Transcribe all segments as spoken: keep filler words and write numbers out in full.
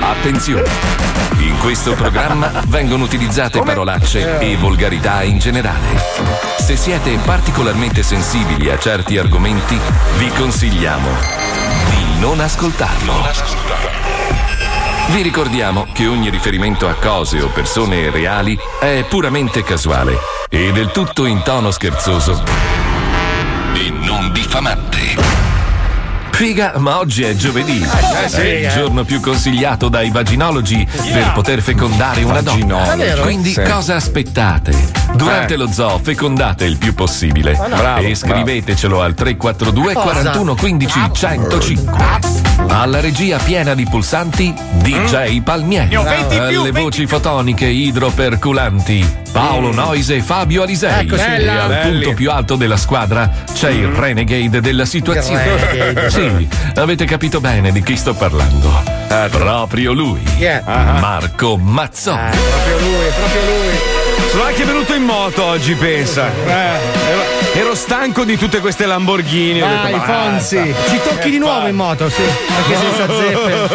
Attenzione! In questo programma vengono utilizzate Come? parolacce e volgarità in generale. Se siete particolarmente sensibili a certi argomenti, vi consigliamo di non ascoltarlo. Vi ricordiamo che ogni riferimento a cose o persone reali è puramente casuale e del tutto in tono scherzoso e non diffamante. Figa, ma oggi è giovedì. Eh, sì, è il eh. giorno più consigliato dai vaginologi Yeah. per poter fecondare una donna. È vero? Quindi Sì. cosa aspettate? Durante Eh. lo zoo fecondate il più possibile. Ma no. Bravo, e scrivetecelo al tre quattro due Cosa? quarantuno quindici centocinque. Alla regia piena di pulsanti D J Palmieri. Ne ho venti più, Alle venti voci fotoniche idroperculanti Paolo Noise e Fabio Alisei. Eccoci. E Bella. al Belli. punto più alto della squadra c'è il renegade della situazione. Renegade. Sì, avete capito bene di chi sto parlando. Proprio lui, Yeah. Marco Mazzoni. Eh, proprio lui, proprio lui. Sono anche venuto in moto oggi, pensa. Eh, ero, ero stanco di tutte queste Lamborghini. Ho Dai, detto, Fonzi, basta. ci tocchi di nuovo in moto, sì, anche senza zeppe.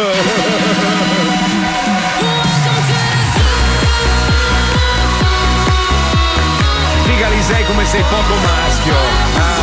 Figa Lisei come sei poco maschio. Ah,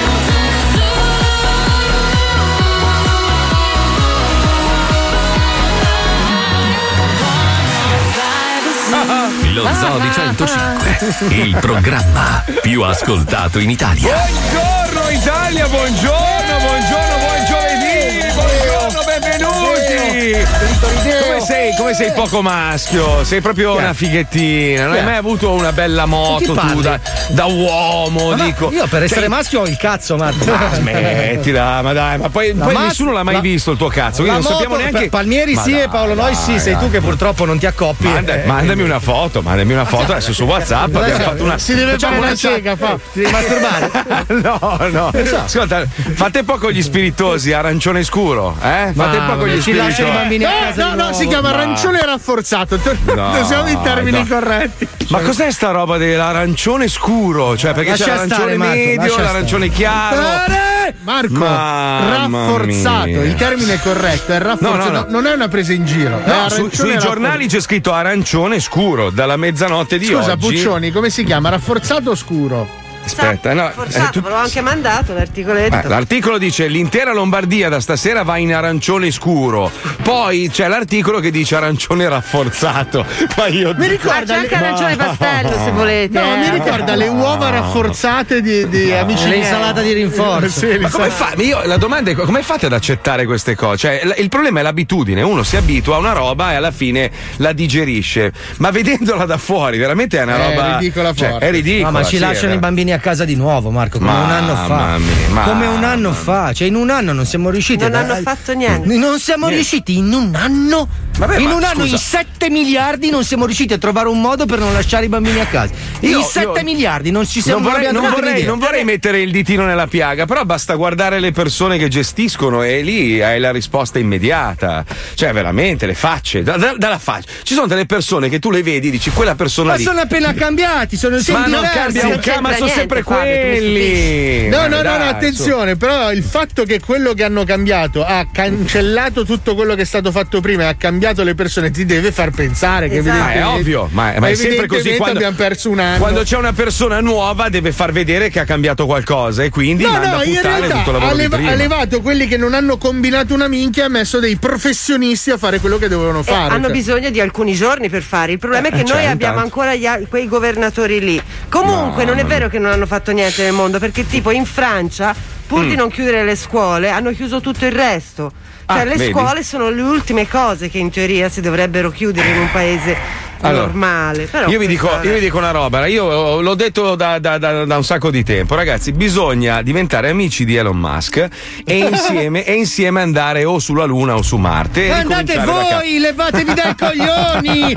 Lo Zoo di centocinque, il programma più ascoltato in Italia. Buongiorno Italia, buongiorno, buongiorno, buon giovedì, buongiorno, benvenuti. Come sei, come sei poco maschio? Sei proprio una fighettina. Non hai mai avuto una bella moto tu parli? da, da uomo, Ma dico. io per essere Cioè, maschio ho il cazzo, Marco. Ma smettila, ma dai, ma poi, La poi mas- nessuno l'ha mai la- visto il tuo cazzo, quindi La non moto, sappiamo neanche. per Palmieri Ma sì dai, e Paolo Noi sì, dai, sei dai. tu che purtroppo non ti accoppi. Manda- eh, mandami una foto, mandami una foto adesso su WhatsApp. Dai, Abbiamo cioè, fatto una. si deve facciamo fare una chat. cieca, fa. Ti devi masturbare. No, no. Ascolta, fate poco gli spiritosi, arancione scuro, eh? Fate Ma poco gli ci lasciano i spiritosi. bambini a Eh, casa. no, di no, nuovo. si chiama Ma- arancione rafforzato. No, Siamo in termini no. corretti. Ma cos'è sta roba dell'arancione scuro? Cioè, perché Lascia c'è l'arancione stare, Marco, medio, lascia l'arancione chiaro. Stare! Marco, Mamma rafforzato. mia. Il termine corretto è rafforzato. No, no, no. Non è una presa in giro. è No, su- arancione sui rafforzato. giornali c'è scritto arancione scuro dalla mezzanotte di Scusa, oggi. Puccioni, come si chiama? Rafforzato o scuro? Aspetta, no. Forzato, eh, tu- ve l'ho anche mandato l'articoletto. Eh, l'articolo dice l'intera Lombardia da stasera va in arancione scuro. Poi c'è l'articolo che dice arancione rafforzato. Ma io Mi Ma ricorda c'è anche le... arancione pastello se volete. No, eh. mi ricorda le uova rafforzate di, di amici miei. L'insalata di rinforzo. Sì, Ma come l'insalata- fa? Io, la domanda è come fate ad accettare queste cose? Cioè, l- il problema è l'abitudine. Uno si abitua a una roba e alla fine la digerisce. Ma vedendola da fuori, veramente è una È roba. ridicola cioè, forte. è ridicola. No, ma ci sì, lasciano è i bambini a casa di nuovo, Marco, come un anno fa. Mamma mia, mamma come un anno mia. fa. Cioè, in un anno non siamo riusciti Non a- hanno fatto niente. Non siamo Niente. riusciti in un anno. Vabbè, in ma un anno, scusa. in sette miliardi, non siamo riusciti a trovare un modo per non lasciare i bambini a casa. Io- in sette io- miliardi non ci siamo Non vorrei, abbiamo non, trovato vorrei, un'idea. non vorrei mettere il ditino nella piaga, però basta guardare le persone che gestiscono e lì hai la risposta immediata. Cioè, veramente, le facce, da- da- dalla faccia. Ci sono delle persone che tu le vedi e dici quella persona Ma lì. sono appena cambiati, sono Ma sempre non diversi. cambia un non ca- ma c'entra sono niente, sempre Fabio, tu mi quelli. No, Ma no, no, dai, no, attenzione, però il fatto che quello che hanno cambiato ha cancellato tutto quello che è stato fatto prima e ha cambiato le persone ti deve far pensare che Esatto. Ma è evidentemente- ovvio, ma, ma è sempre così. evidentemente Quando, abbiamo perso un anno. quando c'è una persona nuova deve far vedere che ha cambiato qualcosa e quindi No, manda no, a in puttane realtà tutto il ha, lavoro di leva- prima. ha levato quelli che non hanno combinato una minchia e ha messo dei professionisti a fare quello che dovevano Eh, fare. hanno cioè. bisogno di alcuni giorni per fare. Il problema è che Eh, noi cioè, abbiamo intanto. ancora gli al- quei governatori lì. Comunque, non è vero che non hanno fatto niente nel mondo, perché tipo in Francia, pur Mm. di non chiudere le scuole, hanno chiuso tutto il resto. Cioè, Ah, le vedi? scuole sono le ultime cose che in teoria si dovrebbero chiudere in un paese Allora, normale. Però Io vi, dico, questa- io vi dico una roba, io l'ho detto da, da- da- da un sacco di tempo, ragazzi, bisogna diventare amici di Elon Musk e insieme, e insieme andare o sulla Luna o su Marte. e Andate ricominciare da capo. voi, levatevi dai coglioni!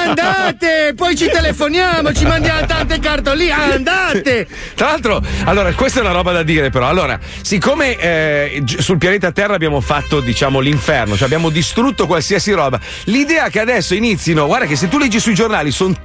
Andate! Poi ci telefoniamo, ci mandiamo tante cartoline, andate! Tra l'altro, allora, questa è una roba da dire, però. Allora, siccome eh, gi- sul pianeta Terra abbiamo fatto, diciamo, l'inferno, cioè abbiamo distrutto qualsiasi roba, l'idea che adesso inizino, guarda che se tu leggi sui giornali, sono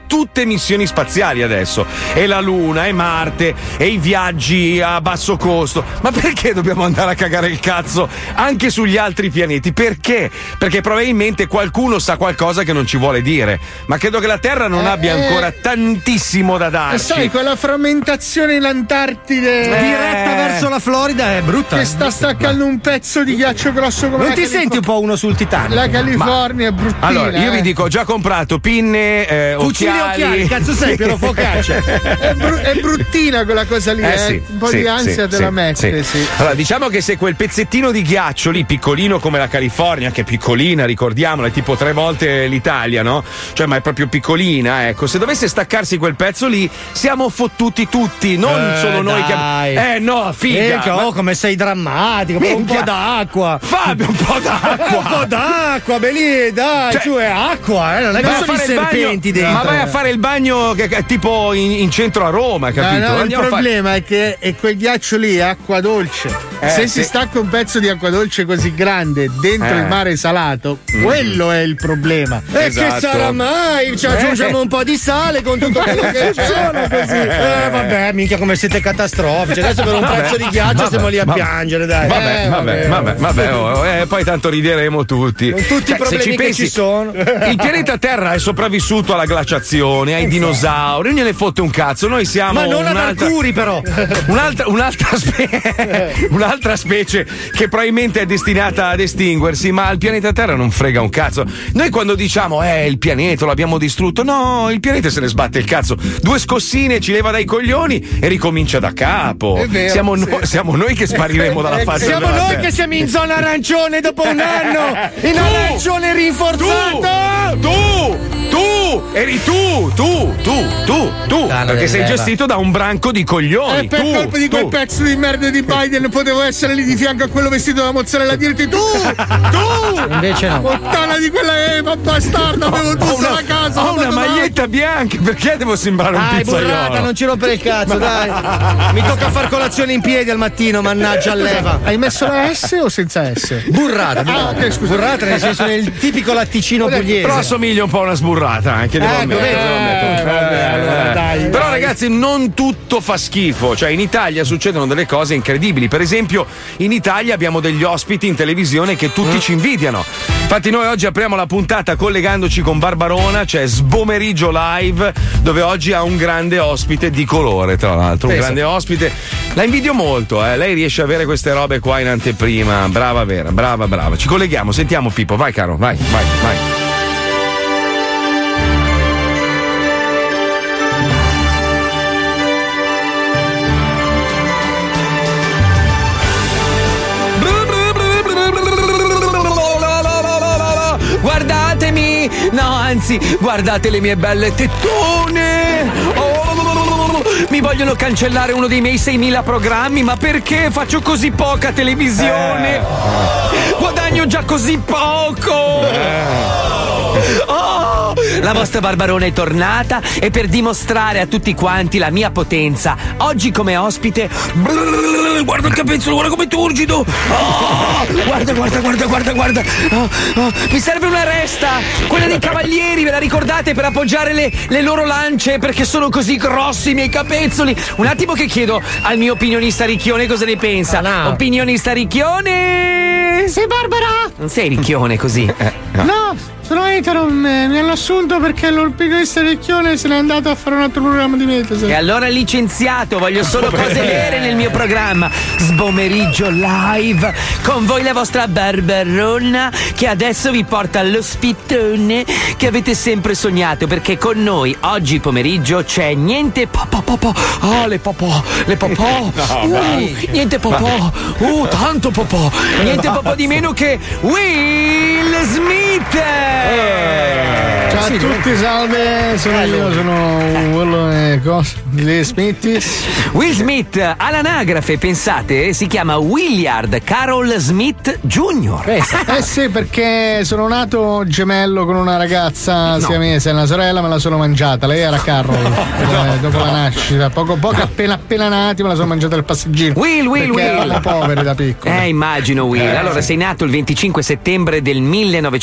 tutte missioni spaziali adesso. E la Luna, e Marte, e i viaggi a basso costo. Ma perché dobbiamo andare a cagare il cazzo anche sugli altri pianeti? Perché? Perché probabilmente qualcuno sa qualcosa che non ci vuole dire. Ma credo che la Terra non eh, abbia ancora tantissimo da darci. E sai, quella frammentazione in Antartide eh, diretta verso la Florida è brutta. Che sta staccando un pezzo di ghiaccio grosso come non la ti Calif- senti un po' uno sul Titanic? La California Ma, è bruttina. Allora, io eh. vi dico, ho già comprato pinne, eh, Fucili occhiali. occhiali, cazzo sei, Piero Focaccia. è, bru- è bruttina quella cosa lì, eh, eh. sì, un po' sì, di ansia sì, te la sì, mette, sì. sì. Allora, diciamo che se quel pezzettino di ghiaccio lì, piccolino come la California, che è piccolina, ricordiamola, è tipo tre volte l'Italia, no? Cioè, ma è proprio piccolina, ecco. Se dovesse staccarsi quel pezzo lì, siamo fottuti tutti, non eh, solo noi dai. che. Eh no, figa. Eh, ma... oh, come sei drammatico, un po' d'acqua. Fabio, un po' d'acqua. un po' d'acqua, Belì, dai, Cioè, su è acqua, eh, non è che vai a sono i fare il serpenti bagno, dentro. ma vai a fare il bagno che, che è tipo in, in centro a Roma, capito? No, no, il Andiamo a problema è che è quel ghiaccio lì è acqua dolce. Eh, Se sì. si stacca un pezzo di acqua dolce così grande dentro Eh. il mare salato, mm. quello è il problema. E Esatto. che sarà mai? Ci aggiungiamo Eh. un po' di sale con tutto quello che funziona così. Eh, vabbè, minchia, come siete catastrofici. Adesso per un Vabbè. pezzo di ghiaccio Vabbè. stiamo lì a Vabbè. piangere, dai. Vabbè, Eh, vabbè, vabbè, vabbè, oh, eh, poi tanto rideremo tutti. Con tutti Cioè, i problemi se ci che pensi, ci sono. Il pianeta Terra è sopravvissuto alla glaciazione, ai dinosauri, non gliene fotte un cazzo. Noi siamo. Ma non ad un'altra, Arcuri, però. Un'altra, un'altra, spe- un'altra specie che probabilmente è destinata ad estinguersi, ma al pianeta Terra non frega un cazzo. Noi quando diciamo, eh, il pianeta l'abbiamo distrutto, no, il pianeta se ne sbatte il cazzo. Due scossine ci leva dai coglioni e ricomincia da capo. È vero, siamo, sì. no- siamo noi che spariremo dalla faccia Siamo della noi terra. che siamo in zona arancione dopo un anno. In Tu! arancione rinforzato. Tu! Tu! Eri tu! Tu! Tu! Tu! Tu! Dalla Perché del sei leva. gestito da un branco di coglioni. E per tu, colpa di quel tu. pezzo di merda di Biden potevo essere lì di fianco a quello vestito da mozzarella a dirti tu! Tu! Invece no. Puttana di quella Eva bastarda, avevo Ho tutta una, la casa! ho l'ho una abbandonato. maglietta bianca, perché devo sembrare un Dai, burrata, pizzaiolo? non ci rompere il cazzo, dai. Mi tocca far colazione in piedi al mattino, mannaggia all'Eva. Hai messo la S o senza S? Burrata, burrata. Ah, ok, scusa. Burrata nel senso del tipico latticino pugliese. Però assomiglia un po' a una sburrata anche, devo Ecco, ammettere, vedi? devo ammettere. Eh, vabbè, allora, dai, Però dai. ragazzi, non tutto fa schifo. Cioè, in Italia succedono delle cose incredibili. Per esempio, in Italia abbiamo degli ospiti in televisione che tutti ci invidiano. Infatti noi oggi apriamo la puntata collegandoci con Barbarona, c'è Sbomeriggio Live, dove oggi ha un grande ospite di colore, tra l'altro, un Pensa. grande ospite. La invidio molto, eh. Lei riesce a avere queste robe qua in anteprima. Brava vera, brava, brava. Ci colleghiamo, sentiamo Pippo, vai caro, vai, vai, vai. Guardatemi! No, anzi, guardate le mie belle tettone! Oh, mi vogliono cancellare uno dei miei seimila programmi, ma perché faccio così poca televisione? Guadagno già così poco! Oh, la vostra Barbarona è tornata e per dimostrare a tutti quanti la mia potenza, oggi come ospite. Brrr, guarda il capezzolo, guarda come è turgido! Oh, guarda, guarda, guarda, guarda, guarda! Oh, oh, mi serve una resta! Quella dei cavalieri, ve la ricordate per appoggiare le, le loro lance perché sono così grossi i miei capezzoli? Un attimo che chiedo al mio opinionista Ricchione cosa ne pensa. Ah, no. Opinionista Ricchione! Sei Barbara? Non sei Ricchione così. No, sono etero, mi, mi hanno assunto perché l'orpigolista Recchione se n'è andato a fare un altro programma di Mediaset. E allora licenziato, voglio solo cose vere nel mio programma. Sbomeriggio Live, con voi la vostra Barbarona che adesso vi porta allo spittone che avete sempre sognato, perché con noi oggi pomeriggio c'è niente popò popò. Oh, le popò, le popò. Uh, niente popò. Uh, tanto popò. Niente popò di meno che Will Smith. Ciao a tutti, salve, sono io, sono quello e cosa? Le Smitty. Will Smith all'anagrafe, pensate, si chiama Williard Carroll Smith Junior Eh sì, perché sono nato gemello con una ragazza siamese, una sorella me la sono mangiata, lei era Carroll, eh, dopo la nascita, poco poco appena appena nati me la sono mangiata il passeggino. Will, Will, perché Will. eravamo poveri da piccoli. Eh, immagino, Will. Allora, sei nato il venticinque settembre del millenovecentosessanta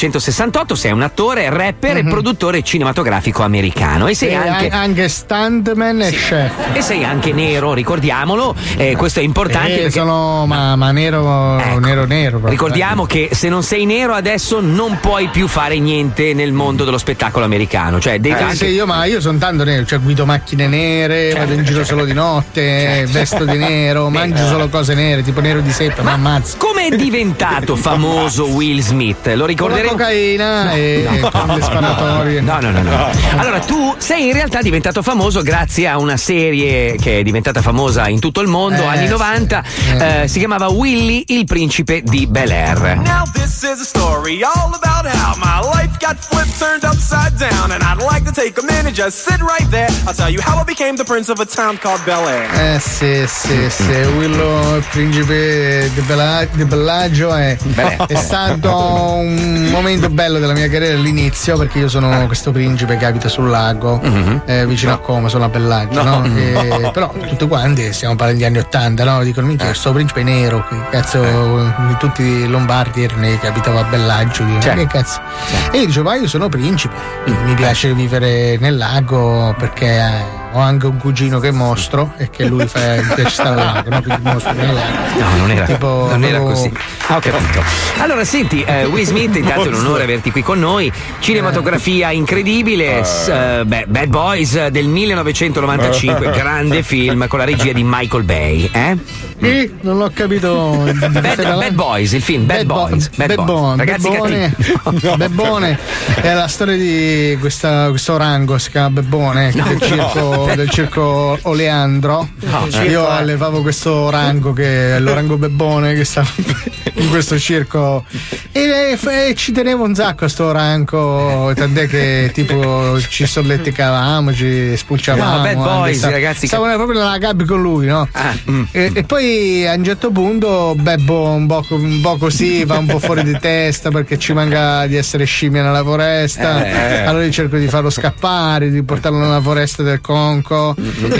sessantotto sei un attore, rapper mm-hmm. e produttore cinematografico americano. E sei e anche. anche stuntman e sì. chef. E sei anche nero, ricordiamolo. Eh, questo è importante. Eh, perché... sono ma, ma nero, ecco. nero, nero. Proprio. Ricordiamo che se non sei nero adesso non puoi più fare niente nel mondo dello spettacolo americano. Cioè, devi eh, anche... sì, io, ma io sono tanto nero, cioè guido macchine nere, certo, vado in giro certo. solo di notte, certo. vesto di nero, Beh, mangio solo cose nere, tipo nero di seppe, ma ammazza. Come è diventato famoso Will Smith? Lo ricorderemo. Con la cocaina no, e no, con no, le sparatorie. No, no, no, no. Allora, tu sei in realtà diventato famoso grazie a una serie che è diventata famosa in tutto il mondo, eh, anni novanta, sì. eh, si chiamava Willy, il principe di Bel-Air. Now this is a story all about how my life got flipped, turned upside down, and I'd like to take a minute, just sit right there. I'll tell you how I became the prince of a town called Bel-Air. Eh sì, sì, sì, Willow, il principe di, Bella, di Bellagio è, è stato un momento bello della mia carriera all'inizio, perché io sono questo principe che abita sul lago, mm-hmm. eh, vicino no. a Como, sono a Bellagio, no? no? E, però tutti quanti stiamo parlando degli anni ottanta, no? Dicono, minchia, questo principe nero, che cazzo, eh. tutti i lombardi erano che abitavo a Bellagio, dico, certo. che cazzo? Certo. E io dicevo, ma io sono principe, mm. mi piace vivere nel lago perché eh, ho anche un cugino che è mostro e che lui fa il piace stare al lago, no? Quindi mostro nel lago. No, non era, tipo, non era proprio... così. Ah, ho capito. Allora, senti, eh, Will Smith, intanto è un onore averti qui con noi. Cinematografia incredibile, uh, beh, Bad Boys del millenovecentonovantacinque, grande film con la regia di Michael Bay, eh? Sì, non l'ho capito. Bad, Bad Boys, il film Bad, Bad Boys. Bad, Bad Boys. Ragazzi Bebbone, no. Bebbone è la storia di questa, questo rango, si chiama Bebbone, no, del, circo, no. del circo Oleandro. No, io eh. allevavo questo rango che è l'orango Bebbone che sta in questo circo e, e ci tenevo un sacco a sto ranco, tant'è che tipo ci solleticavamo, ci spulciavamo. No, Bad Boys, sta, ragazzi. Stavamo proprio nella gabbia con lui, no? Ah, mm. e, e poi a un certo punto Bebbo un po', un po' così va un po' fuori di testa perché ci manca di essere scimmia nella foresta. Eh. Allora io cerco di farlo scappare, di portarlo nella foresta del Conco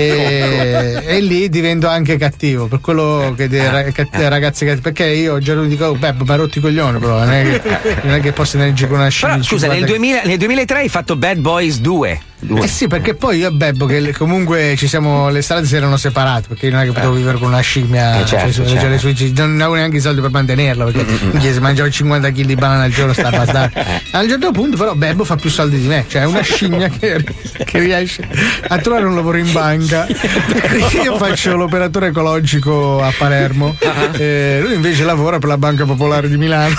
e, e lì divento anche cattivo per quello che dei ragazzi cattivi, perché io già lui dico, oh, Bebbo, mi ha rotti i coglioni, però non è che, non è che posso energere con una scimmia. Però scusa, nel, duemila, nel duemilatré hai fatto Bad Boys due. Eh sì, perché poi io e Bebbo che comunque ci siamo, le strade si erano separate, perché non è che potevo vivere con una scimmia, eh certo, cioè, certo. Cioè, sue, non avevo neanche i soldi per mantenerla, perché mm-hmm. se mangiavo cinquanta chili di banana al giorno sta a bastare. A un certo punto però Bebbo fa più soldi di me, cioè è una scimmia che, che riesce a trovare un lavoro in banca. Io faccio l'operatore ecologico a Palermo, uh-huh. e lui invece lavora per la Banca Popolare di Milano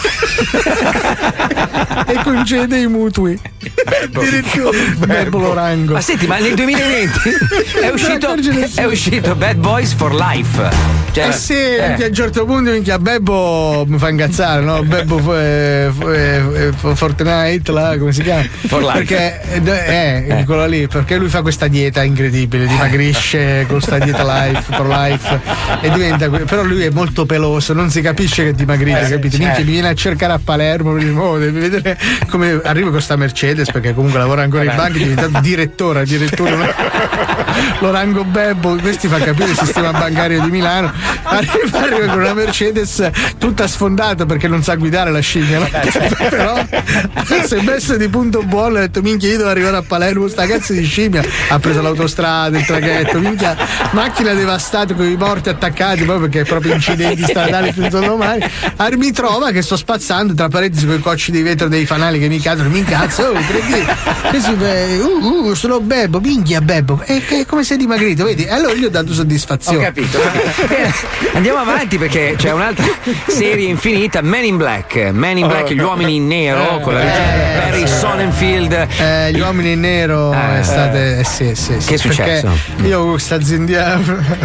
e concede i mutui. Addirittura Bebbo lo rango. Ma senti, ma nel duemilaventi è uscito è uscito Bad Boys for Life. Cioè, eh sì, eh. a un certo punto minchia Bebbo mi fa incazzare, no? Bebbo eh, eh, Fortnite là, come si chiama? For Life. Perché eh, eh, quello lì, perché lui fa questa dieta incredibile, dimagrisce con questa dieta life, for life e diventa, però lui è molto peloso, non si capisce che dimagrisce, eh, capito? Minchia, mi viene a cercare a Palermo, mi dice, oh, devi vedere come arriva con sta Mercedes, perché comunque lavora ancora in banca, è diventato direttore addirittura. L'orango Bebbo, questi fa capire il sistema bancario di Milano. Arriva, arriva con una Mercedes tutta sfondata perché non sa guidare la scimmia, no? Però si è messo di punto buono, ha detto minchia io devo arrivare a Palermo, sta cazzo di scimmia, ha preso l'autostrada, il traghetto, minchia macchina devastata con i morti attaccati proprio perché proprio incidenti stradali senza domani. Mi trova che sto spazzando tra parentesi con i cocci di vetro dei fanali che mi cadono, mi incazzo, oh, così, uh, uh, sono Bebbo, minchia Bebbo, e che, come sei dimagrito, vedi? Allora gli ho dato soddisfazione. Ho capito, ho capito. Andiamo avanti perché c'è un'altra serie infinita, Men in Black, Men in Black, gli uomini in nero, con la regia eh, Barry sì. Sonnenfeld. Eh, gli uomini in nero eh, è state, eh, sì, sì, sì. Che è successo? Io ho questa azienda,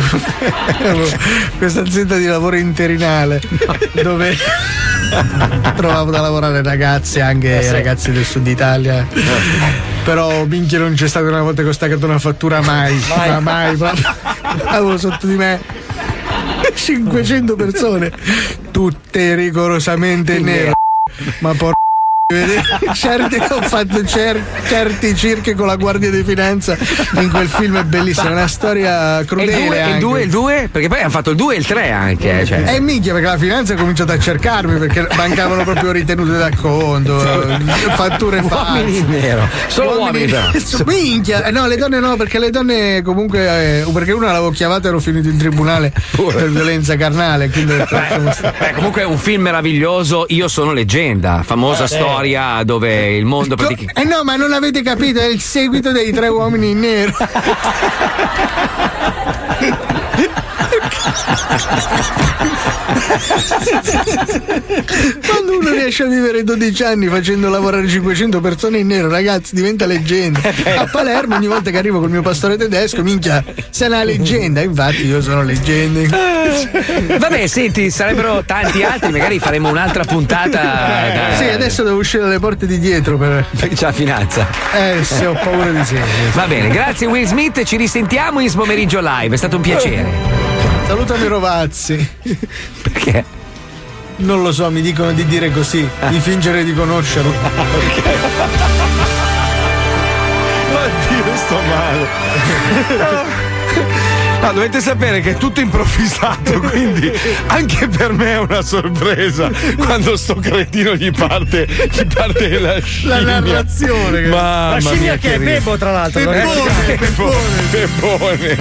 questa azienda di lavoro interinale dove trovavo da lavorare ragazzi, anche eh, sì. ragazzi del sud Italia. Però minchia non c'è stata una volta che ho staccato una fattura mai, mai, ma mai proprio. Avevo sotto di me cinquecento persone, tutte rigorosamente nere. Ma por certi, ho fatto cer- certi circhi con la Guardia di Finanza in quel film, è bellissimo, è una storia crudele. E il due, anche. il due, il due? Perché poi hanno fatto il due e il tre anche. Cioè. E eh, minchia, perché la finanza ha cominciato a cercarmi perché mancavano proprio ritenute d'acconto, fatture false. Uomini in nero. Solo uomini, uomini però. Minchia, eh, no, le donne no, perché le donne comunque, eh, perché una l'avevo chiamata e ero finito in tribunale Pure. per violenza carnale. Quindi detto, beh, beh, comunque è un film meraviglioso, Io sono leggenda, famosa eh, storia dove il mondo praticamente. Eh no, ma non avete capito, è il seguito dei Tre uomini in nero. Quando uno riesce a vivere dodici anni facendo lavorare cinquecento persone in nero, ragazzi, diventa leggenda. A Palermo ogni volta che arrivo col mio pastore tedesco, minchia, sei una leggenda. Infatti io sono leggenda. Vabbè, senti, sarebbero tanti altri, magari faremo un'altra puntata. Da... Sì, adesso devo uscire dalle porte di dietro per... perché c'è la finanza. Eh sì, ho paura di sé. Va bene, grazie Will Smith, ci risentiamo in Pomeriggio Live, è stato un piacere. Salutami Rovazzi. Perché? Non lo so, mi dicono di dire così, di fingere di conoscerlo. Okay. Oddio, sto male. No, dovete sapere che è tutto improvvisato, quindi anche per me è una sorpresa quando sto cretino gli parte, gli parte la scimmia. La narrazione. Ma la scimmia che, che è Bebo, tra l'altro. Bebone, Bebone,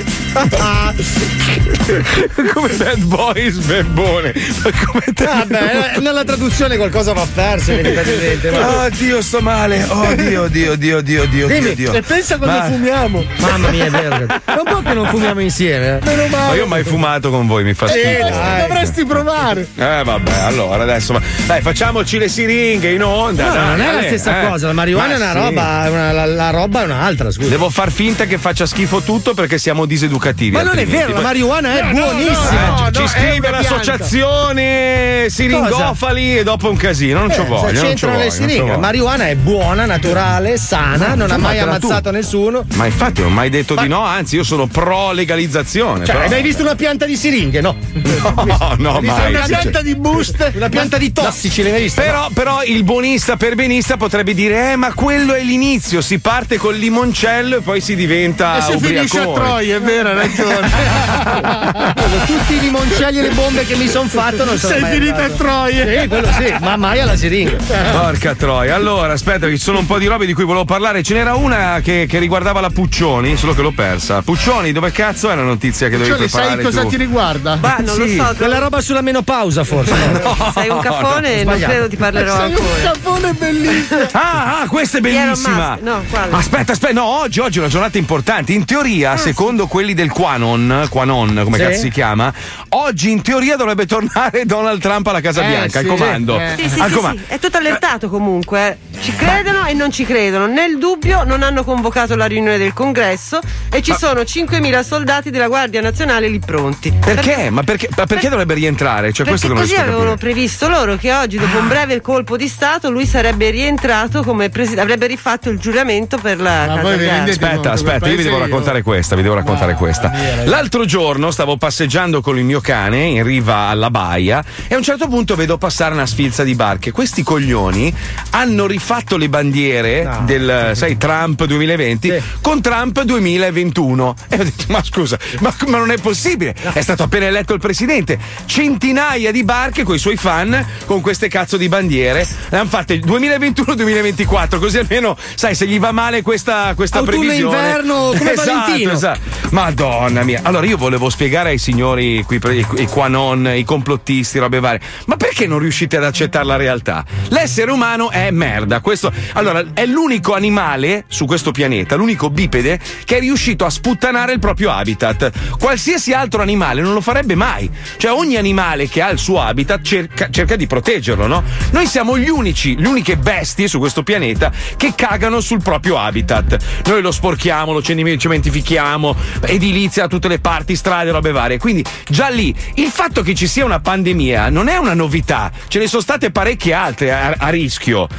Bebone. Come Bad Boys, Bebone. Ma come te? Vabbè, nella traduzione qualcosa va perso, evidentemente. Oh Dio, sto male. Oh Dio, Dio, Dio, Dio, Dio, Dimmi, Dio. E pensa quando ma... fumiamo. Mamma mia, è vero. È un po' che non fumiamo insieme. Meno male. Ma io ho mai fumato con voi, mi fa schifo. Eh, dovresti provare. Eh vabbè, allora adesso dai, facciamoci le siringhe in onda. No, dai, non è dai, la stessa eh. cosa, la marijuana Ma è una sì. roba, una, la, la roba è un'altra, scusa. Devo far finta che faccia schifo tutto perché siamo diseducativi. Ma non è vero, la marijuana è no, buonissima. No, no, no, ci no, scrive l'associazione siringofali e dopo un casino, non eh, ci voglio. Non ci voglio, le siringhe. La marijuana è buona, naturale, sana, non ha mai ammazzato tu. nessuno. Ma infatti non ho mai detto Ma... di no, anzi io sono pro legalizzazione. Cioè, però. hai mai visto una pianta di siringhe? No. No, no, mai. Una pianta di boost, una pianta di tossici, le hai viste? Però, no. però il buonista per benista potrebbe dire: Eh, ma quello è l'inizio, si parte col limoncello e poi si diventa. E si ubriacone. finisce a Troia, è vero, hai ragione. Tutti i limoncelli e le bombe che mi sono fatto non sono Sei mai finito a Troia. Sì, quello sì, ma mai alla siringa. Porca troia. Allora, aspetta, che ci sono un po' di robe di cui volevo parlare. Ce n'era una che, che riguardava la Puccioni, solo che l'ho persa. Puccioni, dove cazzo è la notizia che dovevi Puccioni, preparare? sai cosa tu? ti riguarda? Ma non sì. lo so. Quella roba sulla menopausa, forse. No, sei un caffone, no, non credo ti parlerò sei ancora. un caffone bellissimo. Ah, ah, questa è bellissima. No, quale? Aspetta, aspetta, no, oggi, oggi è una giornata importante. In teoria, ah, secondo sì. quelli del Quanon, Quanon, come sì. cazzo si chiama, oggi in teoria dovrebbe tornare Donald Trump alla Casa eh, Bianca, sì, al comando. Eh. Sì, sì, al sì, comando. sì, è tutto allertato comunque. Ci credono e non ci credono. Nel dubbio non hanno convocato la riunione del congresso e ci Ma... sono cinquemila soldati della Guardia Nazionale lì pronti. Perché? perché? Ma perché, ma perché dovrebbe rientrare? Cioè, questo perché non così avevano capire. previsto loro che oggi, dopo un breve colpo di Stato, lui sarebbe rientrato come presidente, avrebbe rifatto il giuramento per la Ma Casa Bianca. Aspetta, aspetta, io vi devo raccontare questa, vi devo raccontare questa. L'altro giorno stavo passeggiando con il mio cane in riva alla baia e a un certo punto vedo passare una sfilza di barche. Questi coglioni hanno rifatto le bandiere no. del, sai, Trump duemilaventi sì. con Trump duemilaventuno. E ho detto, ma scusa, ma, ma non è possibile? No. È stato appena eletto il presidente. Centinaia di barche con i suoi fan con queste cazzo di bandiere. Le hanno fatte duemilaventuno duemilaventiquattro, così almeno, sai, se gli va male questa, questa autunno previsione. Inverno, come esatto, Valentino. Esatto. Madonna mia. Allora io volevo spiegare ai signori qui, i, i Quanon, i complottisti, robe varie, ma perché non riuscite ad accettare la realtà? L'essere umano è merda. Questo, allora, è l'unico animale su questo pianeta, l'unico bipede che è riuscito a sputtanare il proprio habitat. Qualsiasi altro animale non lo farebbe mai. Cioè ogni animale che ha il suo habitat cerca, cerca di proteggerlo, no? Noi siamo gli unici, le uniche bestie su questo pianeta che cagano sul proprio habitat. Noi lo sporchiamo, lo cementifichiamo, edilizia da tutte le parti, strade, robe varie. Quindi già lì il fatto che ci sia una pandemia non è una novità, ce ne sono state parecchie altre a, a rischio. È che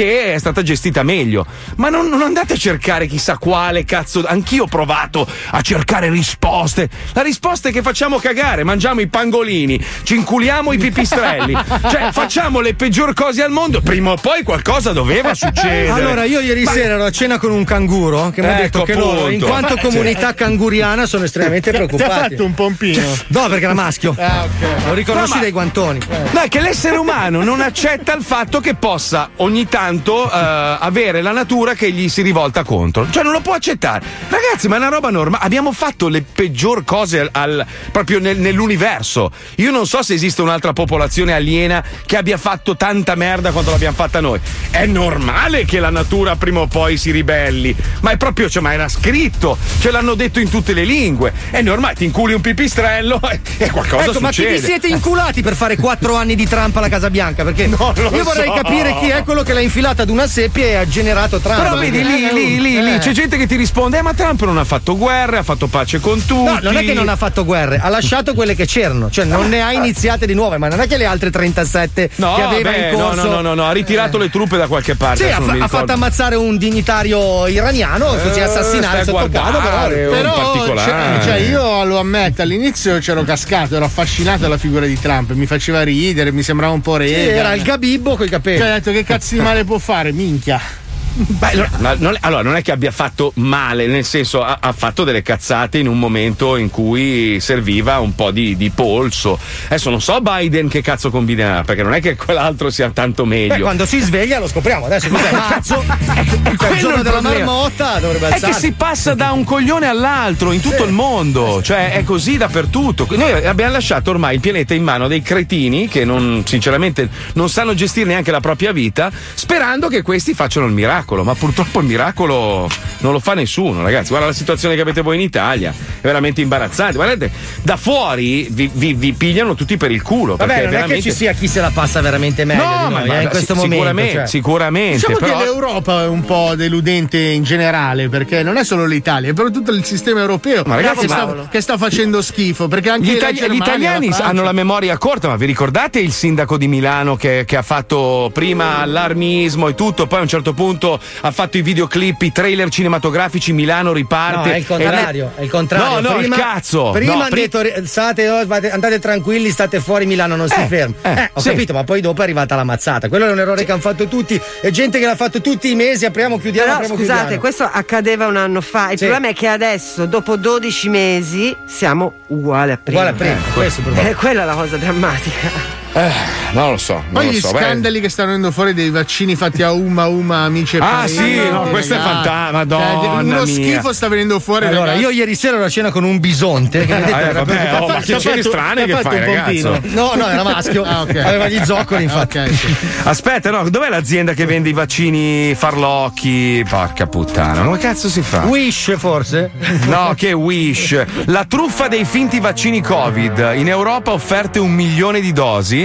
perché è stata gestita meglio. Ma non, non andate a cercare chissà quale cazzo. Anch'io ho provato a cercare risposte. La risposta è che facciamo cagare, mangiamo i pangolini, ci inculiamo i pipistrelli. Cioè, facciamo le peggior cose al mondo. Prima o poi qualcosa doveva succedere. Allora, io ieri Ma... sera ero a cena con un canguro che mi ha Ecco, detto che loro, in quanto Ma... comunità canguriana, sono estremamente preoccupati. Ti ha fatto un pompino? No, perché era maschio. Ah, ok. Lo riconosci No, ma... dai guantoni. No, è che l'essere umano non accetta il fatto che possa ogni tanto uh, avere la natura che gli si rivolta contro. Cioè, non lo può accettare. Ragazzi, ma è una roba normale. Abbiamo fatto le peggior cose al, al, proprio nel, nell'universo. Io non so se esiste un'altra popolazione aliena che abbia fatto tanta merda quanto l'abbiamo fatta noi. È normale che la natura prima o poi si ribelli. Ma è proprio, cioè, ma era scritto. Ce l'hanno detto in tutte le lingue. È normale, ti inculi un pipistrello e, e qualcosa ecco, succede. ma chi vi siete inculati per fare quattro anni di Trump alla Casa Bianca? Perché No, io vorrei so. capire chi è quello che l'ha infilata ad una seppia e ha generato Trump. Però vedi lì, Eh, lì, lì, eh. lì c'è gente che ti risponde: eh, ma Trump non ha fatto guerre, ha fatto pace con tutti. No, non è che non ha fatto guerre, ha lasciato quelle che c'erano, cioè non ne ha iniziate di nuove, ma non è che le altre trentasette No, che aveva beh, in corso. no, no, no, no, ha ritirato le truppe da qualche parte. Sì, ha, adesso non fa- mi ha ricordo. fatto ammazzare un dignitario iraniano, così Eh, assassinare stai a sotto casa. guardare, Però, un Però particolare. cioè, cioè, io lo ammetto, all'inizio c'ero cascato, ero affascinato dalla figura di Trump, mi faceva ridere, mi sembrava un po' sì, Reagan. era il Gabibbo coi capelli. Cioè, ho detto che cazzo di male può fare, minchia. Beh, allora, ma non, allora, non è che abbia fatto male, nel senso ha, ha fatto delle cazzate in un momento in cui serviva un po' di, di polso. Adesso non so Biden che cazzo combinerà, perché non è che quell'altro sia tanto meglio. Beh, quando si sveglia lo scopriamo. Adesso cos'è? Marzo? Cioè, il Quello giorno è il della problema. marmotta dovrebbe È alzare. che si passa da un coglione all'altro in tutto il mondo, cioè è così dappertutto. Noi abbiamo lasciato ormai il pianeta in mano dei cretini che non, sinceramente non sanno gestire neanche la propria vita, sperando che questi facciano il miracolo, ma purtroppo il miracolo non lo fa nessuno, ragazzi. Guarda la situazione che avete voi in Italia, è veramente imbarazzante. Guardate, da fuori vi, vi, vi pigliano tutti per il culo. Vabbè, perché non veramente... è che ci sia chi se la passa veramente meglio No, di ma, noi, ma eh, in questo sic- momento. sicuramente, cioè. sicuramente. Diciamo però... che l'Europa è un po' deludente in generale, perché non è solo l'Italia, è però tutto il sistema europeo Ma ragazzi, che, ma- sta, che sta facendo schifo. Perché anche Gli, la itali- Germania, gli italiani la Francia- hanno la memoria corta, ma vi ricordate il sindaco di Milano che, che ha fatto prima allarmismo e tutto, poi a un certo punto ha fatto i videoclip, i trailer cinematografici, Milano riparte. No, è il contrario, è il contrario. No, no, prima, il cazzo. Prima No, hanno pri- detto ri- state, oh, vate- andate tranquilli, state fuori, Milano non si Eh, ferma. eh, Eh, ho sì. capito, ma poi dopo è arrivata la mazzata. Quello è un errore che hanno fatto tutti. È gente che l'ha fatto tutti i mesi, apriamo, chiudiamo, Però apriamo, scusate, chiudiamo. questo accadeva un anno fa. Il Sì. problema è che adesso, dopo dodici mesi, siamo uguali a prima. Uguale a prima, questo è il problema. Eh, quella è la cosa drammatica. Eh, non lo so. Non Poi lo gli so. Beh, scandali che stanno venendo fuori dei vaccini fatti a Uma Uma amici e Ah, parenti, sì, no, ragazzi. questo è fantastico, Madonna Cioè, uno mia. schifo sta venendo fuori. Allora, ragazzi. io ieri sera ero a cena con un bisonte che mi ha detto Eh, che era vabbè, preoccupato. oh, ma che Ti ha cene fatto- strane ti che ha fatto fai, un ragazzo. pompino. No, no, era maschio. Ah, ok. Aveva gli zoccoli, infatti. Ok, sì. Aspetta, no, dov'è l'azienda che vende i vaccini farlocchi? Porca puttana, come cazzo si fa? Wish, forse? No, che Wish. La truffa dei finti vaccini Covid. In Europa offerte un milione di dosi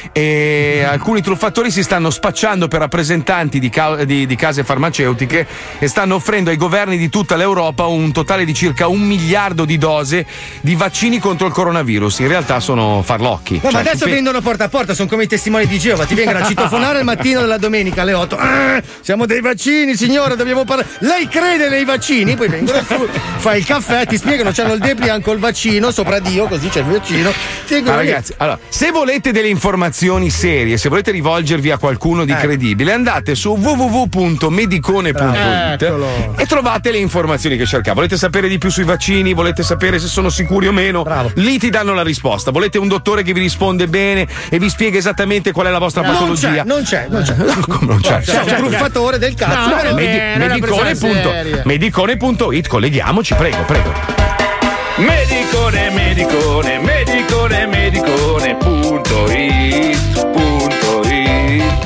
e alcuni truffatori si stanno spacciando per rappresentanti di, ca- di- di case farmaceutiche e stanno offrendo ai governi di tutta l'Europa un totale di circa un miliardo di dose di vaccini contro il coronavirus. In realtà sono farlocchi. No, Cioè, ma adesso tu pe- vendono porta a porta, sono come i testimoni di Geova, ti vengono a citofonare il mattino della domenica alle otto. Ah, siamo dei vaccini, signora, dobbiamo parlare. Lei crede nei vaccini? Poi vengono su, fai il caffè, ti spiegano, c'hanno il Depliant col vaccino, sopra Dio, così c'è il vaccino. Ti dicono Ah, lì. ragazzi, allora, se volete delle informazioni serie, se volete rivolgervi a qualcuno di Eh. credibile, andate su w w w punto medicone punto i t Eccolo. e trovate le informazioni che cercate. Volete sapere di più sui vaccini? Volete sapere se sono sicuri o meno? Bravo. Lì ti danno la risposta. Volete un dottore che vi risponde bene e vi spiega esattamente qual è la vostra Non patologia? c'è, non c'è, non c'è. Come non c'è? C'è un truffatore del cazzo. No, però- Medi- Eh, non è una medicone persona punto- seria. medicone punto i t, colleghiamoci, prego, prego. Medicone, medicone, medicone, medicone, punto it, punto it.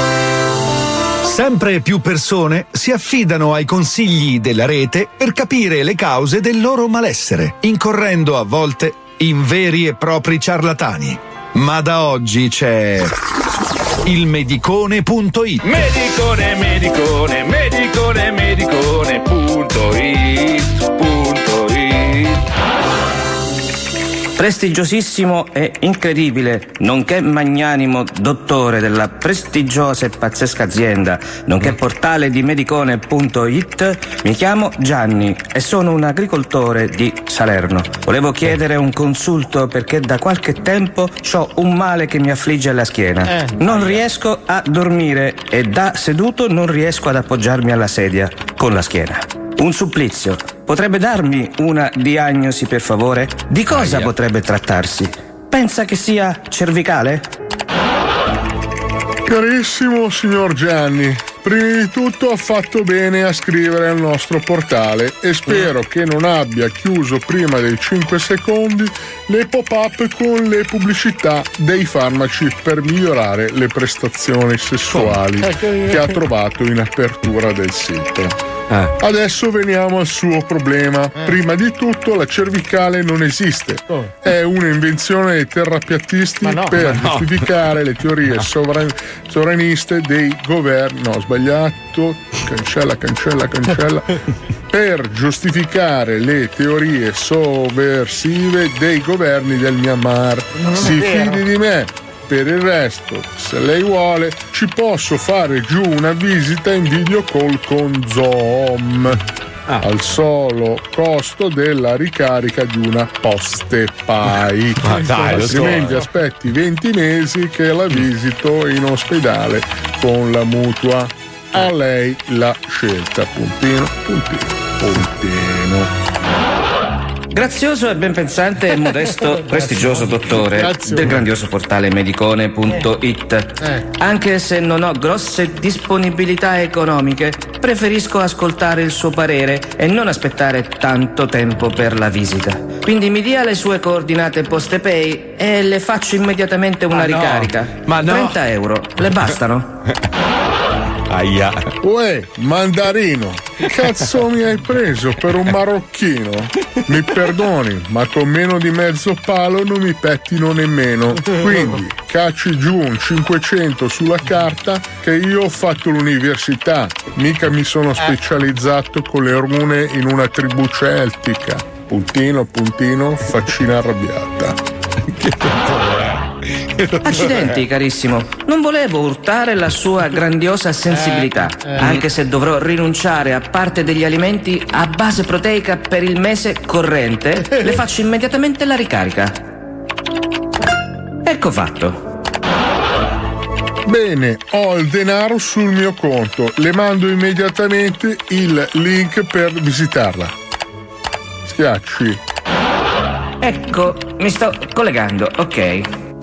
Sempre più persone si affidano ai consigli della rete per capire le cause del loro malessere, incorrendo a volte in veri e propri ciarlatani. Ma da oggi c'è il medicone punto it. Medicone, medicone, medicone, medicone, punto it, punto it. prestigiosissimo e incredibile, nonché magnanimo dottore della prestigiosa e pazzesca azienda, nonché portale di medicone punto it, mi chiamo Gianni e sono un agricoltore di Salerno. Volevo chiedere un consulto perché da qualche tempo ho un male che mi affligge alla schiena. Non riesco a dormire e da seduto non riesco ad appoggiarmi alla sedia con la schiena. Un supplizio. Potrebbe darmi una diagnosi, per favore? Di cosa Aia. potrebbe trattarsi? Pensa che sia cervicale? Carissimo signor Gianni, prima di tutto ha fatto bene a scrivere al nostro portale e spero che non abbia chiuso prima dei cinque secondi le pop-up con le pubblicità dei farmaci per migliorare le prestazioni sessuali che ha trovato in apertura del sito. Eh. Adesso veniamo al suo problema. Eh. Prima di tutto la cervicale non esiste. Oh. È un'invenzione dei terrapiattisti no, per no. giustificare le teorie sovran- sovraniste dei governi. No, ho sbagliato. Cancella, cancella, cancella. Per giustificare le teorie sovversive dei governi del Myanmar. Si fidi di me. Per il resto, se lei vuole, ci posso fare giù una visita in video call con Zoom ah. al solo costo della ricarica di una Poste Pai. Ah, dai, altrimenti so. aspetti venti mesi che la visito in ospedale con la mutua. A lei la scelta. Puntino, puntino, puntino. Grazioso e ben pensante e modesto prestigioso dottore Grazie. del grandioso portale medicone punto it. Eh. Anche se non ho grosse disponibilità economiche, preferisco ascoltare il suo parere e non aspettare tanto tempo per la visita. Quindi mi dia le sue coordinate PostePay e le faccio immediatamente una Ma ricarica. No. Ma no. trenta euro, le bastano? Aia. Uè, mandarino, cazzo mi hai preso per un marocchino? Mi perdoni, ma con meno di mezzo palo non mi pettino nemmeno. Quindi cacci giù un cinquecento sulla carta che io ho fatto l'università, mica mi sono specializzato con le rune in una tribù celtica. Puntino, puntino, faccina arrabbiata. Accidenti, carissimo. Non volevo urtare la sua grandiosa sensibilità, eh, eh. anche se dovrò rinunciare a parte degli alimenti a base proteica per il mese corrente, le faccio immediatamente la ricarica. Ecco fatto. Bene, ho il denaro sul mio conto. Le mando immediatamente il link per visitarla. Schiacci. Ecco, mi sto collegando, ok.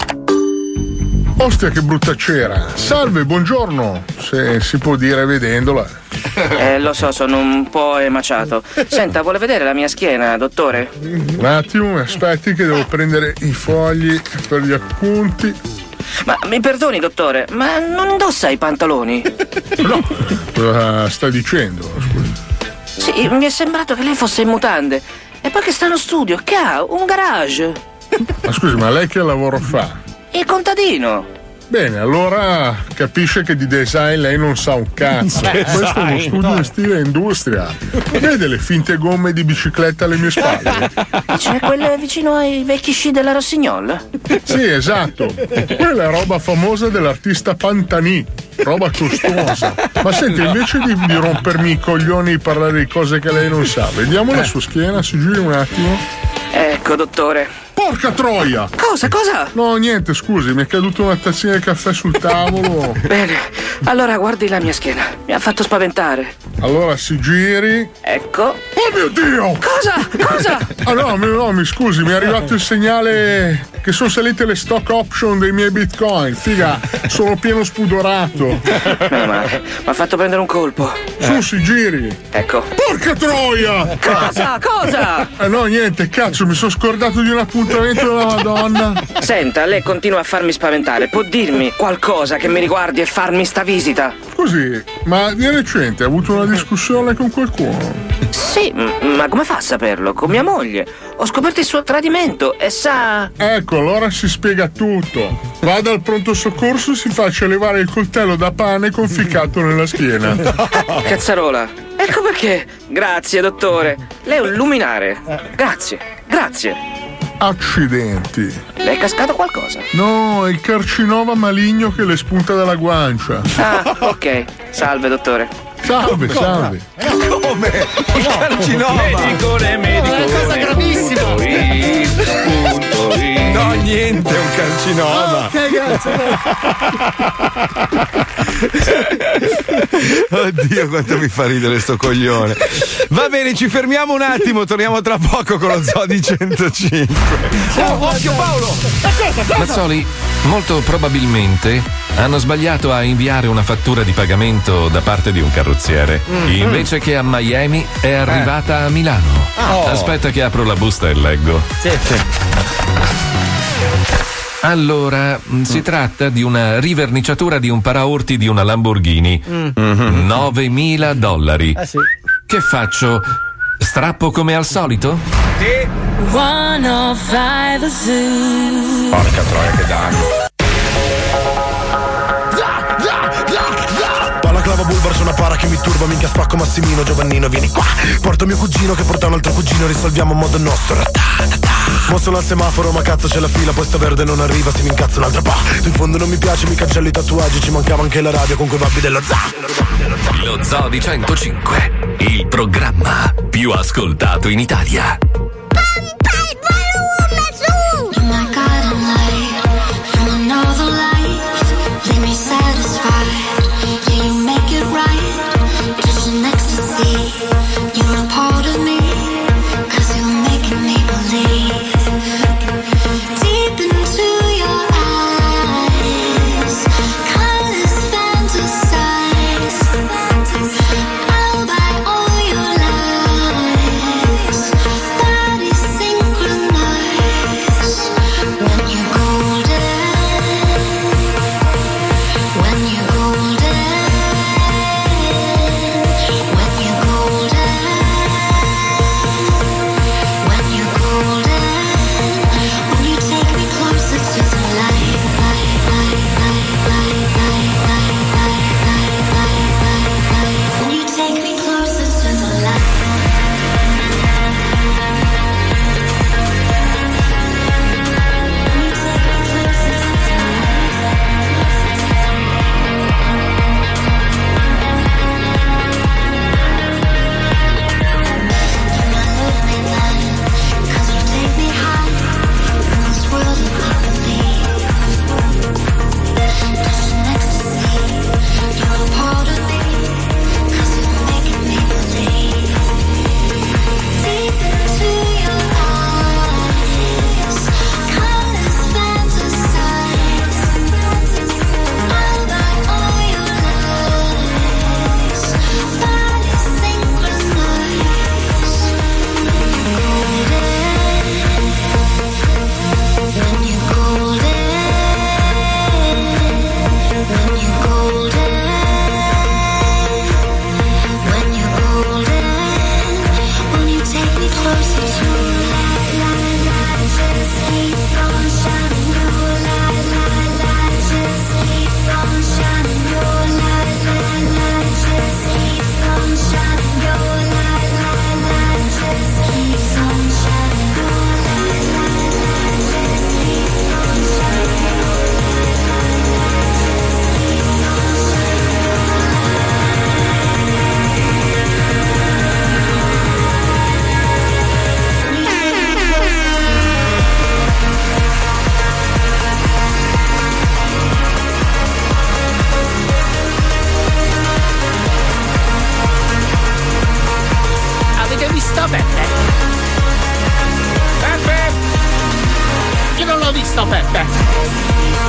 Ostia, che brutta cera. Salve, buongiorno. Se si può dire vedendola. Eh, lo so, sono un po' emaciato. Senta, vuole vedere la mia schiena, dottore? Un attimo, aspetti che devo prendere i fogli per gli appunti. Ma mi perdoni, dottore, ma non indossa i pantaloni? No, cosa sta dicendo? Scusi. Sì, mi è sembrato che lei fosse in mutande. E poi che sta allo studio, che ha un garage. Ma scusi, ma lei che lavoro fa? Il contadino. Bene, allora capisce che di design lei non sa un cazzo. Beh, Questo è uno studio no. in stile industria. Vede le finte gomme di bicicletta alle mie spalle? C'è quelle vicino ai vecchi sci della Rossignol? Sì, esatto. Quella è roba famosa dell'artista Pantani. Roba costosa. Ma senti, invece di, di rompermi i coglioni e parlare di cose che lei non sa, vediamo la sua schiena, si giri un attimo. Ecco, dottore. Porca troia! Cosa, cosa? No, niente, scusi, mi è caduta una tazzina di caffè sul tavolo. Bene, allora guardi la mia schiena. Mi ha fatto spaventare. Allora si giri. Ecco. Oh mio Dio! Cosa? Cosa? Ah no, mi, no, mi scusi, mi è arrivato il segnale che sono salite le stock option dei miei bitcoin. Figa, sono pieno spudorato. Meno male, mi ha fatto prendere un colpo. Su, si giri. Ecco. Porca troia! Cosa? Cosa? Eh no, niente, cazzo, mi sono scordato di un appuntamento della Madonna. Senta, lei continua a farmi spaventare. Può dirmi qualcosa che mi riguardi e farmi sta visita? Scusi, ma di recente ha avuto una discussione con qualcuno? Sì, ma come fa a saperlo? Con mia moglie. Ho scoperto il suo tradimento e sa... Ecco, allora si spiega tutto. Vada al pronto soccorso e si faccia levare il coltello da pane conficcato nella schiena. Cazzarola. Ecco perché. Grazie, dottore. Lei è un luminare. Grazie, grazie. Accidenti. Le è cascato qualcosa? No, è il carcinoma maligno che le spunta dalla guancia. Ah, ok. Salve, dottore. Salve, Come? salve. Come? Il carcinoma. Medicone, medicone. È una cosa gravissima. Punto it, punto it. No, niente, è un carcinoma. Oddio, quanto mi fa ridere sto coglione. Va bene, ci fermiamo un attimo, torniamo tra poco con lo Zoo di centocinque. Oh, occhio Paolo! Mazzoli, molto probabilmente hanno sbagliato a inviare una fattura di pagamento da parte di un carrozziere. Mm. Invece che a Miami è arrivata a Milano. Oh. Aspetta che apro la busta e leggo. Sì, sì. Allora, mh, si tratta di una riverniciatura di un paraurti di una Lamborghini. Mm. novemila dollari. Eh sì. Che faccio? Strappo come al solito? Sì. centocinque Zoo. Porca troia, che danno. Balaclava bulbar su una para che mi turba, minchia spacco Massimino, Giovannino vieni qua. Porto mio cugino che porta un altro cugino, risolviamo a modo nostro. Mo sono al semaforo ma cazzo c'è la fila, poi sta verde non arriva, si mi incazza un'altra pa. Tu in fondo non mi piace, mi cancelli i tatuaggi, ci mancava anche la radio con quei babbi dello za. Lo Zoo di centocinque, il programma più ascoltato in Italia. visto Peppe?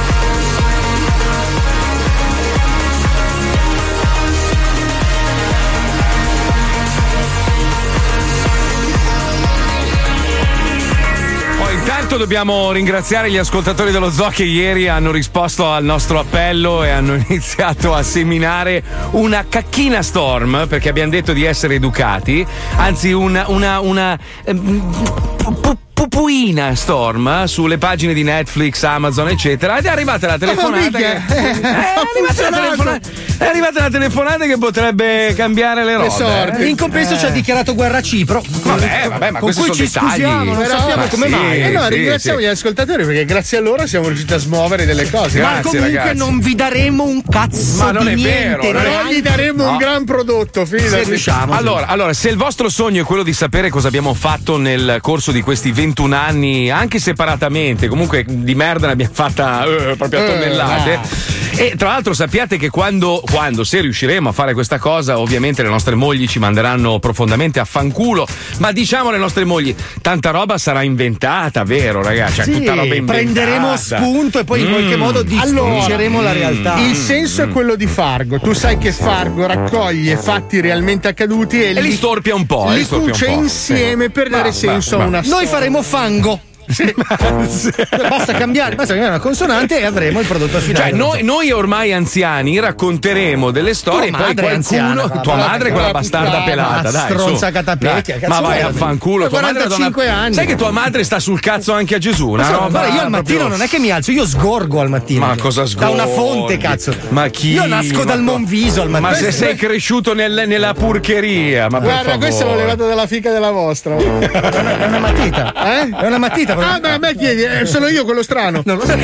Intanto dobbiamo ringraziare gli ascoltatori dello Zoo che ieri hanno risposto al nostro appello e hanno iniziato a seminare una cacchina storm, perché abbiamo detto di essere educati, anzi una, una, una pu- pupuina storm eh, sulle pagine di Netflix, Amazon eccetera, ed è arrivata la telefonata oh, che, eh, è arrivata la telefonata, è È arrivata una telefonata che potrebbe cambiare le robe. Eh? In compenso eh. ci ha dichiarato guerra a Cipro. Vabbè, vabbè, ma con questi cui sono ci dettagli. scusiamo, non Però- sappiamo ma come sì, mai. Eh no, sì, ringraziamo sì. gli ascoltatori perché grazie a loro siamo riusciti a smuovere delle cose. Ma Grazie, comunque ragazzi. non vi daremo un cazzo Ma non di è niente. vero, non è- Però gli daremo No. un gran prodotto, Se fidati. riusciamo. Allora, allora, se il vostro sogno è quello di sapere cosa abbiamo fatto nel corso di questi ventuno anni, anche separatamente, comunque di merda ne abbiamo fatta eh, proprio a Eh, tonnellate. E tra l'altro sappiate che quando, quando, se riusciremo a fare questa cosa, ovviamente le nostre mogli ci manderanno profondamente a fanculo. Ma diciamo alle nostre mogli, tanta roba sarà inventata, vero, ragazzi? Cioè, Sì, tutta roba inventata. prenderemo spunto e poi in qualche Mm. modo distruggeremo la realtà. Il senso è quello di Fargo. Tu sai che Fargo raccoglie fatti realmente accaduti e, E li storpia un po', eh, li li storpia un cuce po', insieme sì. per dare Bravo, senso bravo, a una bravo. Noi storia. faremo fango. Basta cambiare, basta cambiare una consonante e avremo il prodotto finale. Cioè, noi, noi ormai anziani racconteremo delle storie e Tua poi madre è qualcuno. anziana, tua va, madre è va, quella va, bastarda va, pelata, va, dai. stronza su. catapecchia, Dai, cazzo ma vai vuoi? a fanculo. Tua madre è una quarantacinque donna- anni. Sai che tua madre sta sul cazzo anche a Gesù? Una Guarda, roba io al mattino proprio- non è che mi alzo, io sgorgo al mattino. Ma cosa sgorgi? Da una fonte, cazzo. Ma chi? Io nasco Ma dal co- Monviso al mattino. Ma se sei cresciuto nel- nella purcheria, ma per Guarda, favore. questa l'ho levata dalla fica della vostra. È una matita. Eh? È una matita. Ah, ma a me chiedi, eh, sono io quello strano. Non lo so.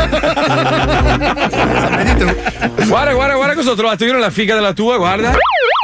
Guarda, guarda, guarda cosa ho trovato io nella figa della tua, guarda.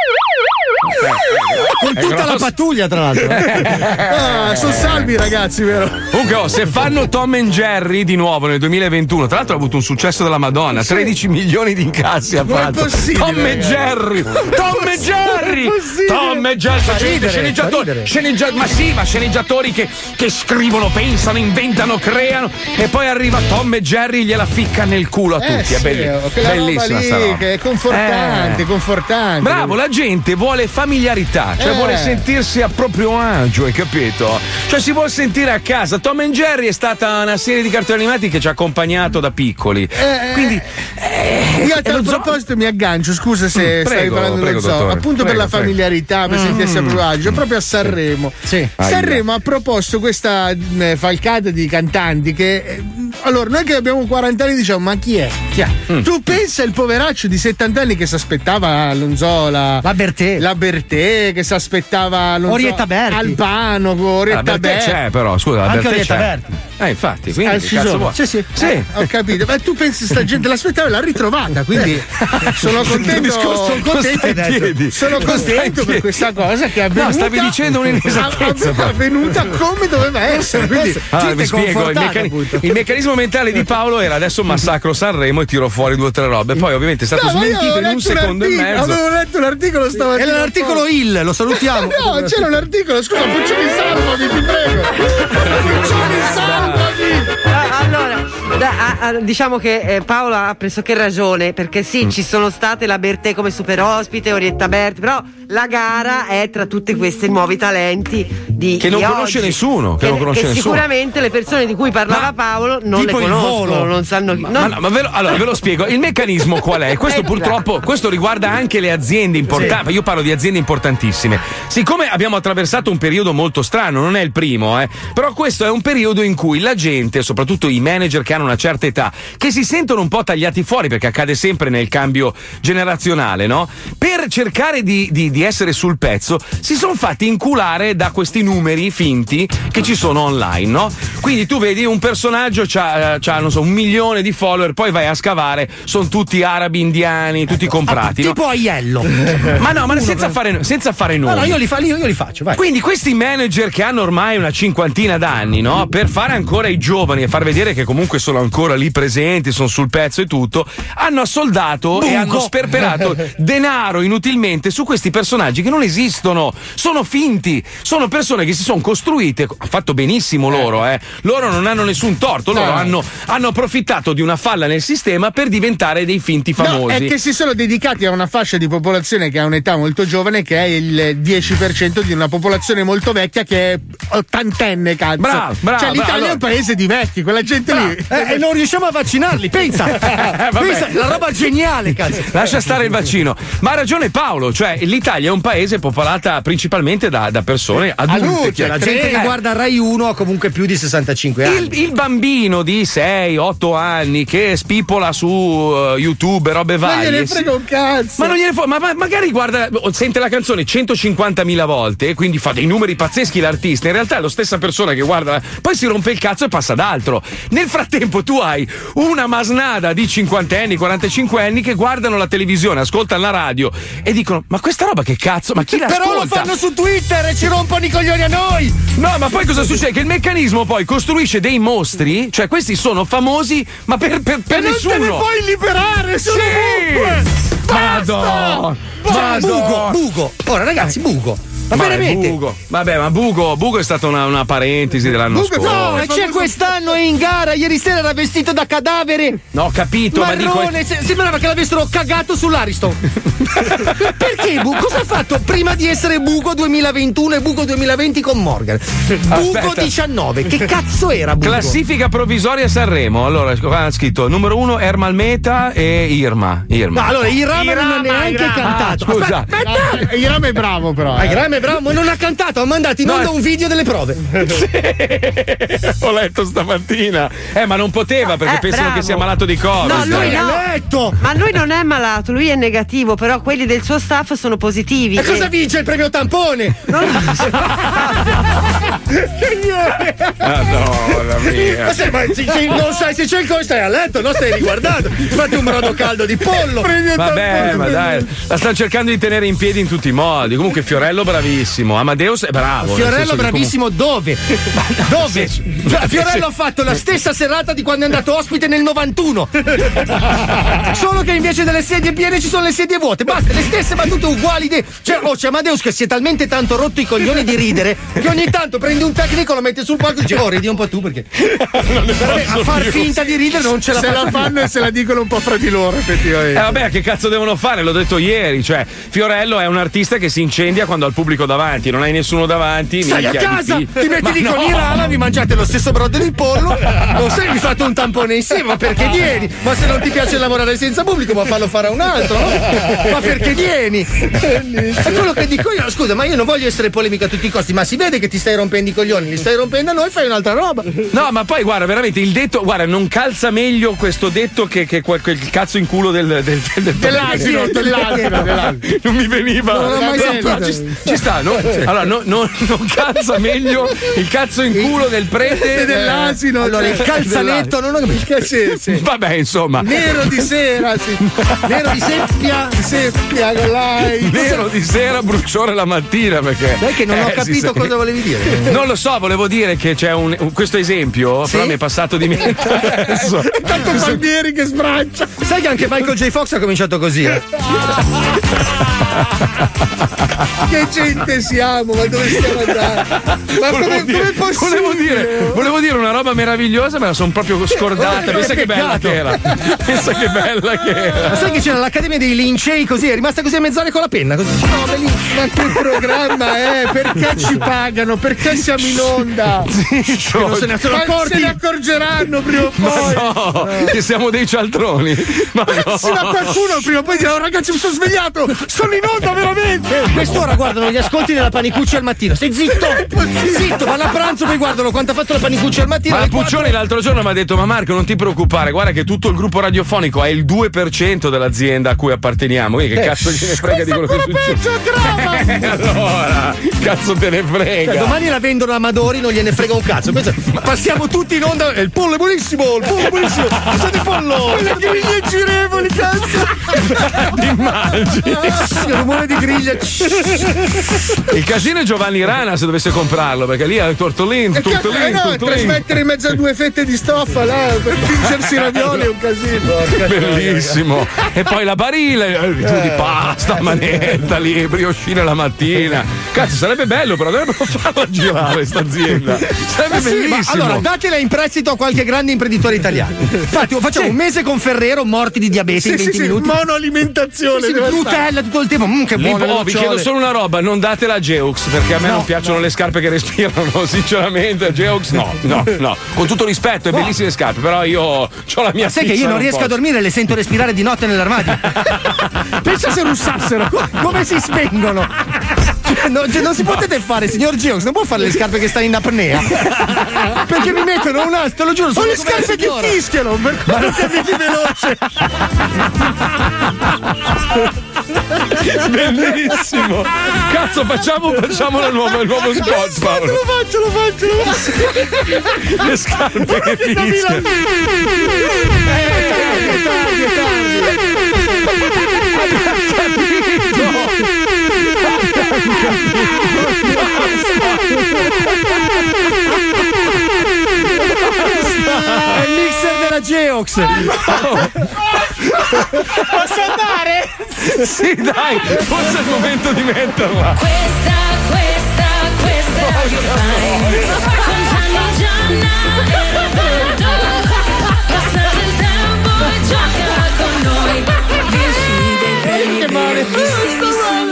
Con È tutta la grosso. pattuglia, tra l'altro. Ah, sono salvi, ragazzi, vero? Comunque, oh, se fanno Tom and Jerry di nuovo nel duemilaventuno, tra l'altro ha avuto un successo della Madonna, tredici milioni di incassi ha Non è fatto. possibile, Tom and ragazzi. Jerry! Tom and Jerry! Non è possibile. Tom and Jerry! Fa gente, ridere, fa sceneggiatori, ridere. sceneggia- ma sì, ma sceneggiatori che, che scrivono, pensano, inventano, creano e poi arriva Tom e Jerry e gliela ficca nel culo a Eh tutti. è sì, belli- quella roba bellissima lì sta roba. che è confortante, Eh. confortante. Bravo, la gente vuole familiarità, cioè Eh. vuole sentirsi a proprio agio, hai capito? Cioè si vuole sentire a casa. Tom and Jerry è stata una serie di cartoni animati che ci ha accompagnato da piccoli. Eh, Quindi Io a tal proposito mi aggancio, scusa se Mm, stavi prego, parlando prego, dello zoo, dottore. appunto per Prego, la prego. familiarità, per Mm. sentirsi a proprio agio, proprio a Sanremo. Sì. Sanremo ha proposto questa eh, falcata di cantanti che eh, allora noi che abbiamo quaranta anni diciamo ma chi è? Chi è? Mm. Tu pensa il poveraccio di settanta anni che si aspettava, non so, la, La Bertè. la Bertè, che si aspettava non Orietta so, Berti. Albano, la Orietta Bertè Berti. c'è però, scusa, la Anche Bertè Orietta c'è. Berti. Eh, infatti, quindi Ah, che ci cazzo sono. vuoi? Sì, sì. Sì. Eh, ho capito, ma tu pensi sta gente l'aspettava e l'ha ritrovata, quindi sono contento. Sono contento adesso. Sono contento per questa cosa che è avvenuta. No, stavi dicendo un'inesattezza, È però. avvenuta come doveva essere. Quindi, Allora, Gente vi spiego, il, confortata, meccani- appunto. il meccanismo mentale di Paolo era adesso massacro Sanremo e tiro fuori due o tre robe. Poi ovviamente è stato no, ma io smentito avevo in un letto un secondo e articolo- mezzo. Avevo letto l'articolo stamattina. Era l'articolo Il, lo salutiamo. No, c'era un articolo, scusa, Puccioni salvami, ti prego. Puccioni salvami. Ah, Allora, da- ah, ah, diciamo che eh, Paolo ha pressoché ragione, perché sì, Mm. ci sono state la Bertè come super ospite, Orietta Berti, però la gara è tra tutti questi nuovi talenti di Che non di conosce oggi, nessuno, che non conosce che nessuno. sicuramente le persone di cui parlava Paolo non le tipo il conoscono, volo. non sanno chi. Ma, non- no, ma ve lo, allora ve lo spiego, il meccanismo qual è? Questo Ecco. purtroppo questo riguarda anche le aziende importanti, io parlo di aziende importantissime. Siccome abbiamo attraversato un periodo molto strano, non è il primo, eh, però questo è un periodo in cui la gente, soprattutto i manager che hanno una certa età, che si sentono un po' tagliati fuori perché accade sempre nel cambio generazionale, no? Per cercare di, di- di essere sul pezzo, si sono fatti inculare da questi numeri finti che ci sono online, no? Quindi tu vedi un personaggio c'ha, c'ha, non so, un milione di follower, poi vai a scavare, sono tutti arabi, indiani, tutti comprati, no? Tipo Aiello. Ma no, ma senza fare, senza fare No, nomi. no, io li, fa- io, io li faccio, vai. Quindi questi manager che hanno ormai una cinquantina d'anni, no? Per fare ancora i giovani e far vedere che comunque sono ancora lì presenti, sono sul pezzo e tutto, hanno assoldato e Buco. hanno sperperato denaro inutilmente su questi personaggi che non esistono, sono finti, sono persone che si sono costruite, ha fatto benissimo loro, eh. Loro non hanno nessun torto, loro No. hanno, hanno approfittato di una falla nel sistema per diventare dei finti No, famosi. è che si sono dedicati a una fascia di popolazione che ha un'età molto giovane, che è il dieci per cento di una popolazione molto vecchia che è ottantenne, cazzo. Bravo, bravo, Cioè, l'Italia bravo, è un paese di vecchi, quella gente lì. Eh, Eh, e non riusciamo a vaccinarli, pensa. Pensa, la roba geniale, cazzo. Lascia stare il vaccino. Ma ha ragione Paolo, cioè l'Italia è un paese popolata principalmente da, da persone adulte. Adulte, cioè, la gente che guarda Rai uno ha comunque più di sessantacinque anni. Il, il bambino di sei otto anni che spipola su uh, YouTube e robe varie. Ma gliene frega un cazzo. Ma non gliene frega, ma, ma magari guarda, sente la canzone centocinquantamila volte e quindi fa dei numeri pazzeschi l'artista. In realtà è la stessa persona che guarda, poi si rompe il cazzo e passa ad altro. Nel frattempo tu hai una masnada di cinquantenni, quarantacinquenni che guardano la televisione, ascoltano la radio e dicono: ma questa roba che cazzo? Ma chi l'ascolta? Però lo fanno su Twitter e ci rompono i coglioni a noi! No, ma poi cosa succede? Che il meccanismo poi costruisce dei mostri, cioè questi sono famosi, ma per, per, per e nessuno. Non te ne puoi liberare, sono sì! Madò! Madò! Bugo, Bugo! Ora ragazzi, Bugo! Ma, ma veramente? Bugo. Vabbè, ma Bugo, Bugo è stata una, una parentesi dell'anno Bugo, scorso. No, e c'è quest'anno è in gara. Ieri sera era vestito da cadavere. No, ho capito, marrone, ma dico. se- sembrava che l'avessero cagato sull'Ariston. Perché Bugo? Cosa ha fatto prima di essere Bugo duemilaventuno e Bugo duemilaventi con Morgan? Bugo Aspetta. diciannove. Che cazzo era Bugo? Classifica provvisoria Sanremo. Allora, ha scritto numero uno Ermal Meta e Irma. Irma. No, allora Irama non ha neanche Irama. cantato. Ah, scusa. Aspetta, aspetta. Iram è bravo, però. Ah, eh. Irama è bravo, ma non ha cantato. Ha mandato in No, onda è- un video delle prove. Ho letto stamattina. Eh, ma non poteva perché Eh, pensano bravo. che sia malato di Covid. No, lui L'ha no. letto. Ma lui non è malato, lui è negativo, però quelli del suo staff sono positivi. E cosa E- vince il premio tampone? Madonna mia. Ma, se, ma se- se non sai se c'è il Covid, stai a letto, no? Stai riguardando. Fatti un brodo caldo di pollo. Vabbè, ma dai, la stanno cercando di tenere in piedi in tutti i modi. Comunque Fiorello bravissimo, Amadeus è bravo. nel Fiorello senso che bravissimo dove? Dove? Cioè, Fiorello ha fatto la stessa serata di quando è andato ospite nel novantuno. Solo che invece delle sedie piene ci sono le sedie vuote. Basta, le stesse battute uguali. De- cioè, oh, c'è Amadeus che si è talmente tanto rotto i coglioni di ridere che ogni tanto prende un tecnico, lo mette sul palco e dice: oh, ridi un po' tu perché. Veramente, a far finta di ridere non ce la Se faccio la più. fanno e se la dicono un po' fra di loro, Eh effettivamente. vabbè, che cazzo devono fare? L'ho detto ieri, cioè Fiorello è un artista che si incendia quando ha il pubblico davanti, non hai nessuno davanti. Stai a minchia, è casa, difficile. ti metti Ma lì con no! Irama, vi mangiate lo stesso brodo di pollo, non sei vi fate un tampone insieme, ma perché vieni? Ma se non ti piace lavorare senza pubblico, ma fallo fare a un altro, no? Ma perché vieni? È quello che dico io, scusa, ma io non voglio essere polemica a tutti i costi, ma si vede che ti stai rompendo i coglioni, li stai rompendo a noi, fai un'altra roba. No, ma poi guarda, veramente il detto, guarda, non calza meglio questo detto che, che quel, quel cazzo in culo del, del, del, del Dell'asino, dell'asino, dell'asino. Non mi veniva. Non l'ho mai Però sentito. ci, ci sta, no? Allora, no, no, non calza meglio il cazzo in culo del prete E dell'asino. Allora, il calzanetto, non ho capito. Sì, sì. Vabbè, insomma. Nero di sera, sì. Nero di seppia. Di seppia con l'ai. Nero di sera, bruciore la mattina perché. Sai che non ho eh, si capito sa- cosa volevi dire. Non lo so, volevo dire che c'è un, un- questo esempio, Sì? però mi è passato di mente adesso. Tanto Palmieri che sbrancia. Sai che anche Michael J. Fox ha cominciato così, eh? Che gente siamo, ma dove stiamo andando? Ma Volevo come, dire, come è possibile? volevo, dire, volevo dire una roba meravigliosa, me la sono proprio scordata. Oh, Pensa che che bella peccato. che era. Pensa che bella che era. Ma sai che c'era l'Accademia dei Lincei così, è rimasta così a mezz'ora con la penna, così. No, bellissimo. Ma che programma è? Perché ci pagano? Perché siamo in onda? Zitto. non se ne sono Ma accorti. se ne accorgeranno prima o poi. No, che siamo dei cialtroni. Ma no. Sì, ma qualcuno prima o poi dirà: oh, ragazzi, mi sono svegliato! Sono in onda veramente! Quest'ora guardano gli ascolti della panicuccia al mattino. Stai zitto! Zitto, vanno a pranzo, poi guardano quanto ha fatto la panicuccia al mattino. Ma la alle quattro. Puccioni l'altro giorno mi ha detto: ma Marco, non ti preoccupare, guarda che tutto il gruppo radiofonico è il due per cento dell'azienda a cui apparteniamo. Quindi che cazzo gliene frega di quello che succede? Eh, allora, cazzo te ne frega. Cioè, domani la vendono a Amadori, non gliene frega un cazzo. Questo- passiamo tutti in onda. e Il pollo è buonissimo! Il pollo è buonissimo! Cosa di pollo? Le griglie girevoli, cazzo! Ti immagini? Il rumore di griglia. Il casino è Giovanni Rana se dovesse comprarlo, perché lì è il tortolin, E cazzo, eh tortolin, no, tortolin. trasmettere in mezzo a due fette di stoffa là per fingersi i ravioli è un casino. Bellissimo. E poi la barile, eh, giù di pasta, manetta lì, brioscine la mattina. Cazzo, sarebbe bello, però dovrebbero farla girare sta azienda. Sarebbe Eh sì, ma bellissimo. allora, datela in prestito a qualche grande imprenditore italiano. Infatti, facciamo Sì. un mese con Ferrero, morti di diabete Sì, in venti sì, sì, minuti. monoalimentazione. Sì, sì, deve Nutella tutto il tempo. Mm, che Vi, buone le oh, vi chiedo nocciole. solo una roba, non date la Geox perché a me No, non piacciono le scarpe che respirano, sinceramente. Geox no, no, no. Con tutto rispetto, è No. bellissime scarpe, però io ho la mia Ma sai che fissa, io non riesco posso. a dormire, le sento respirare di notte nell'armadio. Pensa se russassero, co- come si spengono? Cioè, non, cioè, non si potete fare, signor Geox, non può fare le scarpe che stanno in apnea. Perché mi mettono una, te lo giuro, Ho sono le come la scarpe che signora. fischiano, per Ma quello non- che vieni veloce. Bellissimo! Cazzo, facciamo, facciamo la nuova, il nuovo spot, Paolo. Lo faccio, lo faccio, lo faccio. Le scarpe che fischiano. Eh, tardi, tardi, tardi. È il mixer della Geox. Posso andare? Sì, dai, forse è il momento di metterla. Questa, questa, questa è Radio Fine. Con Gianni, Gianna e Roberto. Passa del tempo e gioca con noi. Vinci dei premi bellissimi.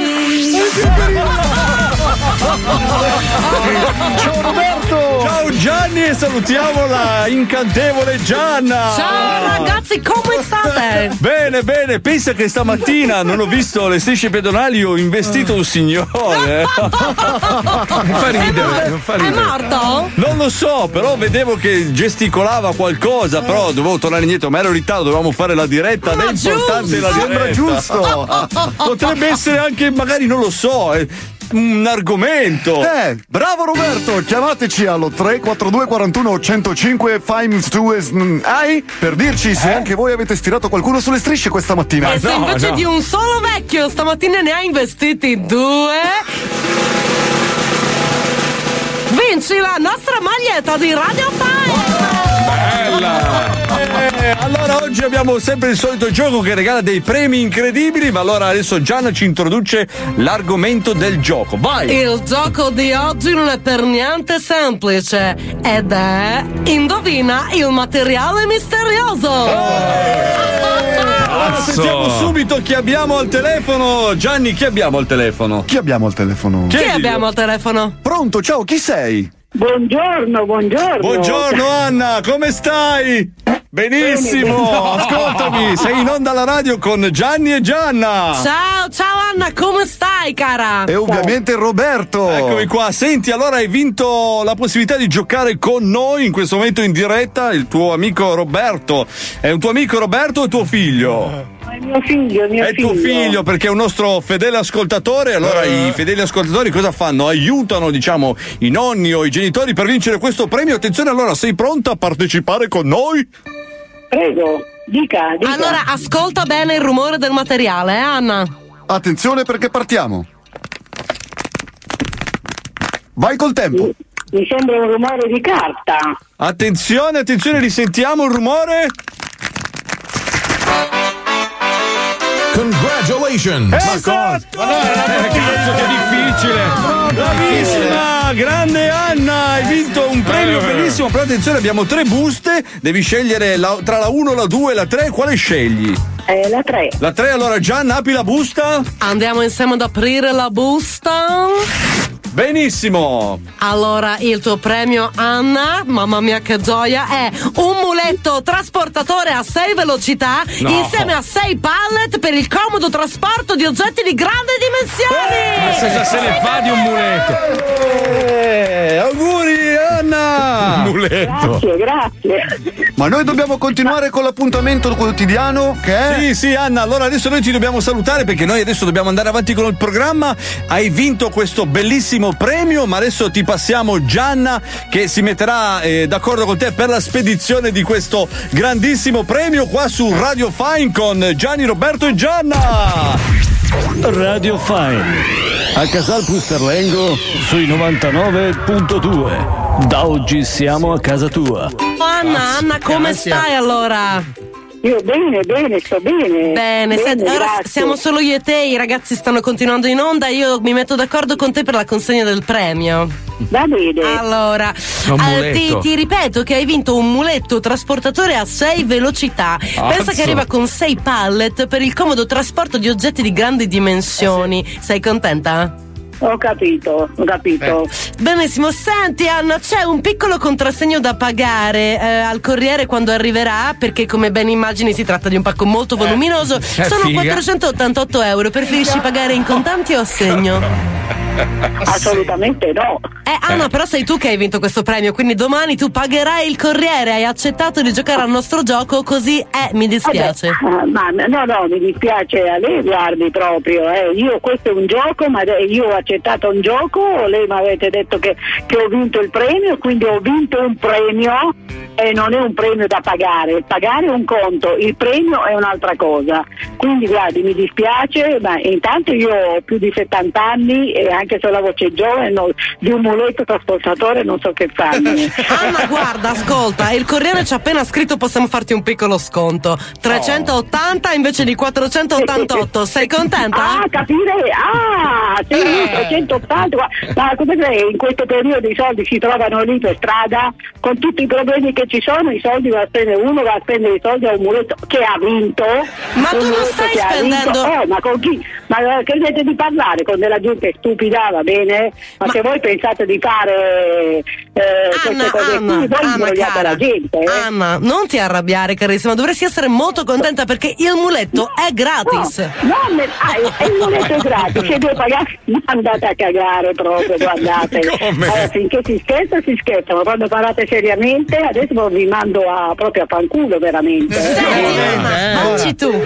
Ciao Roberto! Ciao Gianni e salutiamo la incantevole Gianna! Ciao ragazzi, come state? Bene, bene, pensa che stamattina non ho visto le strisce pedonali, ho investito un signore. Non fa ridere, non fa È ridere. morto? Non lo so, però vedevo che gesticolava qualcosa, però dovevo tornare indietro, ma ero in ritardo, dovevamo fare la diretta, ed è importante la diretta. Sembra giusto. Potrebbe essere anche, magari, non lo so, eh, un argomento. Eh, bravo Roberto, chiamateci allo tre quattro due quarantuno centocinque ai per dirci se anche voi avete stirato qualcuno sulle strisce questa mattina. E se invece di un solo vecchio stamattina ne ha investiti due, vinci la nostra maglietta di Radio Fire! Bella! Eh, allora oggi abbiamo sempre il solito gioco che regala dei premi incredibili, ma allora adesso Gianna ci introduce l'argomento del gioco. Vai! Il gioco di oggi non è per niente semplice ed è indovina il materiale misterioso. Allora sentiamo subito chi abbiamo al telefono. Gianni, chi abbiamo al telefono? Chi abbiamo al telefono? Chi abbiamo al telefono? Pronto, ciao, chi sei? Buongiorno, buongiorno. Buongiorno Anna, come stai? Benissimo, Bene, bene. ascoltami, sei in onda alla radio con Gianni e Gianna. Ciao, ciao Anna, come stai cara? E ovviamente Roberto. Eccomi qua, senti, allora hai vinto la possibilità di giocare con noi in questo momento in diretta, il tuo amico Roberto. È un tuo amico Roberto o tuo figlio? È mio figlio, mio È figlio. tuo figlio perché è un nostro fedele ascoltatore, allora Eh. i fedeli ascoltatori cosa fanno? Aiutano, diciamo, i nonni o i genitori per vincere questo premio. Attenzione, allora, sei pronta a partecipare con noi? Prego, dica, dica. Allora, ascolta bene il rumore del materiale, eh Anna? Attenzione perché partiamo. Vai col tempo. Mi sembra un rumore di carta. Attenzione, attenzione, risentiamo il rumore. Congratulations! Esatto! Eh, cazzo, che difficile! Bravissima! Grande Anna! Hai vinto un premio bellissimo, però attenzione, abbiamo tre buste, devi scegliere la- tra la uno, la due e la tre, quale scegli? Eh, la tre. La tre, allora Gianna, apri la busta. Andiamo insieme ad aprire la busta. Benissimo! Allora, il tuo premio, Anna, mamma mia che gioia, è un muletto trasportatore a sei velocità No. insieme a sei pallet per il comodo trasporto di oggetti di grandi dimensioni. Ma cosa se ne fa di un muletto? Eh, auguri Anna! Un muletto. Grazie, grazie. Ma noi dobbiamo continuare con l'appuntamento quotidiano che è... Sì, sì, Anna, allora adesso noi ti dobbiamo salutare perché noi adesso dobbiamo andare avanti con il programma. Hai vinto questo bellissimo premio, ma adesso ti passiamo Gianna che si metterà eh, d'accordo con te per la spedizione di questo grandissimo premio qua su Radio Fine con Gianni, Roberto e Gianna. Radio Fine a Casal Pusterlengo sui novantanove punto due. Da oggi siamo a casa tua. Oh, Anna, Anna, come Ansia. stai allora? Io bene, bene, sto bene. Bene, senti, ora grazie. siamo solo io e te, i ragazzi stanno continuando in onda, io mi metto d'accordo con te per la consegna del premio. Va bene. Allora, Un eh, muletto. ti, ti ripeto che hai vinto un muletto trasportatore a sei velocità. Pensa Azzo. che arriva con sei pallet per il comodo trasporto di oggetti di grandi dimensioni. Sei contenta? Ho capito, ho capito. Benissimo, senti Anna, c'è un piccolo contrassegno da pagare eh, al corriere quando arriverà, perché come ben immagini si tratta di un pacco molto voluminoso. Sono figa. quattrocentottantotto euro, preferisci pagare in contanti o a segno? Assolutamente no. Eh Anna, però sei tu che hai vinto questo premio, quindi domani tu pagherai il corriere, hai accettato di giocare al nostro gioco, così eh, mi dispiace. Ah, ma no, no, mi dispiace a lei, guardi proprio, eh. Io questo è un gioco, ma io ho accettato un gioco, lei mi avete detto che, che ho vinto il premio, quindi ho vinto un premio e non è un premio da pagare, pagare è un conto, il premio è un'altra cosa. Quindi guardi, mi dispiace, ma intanto io ho più di settanta anni e anche se ho la voce giovane no, di un muletto trasportatore non so che farne. Anna, guarda, ascolta, il corriere ci ha appena scritto possiamo farti un piccolo sconto. trecentottanta invece di quattrocentottantotto. Sei contenta? Ah, capire? Ah, sì, Eh. trecentottanta. Ma come sei? In questo periodo i soldi si trovano lì per strada, con tutti i problemi che ci sono, i soldi va a spendere, uno va a spendere i soldi a un muletto che ha vinto. Ma tu un non muletto stai che ha spendendo- vinto. Eh, ma con chi? Ma eh, credete di parlare con della gente stupida, va bene? Ma, se voi pensate di fare eh, queste cose Anna, qui, voi Anna, invogliate cara, la gente, eh? Anna, non ti arrabbiare carissima, dovresti essere molto contenta perché il muletto è gratis. No, me- ah, e il muletto è gratis, se devo pagare, andate a cagare proprio, guardate. Come? Allora, finché si scherza, si scherza, ma quando parlate seriamente, adesso vi mando a, proprio a fanculo veramente. eh. Senti, Anna, mangi tu.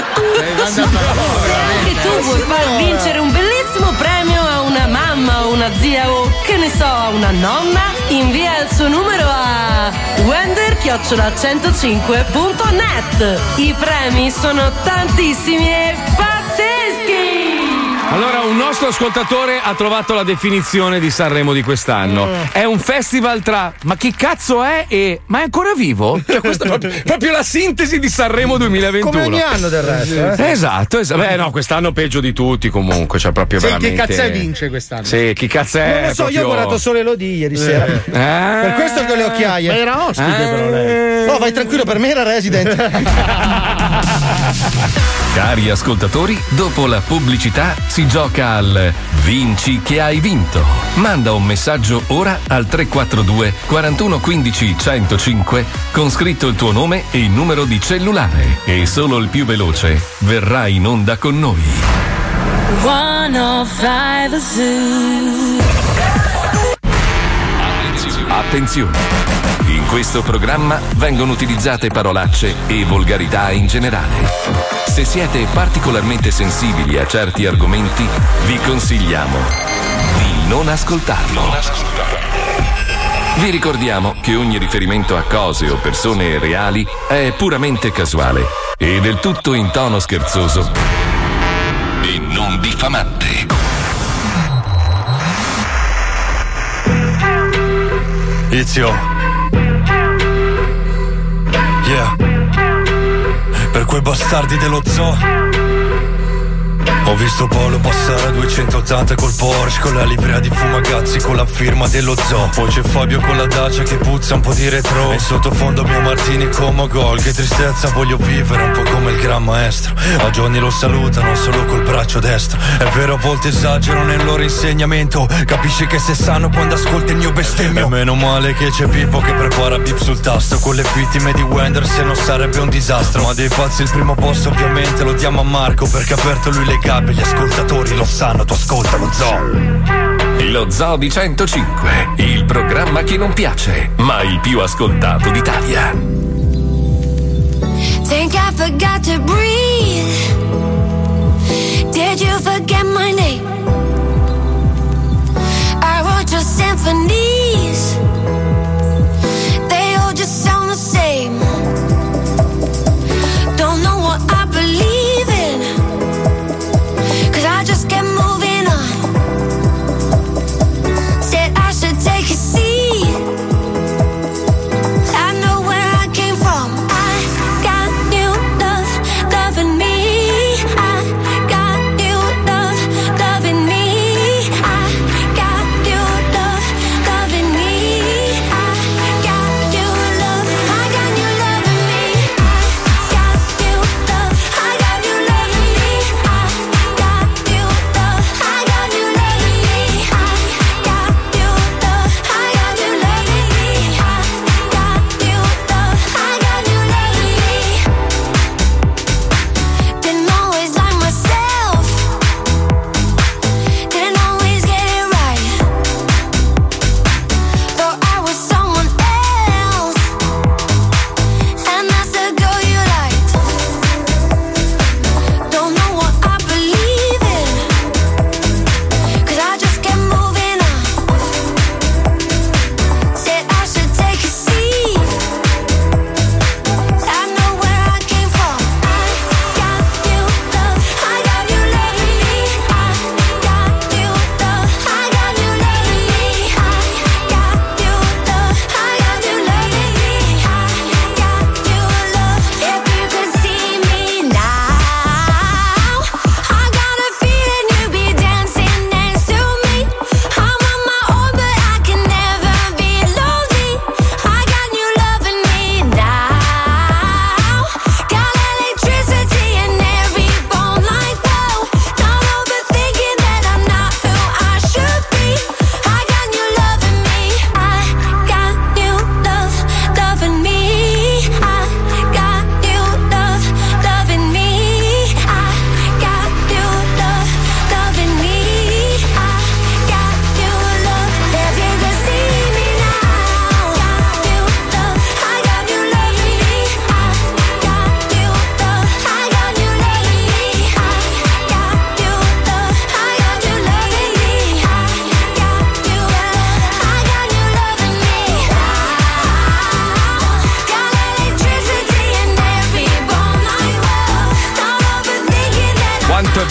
Se anche tu vuoi far vincere un bellissimo premio a una mamma o una zia o che ne so, a una nonna, invia il suo numero a wender chiocciola centocinque punto net. I premi sono tantissimi e pazzeschi! Allora, un nostro ascoltatore ha trovato la definizione di Sanremo di quest'anno. Mm. È un festival tra ma chi cazzo è e ma è ancora vivo? Cioè, questa è proprio, proprio la sintesi di Sanremo duemilaventuno. Come ogni anno del resto, eh? Esatto, esatto. Beh, no, quest'anno peggio di tutti comunque, cioè proprio Sì, veramente. chi cazzo vince quest'anno? Sì, chi cazzo è? Non lo so, proprio... io ho guardato solo Elodie ieri sera. Eh. Per questo che ho le occhiaie. Ma era ospite, però, lei. No, vai tranquillo, per me era resident. Cari ascoltatori, dopo la pubblicità si gioca al Vinci che hai vinto. Manda un messaggio ora al tre quattro due quarantuno quindici centocinque con scritto il tuo nome e il numero di cellulare e solo il più veloce verrà in onda con noi. centocinque Zoo. Attenzione! In questo programma vengono utilizzate parolacce e volgarità in generale. Se siete particolarmente sensibili a certi argomenti, vi consigliamo di non ascoltarlo. Vi ricordiamo che ogni riferimento a cose o persone reali è puramente casuale e del tutto in tono scherzoso e non diffamante. Izio. Yeah. Per quei bastardi dello zoo. Ho visto Paolo passare a duecentottanta col Porsche, con la livrea di Fumagazzi, con la firma dello zoo. Poi c'è Fabio con la Dacia che puzza un po' di retro, e sottofondo mio Martini come gol. Che tristezza, voglio vivere un po' come il gran maestro. A Johnny lo salutano solo col braccio destro. È vero, a volte esagero nel loro insegnamento. Capisci che se sanno quando ascolti il mio bestemmio. E meno male che c'è Pippo che prepara bip sul tasto. Con le vittime di Wender se no sarebbe un disastro. Ma dei pazzi il primo posto ovviamente lo diamo a Marco, perché ha aperto lui le gambe. Gli ascoltatori lo sanno, tu ascolta lo zoo. Lo Zoo di centocinque, il programma che non piace, ma il più ascoltato d'Italia. Think I forgot to breathe. Did you forget my name? I wrote your symphonies. They all just sound the same. Don't know what I believe in, 'cause I just kept moving on. Said I should take a seat. I know where I came from. I got new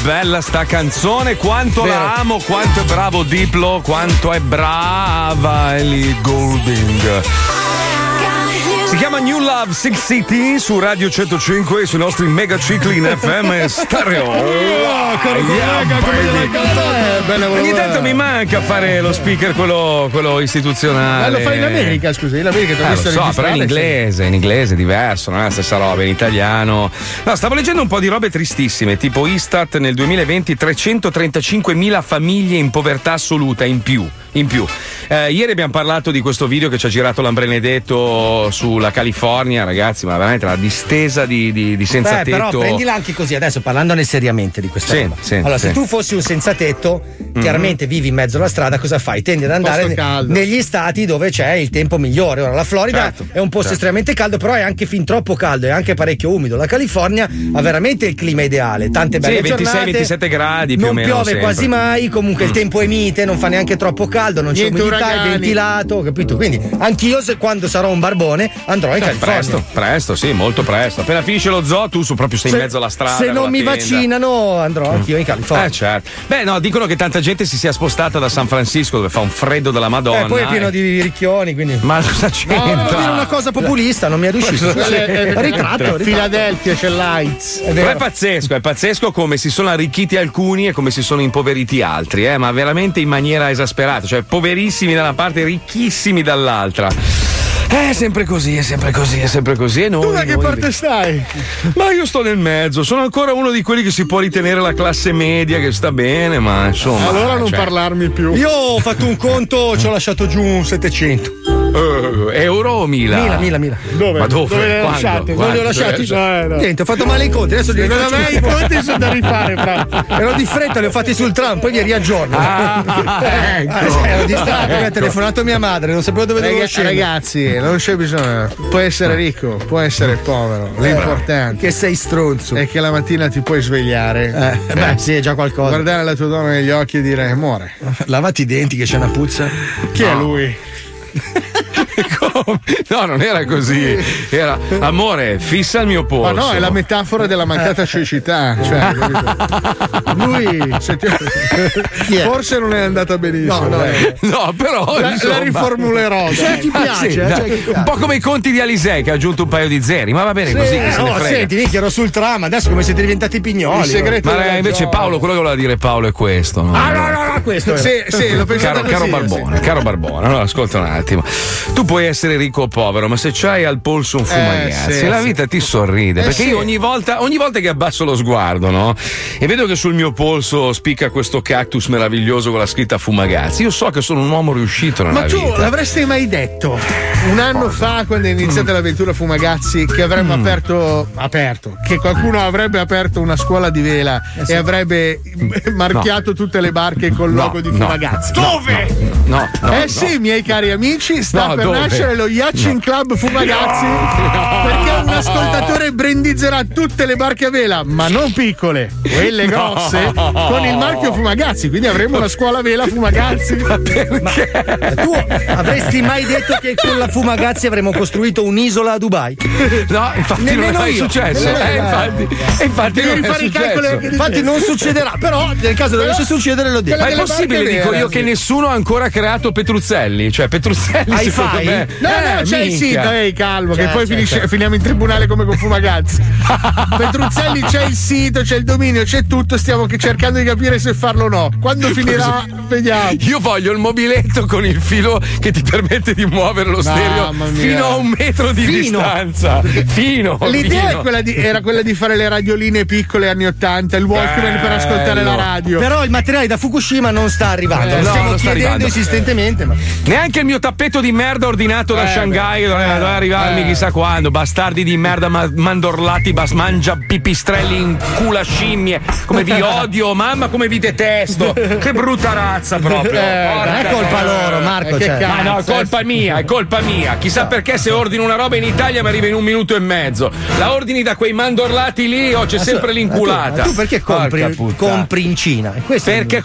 bella sta canzone, quanto Vero. la amo, quanto è bravo Diplo, quanto è brava Ellie Goulding. Si chiama New Love Six City su Radio centocinque e sui nostri mega cicli in F M stereo. Oh, caro collega, come l'hai cantata? Bella, Ogni bella. tanto mi manca fare lo speaker, quello, quello istituzionale. Ma lo fai in America, scusa, in America ti ho Eh, lo visto so, però registrare, in inglese, in inglese è diverso, non è la stessa roba, in italiano. No, stavo leggendo un po' di robe tristissime, tipo Istat nel duemilaventi trecentotrentacinquemila famiglie in povertà assoluta in più. In più. Eh, ieri abbiamo parlato di questo video che ci ha girato Lambrenedetto sulla California, ragazzi, ma veramente la distesa di, di, di senza Beh, tetto. però prendila anche così, adesso parlandone seriamente di questa Sì, roba. sì, allora, sì. se tu fossi un senza tetto, chiaramente vivi in mezzo alla strada, cosa fai? Tendi ad andare Posto caldo. negli stati dove c'è il tempo migliore. Ora, la Florida Certo, è un posto certo. estremamente caldo, però è anche fin troppo caldo, è anche parecchio umido. La California ha veramente il clima ideale, tante belle Sì, ventisei giornate, ventisette gradi più non o meno piove sempre. quasi mai, comunque il Mm. tempo è mite, non fa neanche troppo caldo, non c'è Niente umidità, è uragani. ventilato, capito? Quindi anch'io se quando sarò un barbone andrò in Eh, California. presto, presto, sì, molto presto. Appena finisce lo zoo, tu su proprio sei in Se- mezzo alla strada. Se con non la mi tenda. vaccinano andrò anch'io in California. Eh certo. Beh no, dicono che tanta gente si sia spostata da San Francisco dove fa un freddo della Madonna. Eh, poi è pieno eh. di ricchioni, quindi. Ma cosa c'entra? No, volevo dire una cosa populista, non mi è riuscito. Cosa c'entra? Ritratto, ritratto. Philadelphia c'è l'AIDS. È Però vero. è pazzesco, è pazzesco come si sono arricchiti alcuni e come si sono impoveriti altri, eh, ma veramente in maniera esasperata, cioè poverissimi da una parte, ricchissimi dall'altra. È sempre così, è sempre così, è sempre così. E noi, Tu da che noi- parte stai? Ma io sto nel mezzo, sono ancora uno di quelli che si può ritenere la classe media, che sta bene, ma insomma. Allora non cioè, parlarmi più. Io ho fatto un conto, ci ho lasciato giù un settecento. eh, euro o Mila? Mila, mila, mila. Dove? Ma dove? Dove li hai Quando? lasciati? Non li ho Quando? lasciati? Eh, no. Niente, ho fatto male i conti, adesso li Secondo me rifaccio. i conti sono da rifare, fra. Ero di fretta, li ho fatti sul tram, poi vi riaggiorno. Ah, ecco. Eh, ero distratto, mi ha telefonato mia madre, non sapevo dove dovevo Raga- scendere. Ragazzi, non c'è bisogno. Puoi essere ricco, puoi essere povero. L'importante Che sei stronzo. è che la mattina ti puoi svegliare. Eh, beh, sì, è già qualcosa. Guardare la tua donna negli occhi e dire amore. Lavati i denti che c'è una puzza. Chi è No. lui? Come? No, non era così. Era amore, fissa il mio polso. Ma no, è la metafora della mancata cecità. Cioè, capito? lui se ti- Chi è? forse non è andata benissimo. No, no, dai. No, però. La, insomma. la riformulerò. C'è dai. chi Ah, piace, sì, eh, dai. c'è chi piace. Un po' come i conti di Alisei che ha aggiunto un paio di zeri, ma va bene così, che se ne Oh, frega. senti, minchia, ero sul tram, adesso come siete diventati pignoli. Il segreto Ma della eh, invece gioia. Paolo, quello che voleva dire Paolo è questo. No? Ah, no, no, no, questo è. Sì, sì, l'ho pensato Caro, così. caro Barbone, caro Barbone, allora ascolta un attimo. Tu puoi essere ricco o povero, ma se c'hai al polso un fumagazzi, sì, la sì. vita ti sorride. Eh, perché sì. io ogni volta, ogni volta che abbasso lo sguardo, no? E vedo che sul mio polso spicca questo cactus meraviglioso con la scritta fumagazzi, io so che sono un uomo riuscito nella Ma tu vita. l'avresti mai detto un anno fa, quando è iniziata l'avventura Fumagazzi, che avremmo aperto, aperto, che qualcuno avrebbe aperto una scuola di vela e avrebbe marchiato tutte le barche col No, logo di no, Fumagazzi? no, Dove? No, no, eh no. sì, miei cari amici, sta No, per dove? nascere lo Yachting Club Fumagazzi, perché un ascoltatore brandizzerà tutte le barche a vela, ma non piccole, quelle No. grosse, con il marchio Fumagazzi, quindi avremo una scuola vela Fumagazzi. Tu avresti mai detto che con la Fumagazzi avremmo costruito un'isola a Dubai? No, infatti Nemmeno non è mai io. successo. Nemmeno Eh, io. infatti, e infatti Devi non è rifare i successo. calcoli anche di Infatti non succederà, però nel caso dovesse succedere lo dico. Ma è possibile, dico io, che nessuno ha ancora creato Petruzzelli? Cioè, Petruzzelli, Hai secondo fai? me. No, Eh, no, c'è il minchia. sito, ehi, calmo, C'è, che poi c'è, finisce- c'è. finiamo in tribunale come con Fumagazzi. Petruzzelli c'è il sito, c'è il dominio, c'è tutto, stiamo che- cercando di capire se farlo o no. Quando finirà, vediamo. Io voglio il mobiletto con il filo che ti permette di muovere lo stereo Mamma mia. fino a un metro di Fino. distanza. Fino. L'idea fino. è quella di, era quella di fare le radioline piccole anni ottanta, il Walkman per ascoltare la radio. Però il materiale da Fukushima non sta arrivando. Eh, lo no, stiamo non sta chiedendo arrivando. insistentemente. Ma... Neanche il mio tappeto di merda ordinato da Eh, Shanghai beh. doveva doveva arrivarmi Eh. chissà quando. Bastardi di merda ma- mandorlati, bas mangia pipistrelli in culo a scimmie. Come vi odio, mamma, come vi detesto. Che brutta razza proprio. Eh, Porca non è colpa troia. loro, Marco, Eh, che cioè. cazzo, no, è colpa mia, è colpa mia. Chissà perché se ordino una roba in Italia mi arriva in un minuto e mezzo. La ordini da quei mandorlati lì o c'è sempre l'inculata. Ma tu, ma tu perché compri, Porca puttana. compri in Cina? E questo è- Perché costa meno.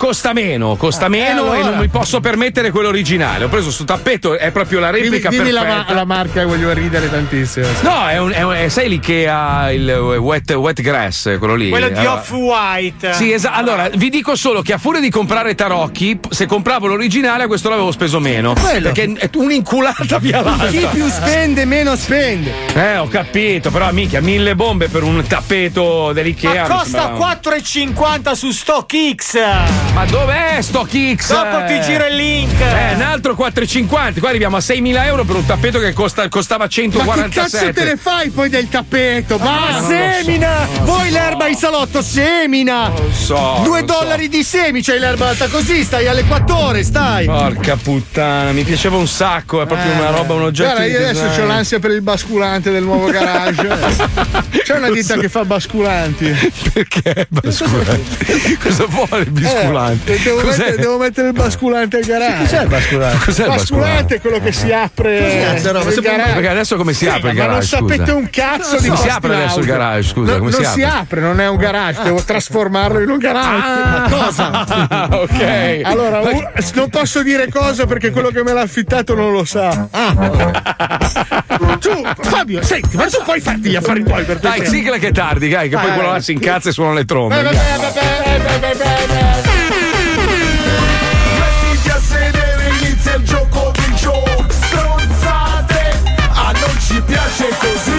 meno, costa meno allora. e non mi posso permettere quello originale. Ho preso sto tappeto, è proprio la replica Dimmi, dimmi perfetta. la, la marca, voglio ridere tantissimo. No, è un, è un è, sai lì che ha il wet, wet grass, quello lì. Quello di allora, Off-White. Sì, esatto. Allora, vi dico solo che a furia di comprare tarocchi, se compravo l'originale, a questo l'avevo speso meno. Quello. Perché è un'inculata via l'altra. Chi più spende, meno spende. Eh, ho capito, però minchia, mille bombe per un tappeto dell'Ikea. Ma mi costa sembrava- quattro e cinquanta su StockX. Ma dov'è StockX? Dopo ti giro il link. Eh, un altro quattro e cinquanta. Qua arriviamo a seimila euro per un tappeto che costa, costava Ma che centoquarantasette. cazzo te ne fai poi del tappeto? Ma Basta! semina! Vuoi l'erba in salotto? Semina! Non so. Due non so. dollari di semi, c'hai l'erba alta così, stai alle quattro ore, stai! Porca puttana, mi piaceva un sacco, è proprio una roba, un oggetto Guarda, di io adesso design. ho l'ansia per il basculante del nuovo garage. C'è una ditta che fa basculanti. Perché basculanti? Cosa vuole il basculante? Eh, devo, Cos'è? mettere, devo mettere il basculante al garage. Cos'è il basculante? Cos'è il basculante? è quello che si apre Cos'è sta roba? nel Se- garage. Perché adesso come si Sì, apre il ma garage? non sapete scusa? un cazzo Non di so. Si posti apre adesso il auto. garage, scusa, No, come non si si apre? apre, non è un garage, devo trasformarlo in un garage. Ah, cosa? Ah, ok. Allora, un- non posso dire cosa perché quello che me l'ha affittato non lo sa. Tu, Fabio, senti, ma tu puoi farti gli affari tuoi per te. Dai, sigla che è tardi, dai, che poi Eh. quello là si incazza e suona le trombe. Eh, vabbè, vabbè, eh, vabbè, vabbè. Mettiti a sedere, inizia il gioco di gioco. Stronzate, a non ci piace così.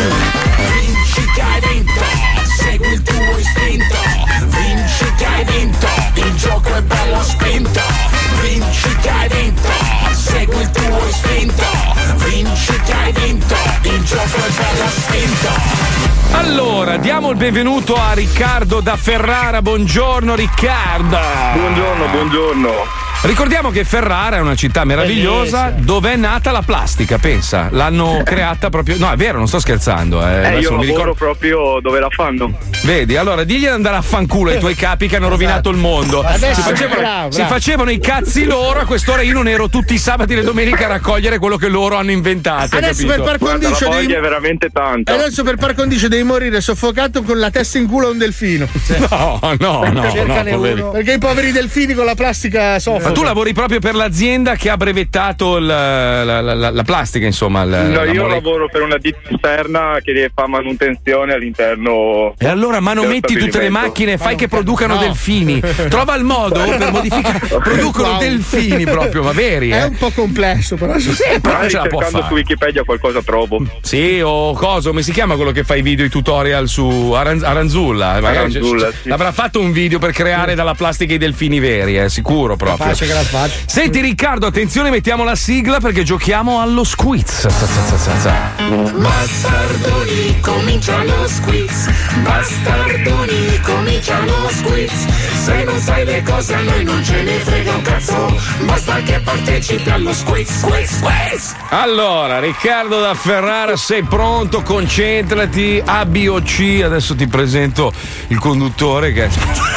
Vinci che hai vinto, segui il tuo istinto. Vinci che hai vinto, il gioco è bello spinto. Vinci che hai vinto, segui il tuo istinto. Vinci che hai vinto, il gioco è bello spinto. Allora, diamo il benvenuto a Riccardo da Ferrara. Buongiorno Riccardo. Buongiorno, buongiorno. Ricordiamo che Ferrara è una città meravigliosa dove è nata la plastica, pensa. L'hanno creata proprio. No, è vero, non sto scherzando. Eh, Eh, Adesso io non mi lavoro ricordo. proprio dove la fanno. Vedi, allora digli di andare a fanculo ai tuoi capi che hanno rovinato il mondo. Adesso- Si facevano, bravo, si bravo. facevano i cazzi loro, a quest'ora io non ero tutti i sabati e le domeniche a raccogliere quello che loro hanno inventato. Adesso per capito? par Guarda, la condicio voglia devi... è veramente tanta. Adesso per par condicio devi morire soffocato con la testa in culo a un delfino. No, no, no, Cercane no, poveri. uno. Perché i poveri delfini con la plastica soffrono. Ma tu lavori proprio per l'azienda che ha brevettato il- la, la- la- la plastica, insomma. il- No, la io mole- lavoro per una ditta esterna che fa manutenzione all'interno. E allora manometti dello tutte le stabilimento. macchine, fai che producano no. delfini. Trova il modo per modificare. Producono Wow. delfini proprio, ma veri, È eh. un po' complesso, però. Sì, però Magari ce la può cercando fare. su Wikipedia qualcosa trovo. Sì, o cosa, come si chiama quello che fa i video, i tutorial su Aran- Aranzulla? Magari Aranzulla, c- sì. Avrà fatto un video per creare dalla plastica i delfini veri, eh, sicuro proprio. Faccia che la faccia. Senti Riccardo, attenzione, mettiamo la sigla perché giochiamo allo squiz. Za, za, za, za, za. Bastardoni, comincia lo squiz. Bastardoni, comincia lo squiz. Se non sai le cose a noi non ce ne frega un cazzo. Basta che partecipi allo squiz, squiz, squiz. Allora, Riccardo da Ferrara, sei pronto? Concentrati. A, B o C. Adesso ti presento il conduttore che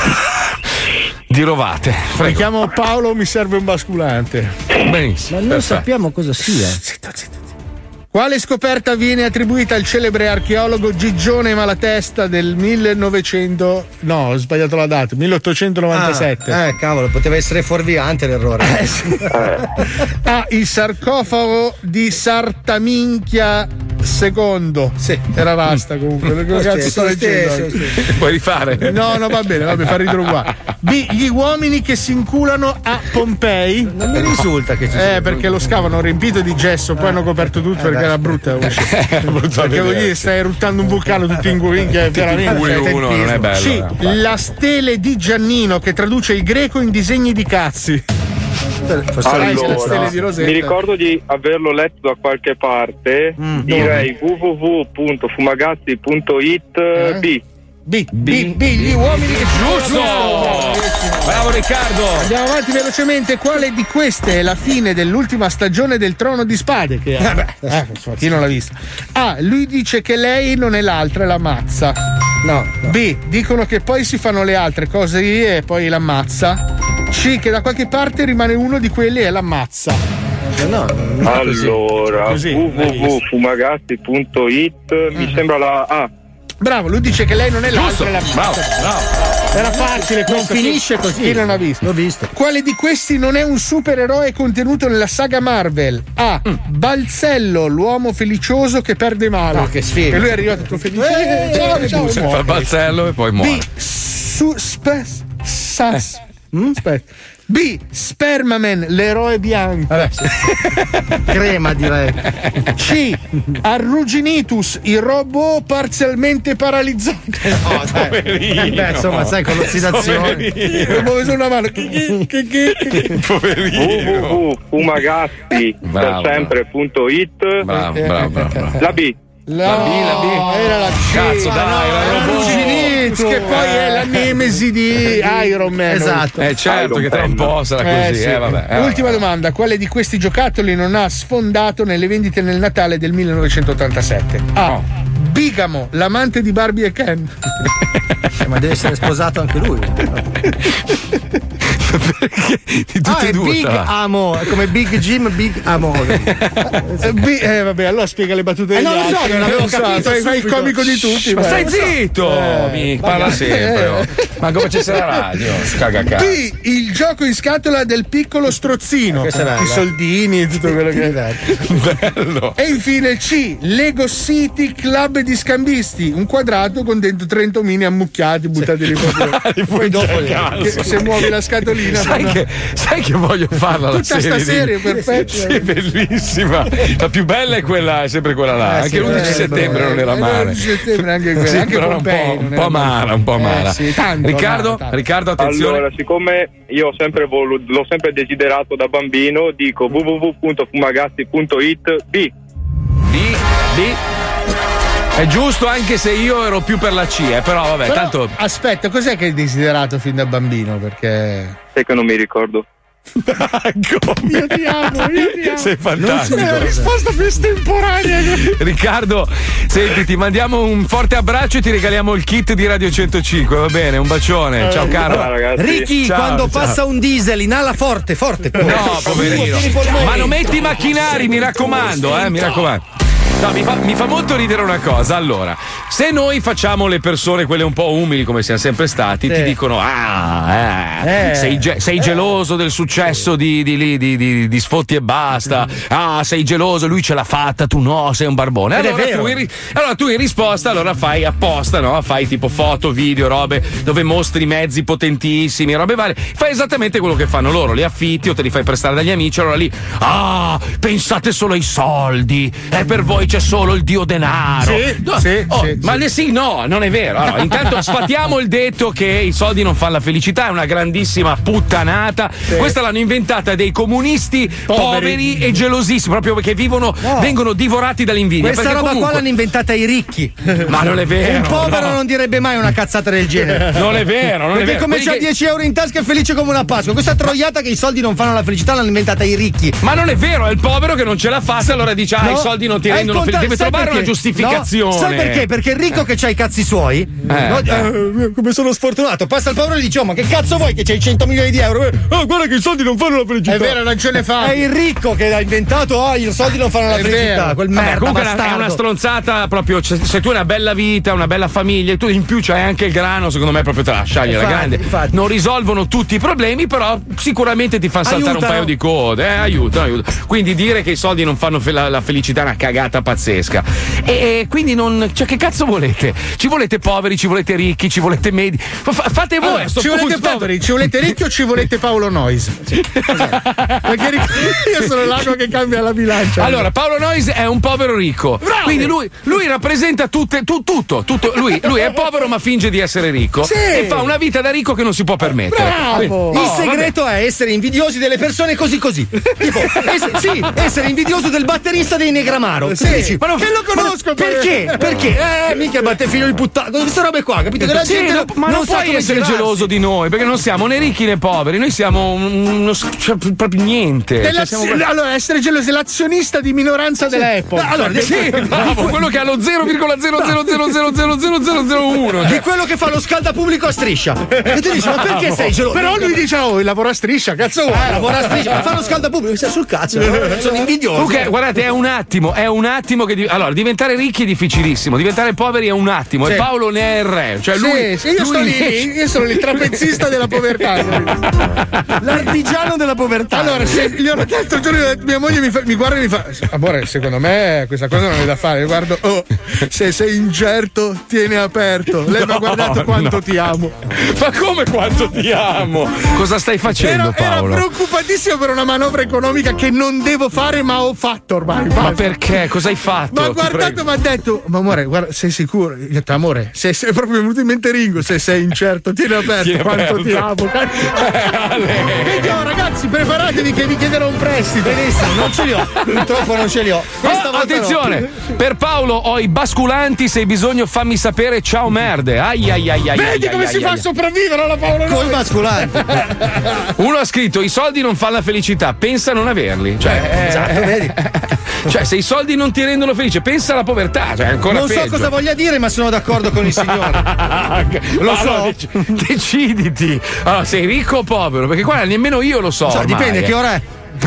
di Rovate. Mi Prego. chiamo Paolo, mi serve un basculante. Benissimo. Ma non perfetto. sappiamo cosa sia. Zitto, zitto. Quale scoperta viene attribuita al celebre archeologo Gigione Malatesta del millenovecento? No, ho sbagliato la data, milleottocentonovantasette. Ah, eh, cavolo, poteva essere fuorviante l'errore. Ah, il sarcofago di Sartaminchia secondo. Sì. Era basta comunque. Che Lo cazzo stesso, sto lo leggendo? stesso, lo stesso. Puoi rifare? No, no, va bene, vabbè, fa ridere uguale. B. Gli uomini che si inculano a Pompei. Non mi risulta che ci Eh, sia. perché lo scavano riempito di gesso, poi hanno coperto tutto perché era brutta la uscita. Perché vuol dire stai eruttando un vulcano tutti in guin che veramente cui cioè, uno non è bello, Sì, eh. la stele di Giannino che traduce il greco in disegni di cazzi. Forse la Allora, stele di Rosetta. mi ricordo di averlo letto da qualche parte. Mm, Direi w w w punto fumagazzi punto it. Eh? B. B, B, B, gli uomini che Giusto! Bravo Riccardo! Andiamo avanti velocemente. Quale di queste è la fine dell'ultima stagione del Trono di Spade? Che è? Eh, insomma, chi non l'ha vista? A. Lui dice che lei non è l'altra, è la mazza. No, no. B. Dicono che poi si fanno le altre cose e poi l'ammazza. C. Che da qualche parte rimane uno di quelli e l'ammazza. No, non è così. Allora, Così, w w w punto fumagazzi punto it. Mi sembra la A. Bravo, lui dice che lei non è l'altra, Giusto, è l'ammazza. bravo, bravo. Era facile, non questo, finisce chi- così. Chi non ha visto? L'ho visto. Quale di questi non è un supereroe contenuto nella saga Marvel? A. Balzello, l'uomo felicioso che perde male. No, che sfiga. E lui arriva tutto felice. Eh, Eh, ciao, eh, ciao, Fa il muore. balzello e poi muore. B. Su, spe, sas, mm? Aspetta. B. Spermaman, l'eroe bianco. Crema, direi. C. Arruginitus, il robot parzialmente paralizzato. No, dai. Eh, beh, insomma, sai, con l'ossidazione. Non muovo una mano. Che, che, che, che. Poverino. w w w punto fumagazzi Bravo. per sempre punto it. Bravo, bravo, bravo, bravo. La B. La B, la B. Era la C. Cazzo, dai, era il robot. Arruginitus, che poi è la nemesi di Iron Man. Esatto. Eh certo Iron che tra un Man. po' sarà Eh, così, sì. eh, vabbè. eh, Ultima vabbè. domanda: quale di questi giocattoli non ha sfondato nelle vendite nel Natale del millenovecentottantasette? A. Oh. Bigamo, l'amante di Barbie e Ken. Eh, ma deve essere sposato anche lui. Di tutti Ah, e è due. Big tra l'altro. Amo, è come Big Jim, Big Amo. Eh, B- eh, vabbè, allora spiega le battute Eh, degli non lo so, altri. non l'avevo so, capito Fai, fai il subito. comico di tutti. Ma vai. stai zitto! Eh, Mi parla vabbè. sempre. oh. Ma come c'è la radio? Scaga cazzo. B. Il gioco in scatola del piccolo strozzino. Questa è bella. I soldini e tutto quello che è. Bello. E infine C. Lego City Club di scambisti. Un quadrato con dentro trenta omini ammucchiati, buttati lì proprio. Poi dopo cazzo. che- se muovi la scatolina. Sai fanno- che, sai che voglio farla la Tutta serie? sta serie, di- perfetta. Sì, bellissima. La più bella è quella, è sempre quella là. Eh, anche sì, l'undici eh, settembre eh, non era eh, male. l'undici settembre anche quella, Sì, anche però era un Pompei po', non un era po' male. amara, un po' Eh, amara. sì, tanto, Riccardo, amara, tanto. Riccardo, attenzione. Allora, siccome io ho sempre volu- l'ho sempre desiderato da bambino, dico w w w punto fumagazzi punto it. B. B, B. È giusto anche se io ero più per la C, eh, però vabbè, Però, tanto. aspetta, cos'è che hai desiderato fin da bambino? Perché. Sai che non mi ricordo. Io ti amo, io ti amo. Sei fantastico. È la risposta più estemporanea. Riccardo, senti, ti mandiamo un forte abbraccio e ti regaliamo il kit di Radio centocinque, va bene? Un bacione, ciao caro. Ciao, ragazzi. Ricky, Ciao, quando ciao. passa un diesel, inala forte, forte. No, poverino. Ma non metti i macchinari, mi raccomando, eh, mi raccomando. No, mi fa, mi fa molto ridere una cosa. Allora, se noi facciamo le persone, quelle un po' umili come siamo sempre stati, Sì. ti dicono: Ah, eh, Eh. sei, ge- sei geloso del successo di, di, di, di, di- di Sfotti e basta. Ah, sei geloso, lui ce l'ha fatta, tu no, sei un barbone. Ed è Allora vero. tu, in, ri- allora tu in risposta, allora fai apposta, no? Fai tipo foto, video, robe dove mostri mezzi potentissimi, robe varie. Fai esattamente quello che fanno loro, li affitti o te li fai prestare dagli amici. Allora lì, ah, pensate solo ai soldi, è per voi c'è solo il dio denaro. Sì, No, sì, oh, sì, ma sì. ne- sì, no, non è vero. Allora, intanto sfatiamo il detto che i soldi non fanno la felicità, è una grandissima puttanata. Questa l'hanno inventata dei comunisti poveri, e gelosissimi, proprio perché vivono, No. vengono divorati dall'invidia. Questa perché roba comunque- qua l'hanno inventata i ricchi. Ma non è vero. Un povero no. non direbbe mai una cazzata del genere. Non è vero, non è Perché vero. come Quelli c'ha che- dieci euro in tasca è felice come una Pasqua. Questa troiata che i soldi non fanno la felicità l'hanno inventata i ricchi. Ma non è vero, è il povero che non ce la fa, e allora dice: Ah, No, i soldi non ti è il rendono felice. contrario, Deve sai trovare perché? una giustificazione. No, sai perché? Perché il ricco che c'ha i cazzi suoi, no, eh, come sono sfortunato, passa il povero e dice: Oh, ma che cazzo vuoi che c'hai cento milioni di euro? Oh, guarda che i soldi non fanno la felicità. È vero, ragione fa. È il ricco che ha inventato: Oh, i soldi non fanno la È felicità. vero. Quel Vabbè, merda. comunque è una- è bastardo. una stronzata proprio. cioè, se tu hai una bella vita, una bella famiglia, e tu in più c'hai anche il grano, secondo me proprio te la scegli la Infatti, grande. infatti. Non risolvono tutti i problemi, però sicuramente ti fanno saltare Aiutano. un paio di code. Eh, aiutano, aiutano. Quindi dire che i soldi non fanno fe- la, la felicità è una cagata pazzesca. E, e quindi non. Cioè, che cazzo volete? Ci volete poveri, ci volete ricchi, ci volete medi. Fa- fa- fate voi. Allora, a sto ci volete punto. poveri, ci volete ricchi o ci volete Paolo Noyes? Perché ric- io sono l'acqua che cambia la bilancia. Allora, Paolo Noyes è un povero ricco. Quindi lui, lui rappresenta tutte, tu- tutto. tutto. Lui, lui è povero, ma finge di essere ricco. Sì. E fa una vita da ricco che non si può permettere. Bravo. Il Oh, segreto è essere invidiosi delle persone così così. Tipo, ess- sì, essere invidioso del batterista dei Negramaro. Sì. Dici, Ma non- che lo conosco, ma- perché? Perché? Eh, mica batte figlio di puttana. Queste robe qua, capito? Che la Sì, gente no, ma non, sa puoi come essere girarsi. geloso di noi, perché non siamo né ricchi né poveri, noi siamo un- uno, cioè, proprio niente. Della- Cioè, siamo- Allora, essere gelosi è l'azionista di minoranza della Apple. Allora, Perché- sì, Bravo, quello che ha lo zero virgola zero zero zero zero zero zero zero zero uno. di quello che fa lo scalda pubblico a striscia. E tu dici, ma perché sei geloso? Però lui dice, oh, lavora a striscia, cazzo vuoi? Eh, lavora a striscia, ma fa lo scalda pubblico, sei sul cazzo. Sono invidioso. Ok, guardate, è un attimo, è un attimo attimo che. Di... Allora, diventare ricchi è difficilissimo, diventare poveri è un attimo. Sì. E Paolo ne è il re. Cioè, lui, sì, sì, io, lui sto invece... lì, io sono il trapezzista della povertà. L'artigiano della povertà. Allora, se gli ho detto il giorno, mia moglie mi, fa, mi guarda e mi fa: amore, secondo me questa cosa non è da fare. Io guardo, oh, se sei incerto, tieni aperto. Lei mi ha guardato quanto no. ti amo. Ma come quanto ti amo? Cosa stai facendo, Ero, Paolo? ero preoccupatissimo per una manovra economica che non devo fare, ma ho fatto ormai. Ma basta. perché? Cosa hai fatto? Ma ha guardato e mi ha detto: ma amore, guarda, sei sicuro? Io ho detto, amore, se sei proprio venuto in mente Ringo, se sei incerto, tieni aperto, Tieni quanto aperto. ti amo. Quindi, oh, ragazzi, preparatevi che vi chiederò un prestito. Benissimo, non ce li ho. Purtroppo non ce li ho. Questa Oh, volta attenzione, no. per Paolo ho i basculanti, se hai bisogno fammi sapere, ciao merde. Ai ai ai ai. Vedi ai, come ai, si ai, fa ai. a sopravvivere alla Paolo Col Noyes? basculante. Uno ha scritto: i soldi non fanno la felicità, pensa a non averli. Cioè, Eh, esatto, vedi? Cioè, se i soldi non ti rendono felice, pensa alla povertà. Cioè, è ancora Non so peggio. cosa voglia dire, ma sono d'accordo con il signore. Lo so. Allora, dec- deciditi. Allora, sei ricco o povero? Perché qua nemmeno io lo so. So, ormai, dipende eh. che ora è.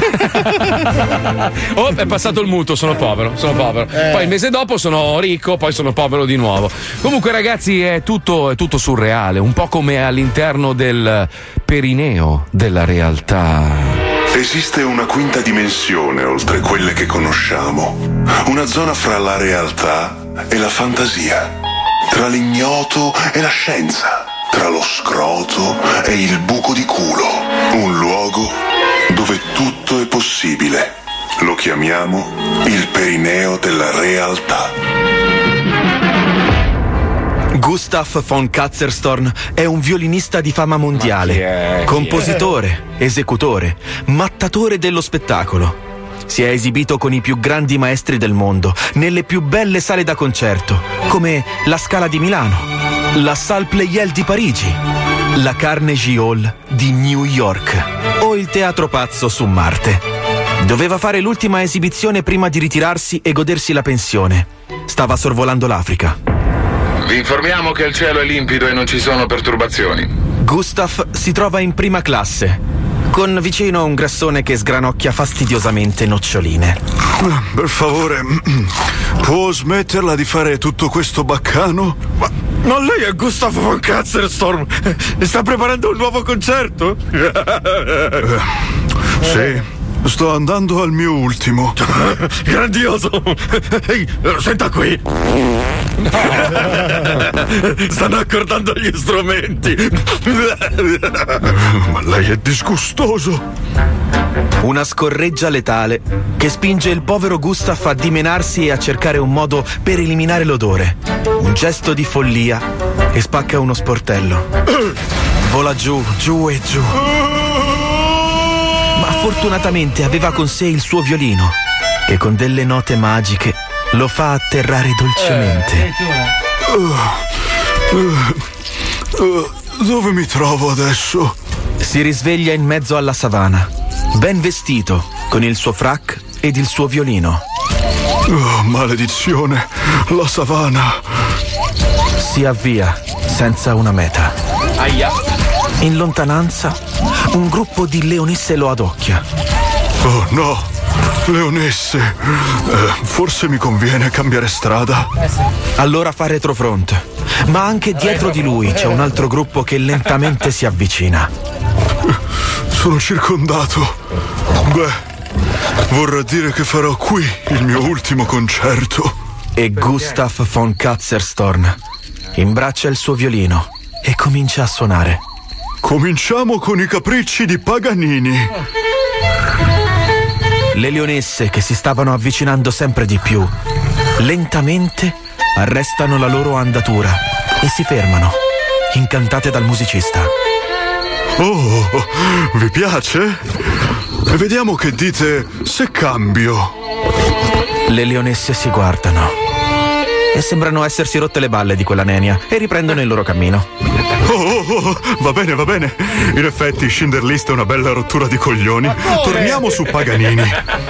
Oh, è passato il mutuo, sono povero, sono povero. Eh. Poi il mese dopo sono ricco, poi sono povero di nuovo. Comunque, ragazzi, è tutto, è tutto surreale, un po' come all'interno del perineo della realtà. Esiste una quinta dimensione oltre quelle che conosciamo, una zona fra la realtà e la fantasia, tra l'ignoto e la scienza, tra lo scroto e il buco di culo, un luogo dove tutto è possibile. Lo chiamiamo il perineo della realtà. Gustav von Katzerstorn è un violinista di fama mondiale, compositore, esecutore, mattatore dello spettacolo. Si è esibito con i più grandi maestri del mondo, nelle più belle sale da concerto, come la Scala di Milano, la Salle Pleyel di Parigi, la Carnegie Hall di New York o il Teatro Pazzo su Marte. Doveva fare l'ultima esibizione prima di ritirarsi e godersi la pensione. Stava sorvolando l'Africa. Vi informiamo che il cielo è limpido e non ci sono perturbazioni. Gustav si trova in prima classe, con vicino un grassone che sgranocchia fastidiosamente noccioline. Per favore, può smetterla di fare tutto questo baccano? Ma, ma lei è Gustav von Katzerstorm e sta preparando un nuovo concerto? Eh, sì. Sto andando al mio ultimo. Grandioso! Ehi, senta qui! No. Stanno accordando gli strumenti! Ma lei è disgustoso! Una scorreggia letale che spinge il povero Gustav a dimenarsi e a cercare un modo per eliminare l'odore. Un gesto di follia e spacca uno sportello. Vola giù, giù e giù. Ma fortunatamente aveva con sé il suo violino, che con delle note magiche lo fa atterrare dolcemente. Uh, uh, uh, dove mi trovo adesso? Si risveglia in mezzo alla savana, ben vestito, con il suo frac ed il suo violino. Oh, maledizione, la savana. Si avvia senza una meta. Aia. In lontananza, un gruppo di leonesse lo adocchia. Oh no, leonesse. Eh, forse mi conviene cambiare strada. Allora fa retrofront, ma anche dietro di lui c'è un altro gruppo che lentamente si avvicina. Sono circondato. Beh, vorrà dire che farò qui il mio ultimo concerto. E Gustav von Katzerstorn imbraccia il suo violino e comincia a suonare. Cominciamo con i capricci di Paganini. Le leonesse, che si stavano avvicinando sempre di più, lentamente arrestano la loro andatura e si fermano, incantate dal musicista. Oh, vi piace? Vediamo che dite se cambio. Le leonesse si guardano e sembrano essersi rotte le balle di quella nenia e riprendono il loro cammino. Oh, oh, oh, va bene, va bene. In effetti Schindler List è una bella rottura di coglioni. Torniamo su Paganini.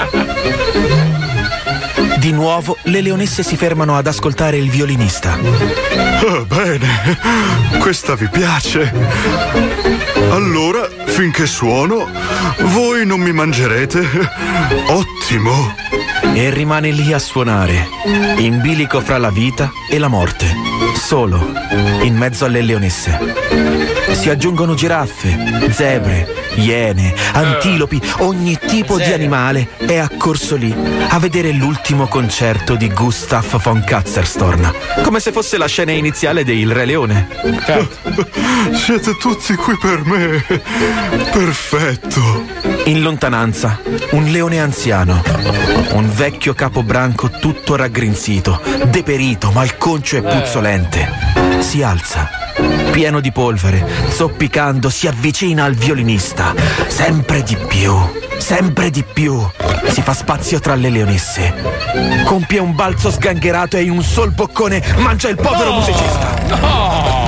Di nuovo le leonesse si fermano ad ascoltare il violinista. Oh, bene, questa vi piace. Allora, finché suono, voi non mi mangerete. Ottimo. e rimane lì a suonare, in bilico fra la vita e la morte, solo, in mezzo alle leonesse. Si aggiungono giraffe, zebre, iene, antilopi, ogni tipo di animale è accorso lì a vedere l'ultimo concerto di Gustav von Katzerstorn, come se fosse la scena iniziale di Il Re Leone. Siete tutti qui per me. Perfetto. In lontananza, un leone anziano, un vecchio capobranco tutto raggrinzito, deperito, malconcio e puzzolente, si alza, pieno di polvere, zoppicando, si avvicina al violinista, sempre di più, sempre di più, si fa spazio tra le leonesse, compie un balzo sgangherato e in un sol boccone mangia il povero No! musicista. No!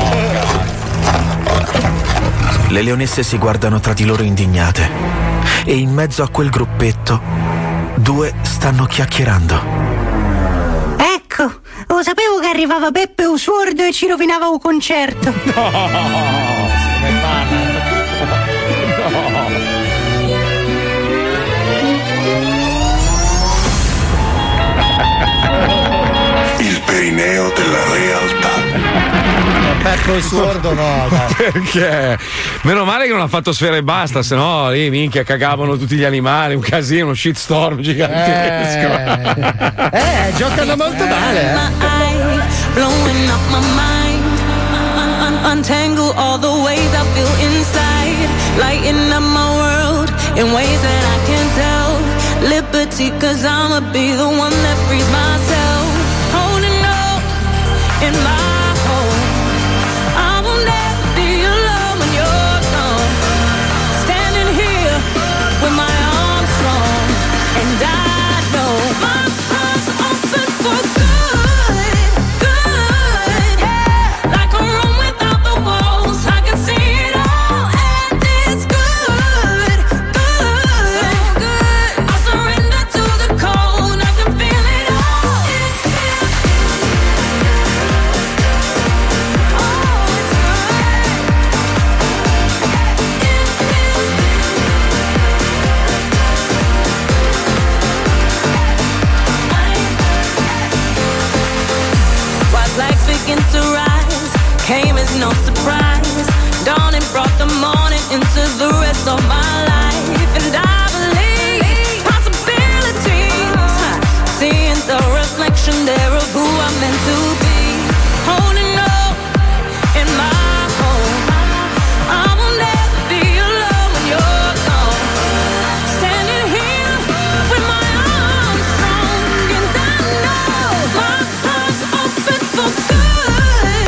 Le leonesse si guardano tra di loro indignate e in mezzo a quel gruppetto due stanno chiacchierando. Ecco, lo sapevo che arrivava Beppe Usuordo e ci rovinava un concerto. No, come parla? Il perineo della realtà. Peppo il sordo no, dai. Perché? Meno male che non ha fatto Sfera e Basta, se no lì minchia cagavano tutti gli animali, un casino, uno shitstorm gigantesco. Eh, eh giocano molto male. Eh. Blowing up my mind, Un- un- untangle all the ways I feel inside, lighting up my world in ways that I can't tell. Liberty, cause I'ma be the one that frees myself. Holding up in my home, I will never be alone when you're gone. Standing here with my arms strong, and I know my heart's open for good, good, yeah. Like a room without the walls, I can see it all, and it's good, good, so good. I surrender to the cold, I can feel it all. White flags begin to rise, came as no surprise. Dawning brought the morning into the rest of my life, and I believe possibilities, seeing the reflection there of who I'm meant to be. Holding up in my home, I will never be alone when you're gone. Standing here with my arms strong, and I know my heart's open for good,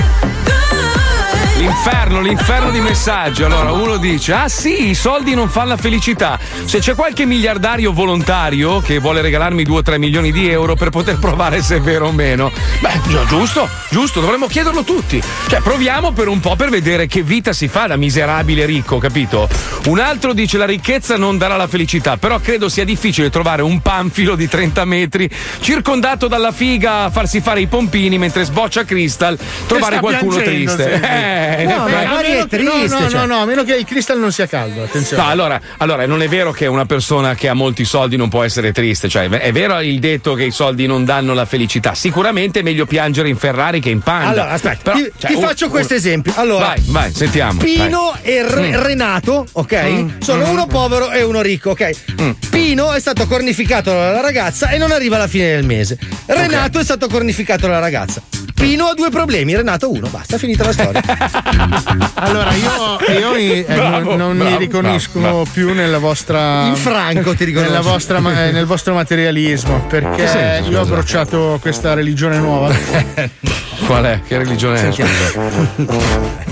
good. L'inferno, l'inferno di messaggi. Allora uno dice: ah sì, i soldi non fanno la felicità. Se c'è qualche miliardario volontario che vuole regalarmi due o tre milioni di euro per poter provare se è vero o meno, beh, gi- giusto, giusto, dovremmo chiederlo tutti. Cioè, proviamo per un po' per vedere che vita si fa da miserabile ricco, capito? Un altro dice: la ricchezza non darà la felicità, però credo sia difficile trovare un panfilo di trenta metri circondato dalla figa a farsi fare i pompini mentre sboccia Crystal, trovare sta qualcuno piangendo, triste. sì. Eh, in No, effetti. magari è triste, No, no, cioè. no, no, a meno che il Crystal non sia caldo, attenzione. No, allora, allora, non è vero che una persona che ha molti soldi non può essere triste, cioè è vero il detto che i soldi non danno la felicità. Sicuramente è meglio piangere in Ferrari che in Panda. Allora, aspetta, Però, ti, cioè, ti un- faccio questo un- esempio. Allora, vai, vai, sentiamo. Pino vai. e Re- Mm. Renato, ok? Mm. Sono Mm. uno povero e uno ricco, ok? Pino è stato cornificato dalla ragazza e non arriva alla fine del mese. Renato è stato cornificato dalla ragazza. Pino ha due problemi, Renato uno, basta, finita la storia. Allora, io, io mi- eh, Bravo, non, non bravo, mi riconosco bravo, bravo. più nella vostra. In Franco ti riconosci. nella vostra, ma- eh, nel vostro materialismo. Che Perché senso, io ho scusa? approcciato questa religione nuova. Qual è? Che religione è? Sentiamo. Scusa.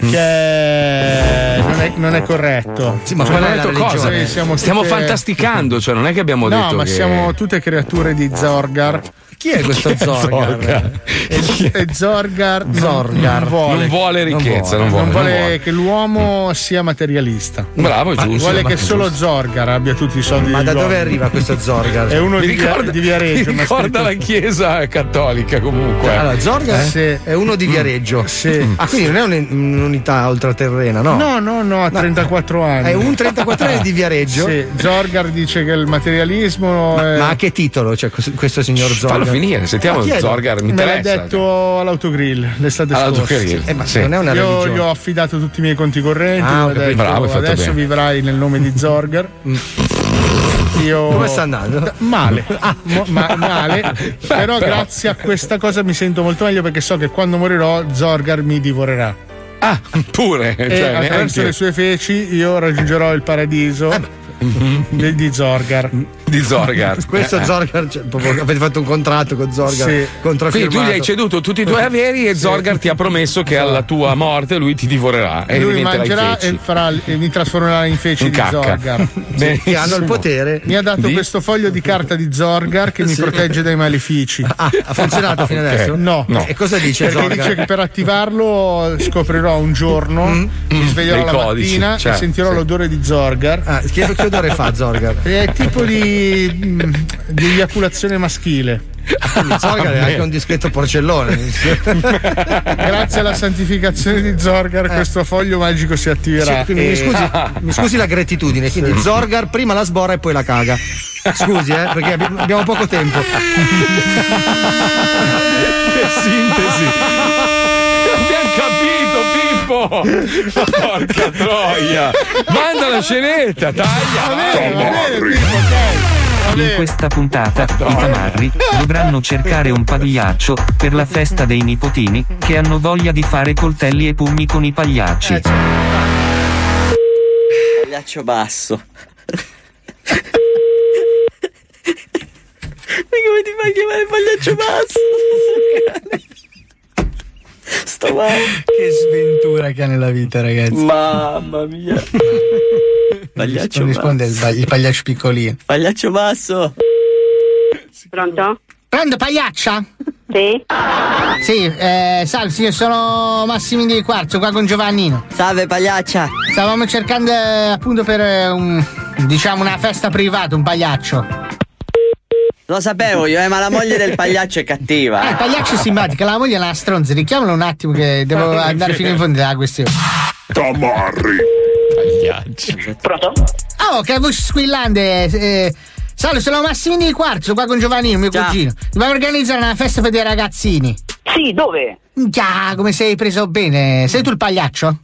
Perché non è, non è corretto. Sì, ma qual è la cosa? Noi Stiamo tutte- fantasticando, cioè non è che abbiamo No, detto ma che... siamo tutte creature di Zorgar Chi è questo Zorgar? E Zorgar Zorgar. non vuole, Non vuole ricchezza, non vuole, non vuole non vuole. che l'uomo sia materialista. Bravo, Ma giusto, vuole ma che giusto. solo Zorgar abbia tutti i soldi. Ma di da dove Zorgar. arriva questo Zorgar? È uno Mi di, ricorda, via, di Viareggio. mi ma ricorda la scritto- chiesa cattolica comunque. Allora, Zorgar Sì. è uno di Viareggio. Sì. Ah, quindi non è un- un'unità ultraterrena, no? No, no, no, ha trentaquattro anni. È un trentaquattrenne di Viareggio? Sì, Zorgar dice che il materialismo Ma, è... ma a che titolo c'è cos- questo signor Zorgar? Fallo finire, sentiamo Ma chi è? Zorgar, mi Me l'ha interessa. detto all'autogrill l'estate All'autogrill, scorsa. Eh, ma sì. non è una Io religione. gli ho affidato tutti i miei conti correnti. Ah, ho mi ha capito. detto, Bravo, hai fatto adesso bene. vivrai nel nome di Zorgar. Io... Come sta andando? Male, Mo- ma- male. però grazie a questa cosa mi sento molto meglio perché so che quando morirò Zorgar mi divorerà. Ah, pure. E Cioè, attraverso neanche- le sue feci io raggiungerò il paradiso di, di Zorgar. Di Zorgar. Questo Eh. Zorgar, cioè, proprio, avete fatto un contratto con Zorgar, Sì. controfirmato. Quindi tu gli hai ceduto tutti i tuoi averi e Zorgar ti ha promesso che alla tua morte lui ti divorerà e Lui diventerai mangerà feci. e, farà, e mi trasformerà in feci In di cacca. Zorgar. Benissimo. Che hanno il potere. Mi ha dato Di? questo foglio di carta di Zorgar che mi Sì. protegge dai malefici. Ah, ha funzionato fino Ok. adesso? No. No. E cosa dice Perché Zorgar? dice che per attivarlo scoprirò un giorno, mi sveglierò Dei la codici, mattina certo, e sentirò sì. l'odore di Zorgar. Ah, che, che odore fa Zorgar? È tipo di, mm, di eiaculazione maschile. Quindi Zorgar è anche un discreto porcellone. Grazie alla santificazione di Zorgar questo foglio magico si attiverà. Sì, quindi mi, E- scusi, mi scusi la gratitudine. Quindi Zorgar prima la sbora e poi la caga. Scusi, eh, perché abbi- abbiamo poco tempo. Che sintesi. Abbiamo capito, Pippo. Porca troia. Manda la scenetta, taglia. In questa puntata, i tamarri dovranno cercare un pagliaccio per la festa dei nipotini che hanno voglia di fare coltelli e pugni con i pagliacci. Pagliaccio basso. Ma come ti fai chiamare pagliaccio basso? Sto male. Che sventura che ha nella vita, ragazzi. Mamma mia. Pagliaccio Non risponde il, basso. ba- il pagliaccio piccolino. Pagliaccio basso. Pronto? Pronto, pagliaccia? Sì? Sì, eh, salve signor, sono Massimino di Quarzo qua con Giovannino. Salve pagliaccia. Stavamo cercando eh, appunto per eh, un, diciamo una festa privata, un pagliaccio. Lo sapevo io, eh, ma la moglie del pagliaccio è cattiva. Eh, il pagliaccio è simpatica, la moglie è una stronza, richiamalo un attimo che devo andare fino in fondo della questione. Tamarri. Pagliaccio. Pronto? Oh, che voce squillante! Eh, salve, sono Massimino di Quarzo qua con Giovannino, mio Ciao. cugino. Dobbiamo organizzare una festa per dei ragazzini. Sì, dove? Già, come sei preso bene? Sei tu il pagliaccio?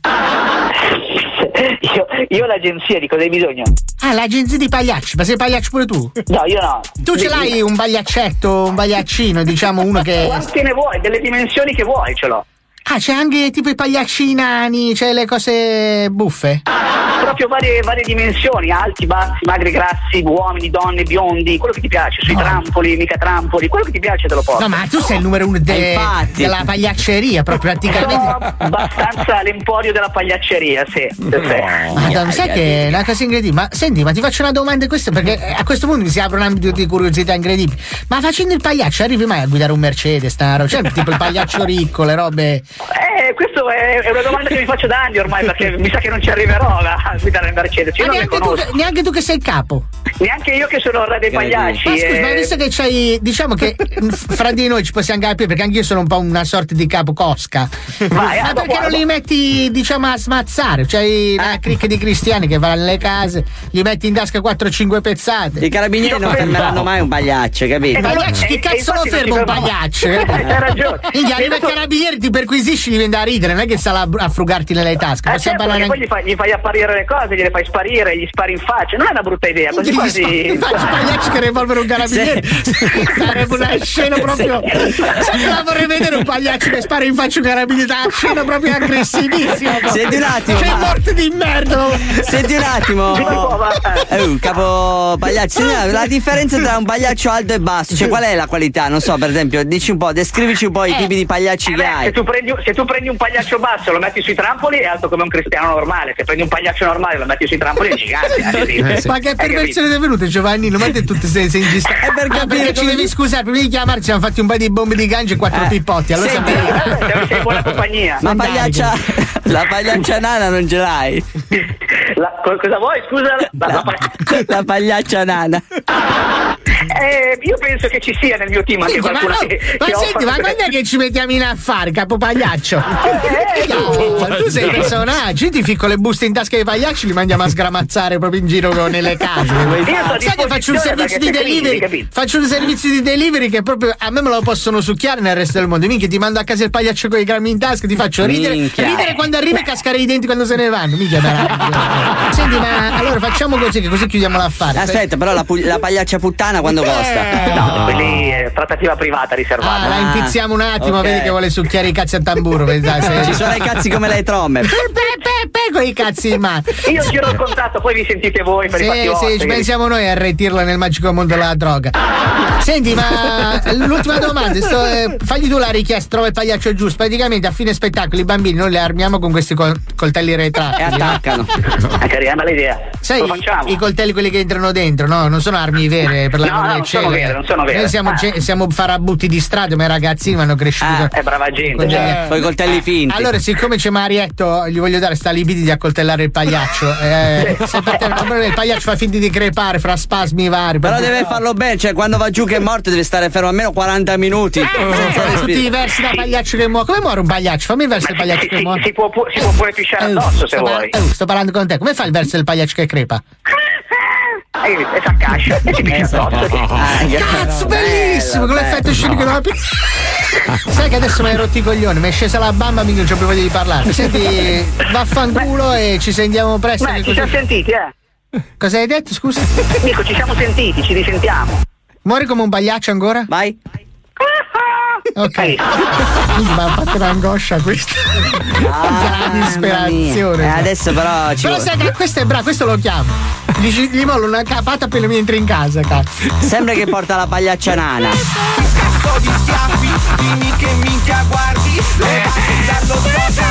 Io, io ho l'agenzia, di cosa hai bisogno? Ah, l'agenzia di pagliacci, ma sei pagliaccio pure tu? No, io no. Tu ce l'hai un pagliaccetto, un pagliaccino, diciamo uno che. Quante ne vuoi? Delle dimensioni che vuoi ce l'ho. Ah, c'è anche tipo i pagliacci nani, c'è le cose buffe? Proprio varie, varie dimensioni, alti, bassi, magri, grassi, uomini, donne, biondi, quello che ti piace, sui No. trampoli, mica trampoli, quello che ti piace te lo porto. No, ma tu sei il numero uno de- Eh, infatti. della pagliacceria, proprio praticamente. Sono abbastanza l'emporio della pagliacceria, sì. sì, sì. Madonna, sai che è una cosa incredibile? Ma senti, ma ti faccio una domanda questa perché a questo punto mi si apre un ambito di curiosità incredibile. Ma facendo il pagliaccio arrivi mai a guidare un Mercedes, sta roba? Cioè, tipo il pagliaccio ricco, le robe. Eh, questo è, è una domanda che mi faccio da anni ormai perché mi sa che non ci arriverò a guidare il Mercedes. Io Ma non mi neanche tu, conosco. che- neanche tu che sei il capo. Neanche io che sono il re dei pagliacci. Ma scusa, eh. ma visto che c'hai, diciamo che f- fra di noi ci possiamo capire, perché anch'io sono un po' una sorta di capo cosca. Vai, ma ah, perché guarda. non li metti, diciamo, a smazzare? C'hai una cricca di cristiani che vanno nelle case, gli metti in tasca quattro cinque pezzate. I carabinieri non fermeranno mai un pagliaccio, capito? I pagliacci, chi e- cazzo e lo infatti non ferma si un ferma. pagliaccio? Hai ragione. Gli arriva il carabinieri, ti perquisisci, gli viene da ridere, non è che sta là a frugarti nelle tasche. Eh Possiamo certo, parlare perché poi anche. gli fai, gli fai apparire le cose, gliele fai sparire, gli spari in faccia. Non è una brutta idea, così Gli quasi. spa- faccio pagliacci che rivolvere un carabiniere. Sarebbe una scena proprio. La vorrei vedere un pagliaccio che spara in faccia un carabiniere, una scena proprio aggressivissima. Senti un attimo, Che ma- morte di merda! Senti un attimo. Eh, capo pagliaccio, signora, la differenza tra un pagliaccio alto e basso, cioè qual è la qualità? Non so, per esempio, dici un po', descrivici un po' i Eh, tipi di pagliacci eh che beh, hai. se, tu prendi, se tu prendi un un pagliaccio basso, lo metti sui trampoli, è alto come un cristiano normale. Se prendi un pagliaccio normale e lo metti sui trampoli, è gigante. Eh, sì. Ma che perversione è venuta, Giovanni? Non mette tutte sei sei ingistato. È per capire, ci devi scusare, prima di chiamarci ci hanno fatti un paio di bombe di gancio e quattro eh. pippotti. Allora Senti, sei, sei buona compagnia. Ma pagliaccia, la pagliaccia nana non ce l'hai? La, cosa vuoi, scusa? La, la, la, la pagliaccia nana. Eh, io penso che ci sia nel mio team anche qualcuno ma, che, ma che senti, ma quando è che ci mettiamo in affari, capo pagliaccio? Eh, no, tu sei personaggio, io ti ficco le buste in tasca ai pagliacci, li mandiamo a sgramazzare proprio in giro nelle case. Sai che faccio un servizio di delivery, crisi, faccio un servizio di delivery che proprio a me me lo possono succhiare nel resto del mondo. Minchia, ti mando a casa il pagliaccio con i grammi in tasca, ti faccio ridere, ridere quando arrivi e cascare i denti quando se ne vanno. Minchia, ma senti, ma allora facciamo così, che così chiudiamo l'affare. Aspetta, però la, pu- la pagliaccia puttana quando costa? No, quelli è trattativa privata riservata. Ah, la impizziamo un attimo, okay. Vedi che vuole succhiare i cazzi a tamburo. Vedi, se... Ci sono i cazzi come le tromme. Pe, pe, pe, con i cazzi in mano. Io giro il contatto, poi vi sentite voi per sì, i fatti vostri. Sì, ci pensiamo noi a retirla nel magico mondo della droga. Senti, ma l'ultima domanda, sto, eh, fagli tu la richiesta, trova il pagliaccio giusto. Praticamente a fine spettacolo i bambini noi li armiamo con questi col- coltelli retratti. E attaccano. È carina, bella idea. Sai, i coltelli quelli che entrano dentro, no? Non sono armi vere, per l'amore no, del no, cielo. Non sono vere, non sono vere. Noi siamo, ah. ge- siamo farabutti di strada, ma i ragazzini vanno cresciuti. Ah, è brava gente. Cioè. Con i coltelli finti. Allora, siccome c'è Marietto, gli voglio dare sta libidi di accoltellare il pagliaccio. Eh, se per te il pagliaccio fa finta di crepare fra spasmi vari. Però deve te... farlo bene, cioè quando va giù che è morto deve stare fermo almeno quaranta minuti. Eh, eh, tutti i versi da pagliaccio che muore. Come muore un pagliaccio? Fammi il verso del pagliaccio si, che muore. Si può, si può pure pisciare addosso se vuoi. Par- sto parlando con te. Come fa il verso del pagliaccio che crepa? E, e si accascia e si piscia addosso. Ah, cazzo, bellissimo! Con l'effetto scenico della p- Sai che adesso mi hai rotto i coglioni, mi è scesa la bamba, mica non c'ho più voglia di parlare. Senti, vaffanculo e ci sentiamo presto. Beh, ci siamo sentiti, eh? Cosa hai detto, scusa? Dico, ci siamo sentiti, ci risentiamo. Muori come un pagliaccio ancora? Vai. Ok. Ma ha fatto un'angoscia questa. Ah, la disperazione. Eh, adesso però ci Però sai che questo è bravo, questo lo chiamo. Gli, gli mollo una capata appena mi entri in casa, cazzo. Sembra che porta la pagliaccia nana. Cazzo di schiaffi, dimmi che minchia guardi. Le vai dallo zotta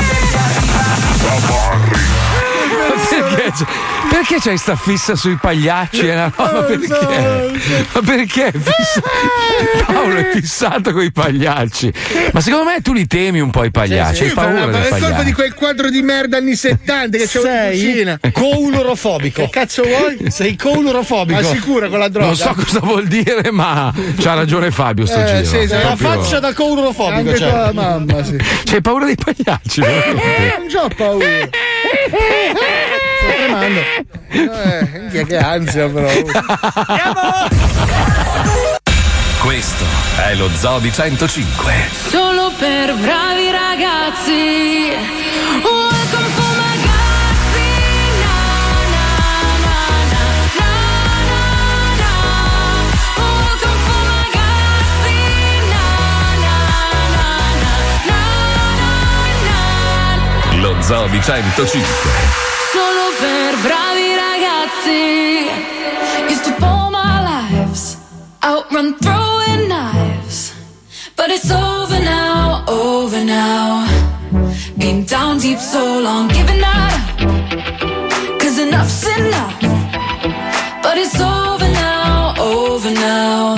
perché, perché c'hai sta fissa sui pagliacci? Eh? No, ma perché? Ma perché? Fissa... Paolo è fissato con i pagliacci. Ma secondo me tu li temi un po' i pagliacci. Hai paura dei pagliacci. È colpa di quel quadro di merda anni settanta che c'è una cucina. Coulorofobico. Che cazzo vuoi? Sei coulorofobico. Ma sicuro con la droga. Non so cosa vuol dire, ma c'ha ragione Fabio sto eh, giro. Sì, sei proprio... la faccia da coulorofobico. Anche cioè. tua mamma, sì. C'hai paura dei pagliacci? Non c'ho paura. Sto tremando. Eh, che ansia però. Questo è lo Zoo di centocinque. Solo per bravi ragazzi. Welcome for my ragazzi. Na na na na na na na. Welcome for my ragazzi. Na na na na na na. Lo Zoo di centocinque. Solo per bravi ragazzi. Used to pour my lives, outrun throwing knives, but it's over now, over now. Been down deep so long, giving up, cause enough's enough. But it's over now, over now.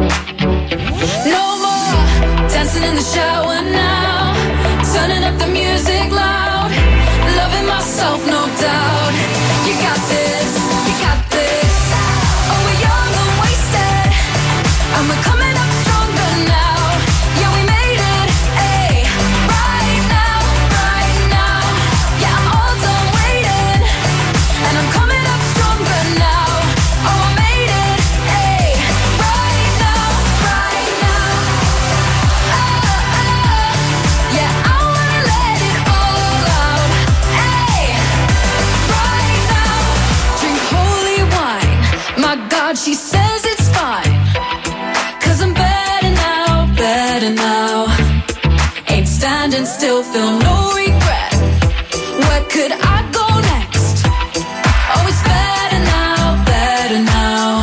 No more dancing in the shower now, turning up the music loud, loving myself, no doubt. You got this, you got this. Oh, we're young and wasted, and we're coming up stronger now. Yeah, we made it, ayy. Right now, right now. Yeah, I'm all done waiting, and I'm coming up stronger now. Oh, I made it, ayy. Right now, right now. Oh, oh. Yeah, I wanna let it all out, ayy. Right now, drink holy wine. My God, she says it's fine. Cause I'm better now, better now. Ain't standing still, feel no regret. Where could I go next? Oh, it's better now, better now.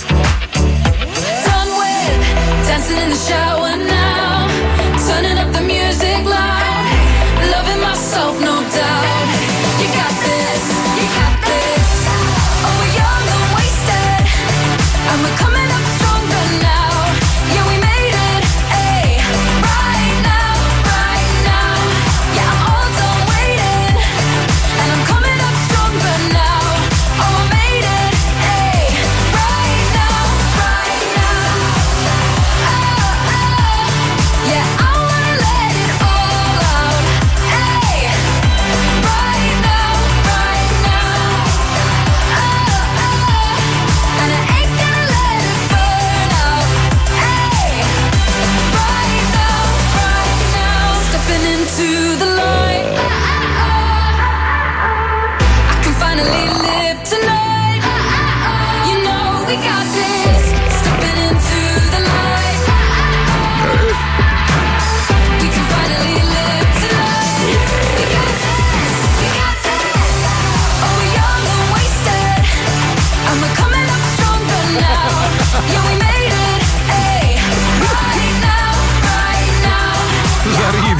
Done with dancing in the shower now, turning up the music loud,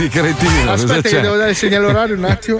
ridi, cretino? Aspetta, Cosa che c'è? devo dare il segnale orario un attimo.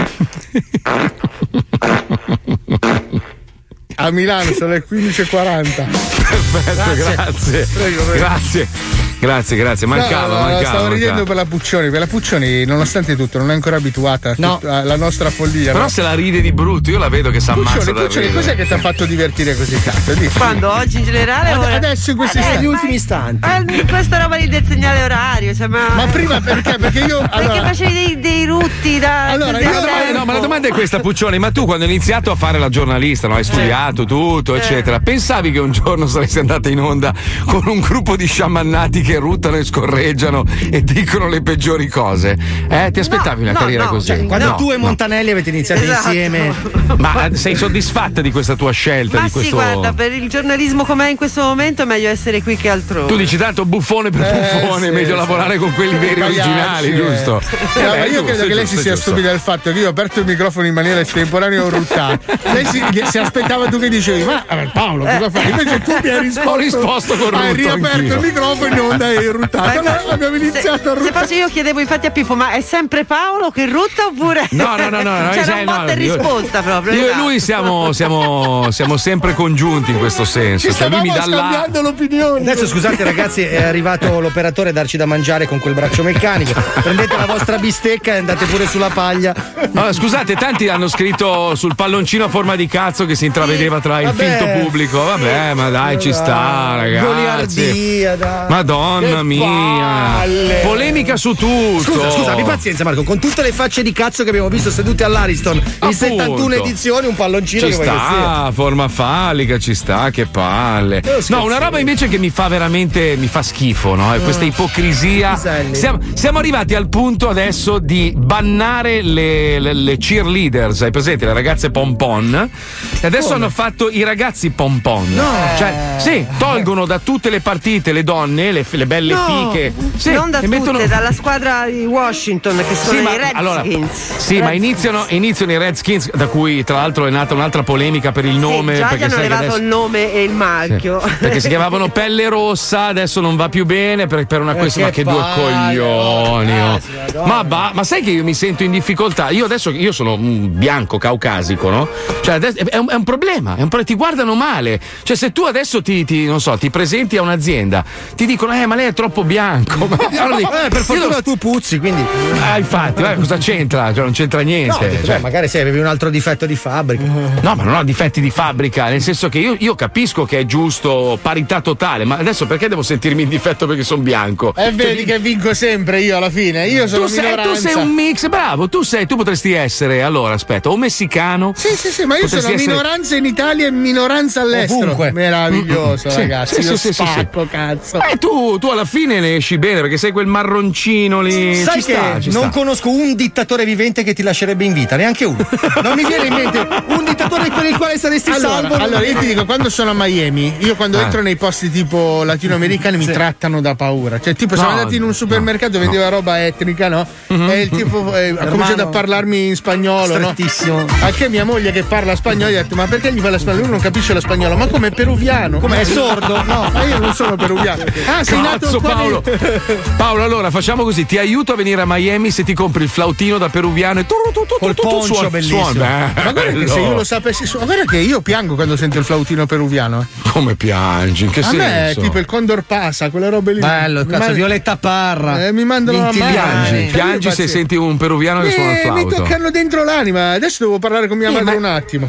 A Milano sono le quindici e quaranta. Perfetto, grazie. Grazie. Prego, prego. Grazie. Grazie, grazie. Mancava, No, no, mancava. Stavo ridendo mancava. per la Puccioni, per la Puccioni, nonostante tutto, non è ancora abituata a No. tutta la nostra follia. Però no? se la ride di brutto, io la vedo che si ammazza Puccioni, da Puccioni, ridere. cos'è che ti ha fatto divertire così tanto? Dici. Quando? Oggi in generale? Ad- ora? adesso in questi Eh, istanti. ma- Gli ultimi istanti. Eh, questa roba lì del segnale orario, cioè, ma. Ma prima perché? Perché io. Perché allora- facevi dei, dei rutti da. Allora, da- io Ma la domanda- no, ma la domanda è questa, Puccioni, ma tu quando hai iniziato a fare la giornalista, no? Hai studiato tutto, eccetera, pensavi che un giorno saresti andata in onda con un gruppo di sciamannati che ruttano e scorreggiano e dicono le peggiori cose? Eh, ti aspettavi una no, carriera no, così? cioè, quando No, tu e no. Montanelli avete iniziato Esatto. insieme. Ma sei soddisfatta di questa tua scelta? Ma di sì, questo... guarda, per il giornalismo com'è in questo momento è meglio essere qui che altrove. Tu dici tanto buffone per Eh, buffone, è sì, meglio sì. lavorare con quelli veri Pagliacci, originali, eh. giusto? Eh, Eh, ma beh, io giusto, credo che lei giusto, si sia giusto. stupida del fatto che io ho aperto il microfono in maniera estemporanea e ho ruttato. Lei si, si aspettava tu che dicevi, ma eh, Paolo, cosa fai? Invece tu mi hai risposto. Ho risposto con Hai rutto riaperto anch'io. il microfono in onda e hai ruttato. Ma- Allora abbiamo iniziato se, a se ruttare. posso io chiedevo infatti a Pippo, ma è sempre Paolo che rutta oppure? No, no, no, no, no, C'era sai, un no, botta e io- risposta proprio. Io e esatto. lui siamo, siamo, siamo sempre congiunti in questo senso. Ci Cioè, lui mi stavamo dà là. scambiando l'opinione. Adesso scusate ragazzi, è arrivato l'operatore a darci da mangiare con quel braccio meccanico. Prendete la vostra bistecca e andate pure sulla paglia. Allora, scusate, tanti hanno scritto sul palloncino a forma di cazzo che si intravedeva tra il vabbè. finto pubblico. Vabbè, ma dai, ci sta, ragazzi. Goliardia, dai. Madonna Che mia. palle. Polemica su tutto. Scusa, scusa, abbi pazienza Marco, con tutte le facce di cazzo che abbiamo visto sedute all'Ariston in Appunto. settantuno edizioni, un palloncino Ci che vuoi che sia. sta, forma fallica, ci sta, che palle. No, una roba invece che mi fa veramente, mi fa schifo, no? È questa ipocrisia. Piselli. Siamo, siamo arrivati al punto adesso di bannare le, le, le cheerleaders, hai presente? Le ragazze pompon. E adesso Come? hanno fatto i ragazzi pompon. No. Cioè, sì, tolgono da tutte le partite le donne, le, le belle No, fiche. Sì, non da e tutte, mettono- dalla squadra di Washington che sono Sì, ma- i Redskins. allora, sì, ma iniziano, iniziano i Redskins, da cui tra l'altro è nata un'altra polemica per il nome. Sì, già gli perché hanno sai che levato adesso- il nome e il marchio. perché si chiamavano Pelle Rossa, adesso non va più bene per, per una Eh, questione. che Ma che due palle, coglioni! oh. ragazzi, Madonna. Ma, va- ma sai che io mi sento in difficoltà? Io adesso io sono un bianco caucasico, no? Cioè, adesso- è, un, è un problema, è un pro- ti guardano male. Cioè, se tu adesso ti, ti- non so, ti presenti a un'azienda, ti dicono, eh, ma lei è troppo bianco. Ma allora dico, Eh, per io fortuna lo- tu puzzi, quindi. Ah, infatti, eh, cosa c'entra? Cioè, non c'entra No, niente. dico, cioè. beh, magari se avevi un altro difetto di fabbrica. No, ma non ho difetti di fabbrica, nel senso che io, io capisco che è giusto parità totale, ma adesso perché devo sentirmi in difetto perché sono bianco? E vedi che vinco sempre io alla fine. Io sono Tu sei, tu minoranza. sei un mix, bravo, tu sei, tu potresti essere, allora aspetta, o messicano. Sì, sì, sì, ma io Potresti sono essere- minoranza in Italia e minoranza all'estero. Ovunque. Meraviglioso, Sì, ragazzi. sì, io sì, sì, spacco, sì. cazzo. Eh, tu, tu alla fine ne esci bene perché sei quel marroncino lì. Sai ci che sta, ci non sta. conosco un dittatore vivente che ti lascerebbe in vita, neanche uno. Non mi viene in mente un dittatore per il quale saresti Allora, salvo. allora, io ti dico, quando sono a Miami, io quando Ah. entro nei posti tipo latinoamericani mi trattano da paura. Cioè, tipo, siamo No, andati in un supermercato, vendeva roba etnica, no? E il tipo eh, ha cominciato a parlarmi in spagnolo, no? Strettissimo. Anche mia moglie che parla spagnolo, gli ha detto, ma perché gli parla spagnolo? Lui non capisce lo spagnolo, ma come è peruviano? Come è sordo? No, ma io non sono peruviano. Ah, sei nato Cazzo, qua di- Paolo. Paolo, allora facciamo così: ti aiuto a venire a Miami se ti compri il flautino da peruviano e tu, tu, tu, tu, Col tu, tu, poncio suona- bellissimo. suona. Ma guarda che se io lo sapessi, su- ma guarda che io piango quando sento il flautino peruviano. eh. Come piangi? In che A senso? me è tipo il Condor Pasa, quelle robe lì. Bello, Mi cazzo, man- Violetta Parra. Eh, mi mandano la Vinti mano. Piangi, Cioè, io piangi se impazzisco. senti un peruviano che suona il Eh, mi flauto. toccano dentro l'anima. Adesso devo parlare con mia madre un attimo.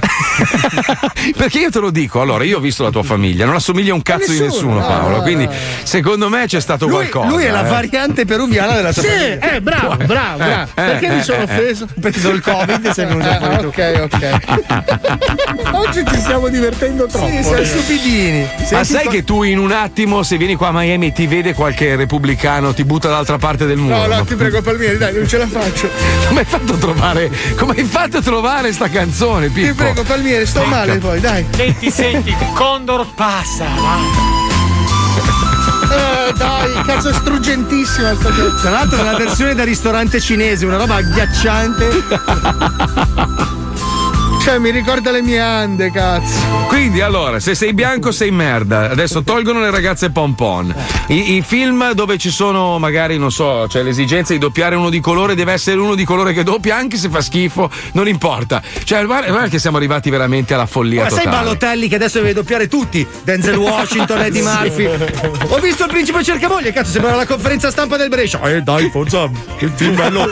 Perché io te lo dico, allora io ho visto la tua famiglia, non assomiglia un cazzo di Nessuno, nessuno, no, Paolo. no, Quindi no. secondo me c'è stato Lui, qualcosa. lui è la eh. variante peruviana della tua Sì, famiglia. eh, bravo, bravo, bravo. eh, Perché eh, mi sono eh, offeso? Ho preso il Covid e sei venuto Ah, fuori tu. ok, ok. Oggi ci stiamo divertendo troppo. Sì, sei stupidini. Ma Senti sai qua- che tu in un attimo, se vieni qua a Miami, ti vede qualche repubblicano, ti butta dall'altra parte del muro? No, no, ti prego, Palmieri, dai, non ce la faccio. Come hai fatto a trovare? Come hai fatto a trovare sta canzone, Pippo? Ti prego, Palmieri, sto Porca- male poi, dai. Senti, senti, Condor passa, va. Eh, dai, cazzo, è struggentissima sta cosa. Tra l'altro è una versione da ristorante cinese, una roba agghiacciante. Cioè, mi ricorda le mie ande, cazzo. Quindi, allora, se sei bianco sei merda. Adesso tolgono le ragazze pompon. I, I film dove ci sono, magari, non so, c'è l'esigenza di doppiare uno di colore, deve essere uno di colore che doppia, anche se fa schifo, non importa. Cioè, guarda, guarda che siamo arrivati veramente alla follia Ma totale. sai Ballotelli che adesso deve doppiare tutti? Denzel Washington, Eddie Murphy. Ho visto Il Principe Cercamoglie, cazzo, sembrava la conferenza stampa del Brescia. Eh dai, forza, che film bello.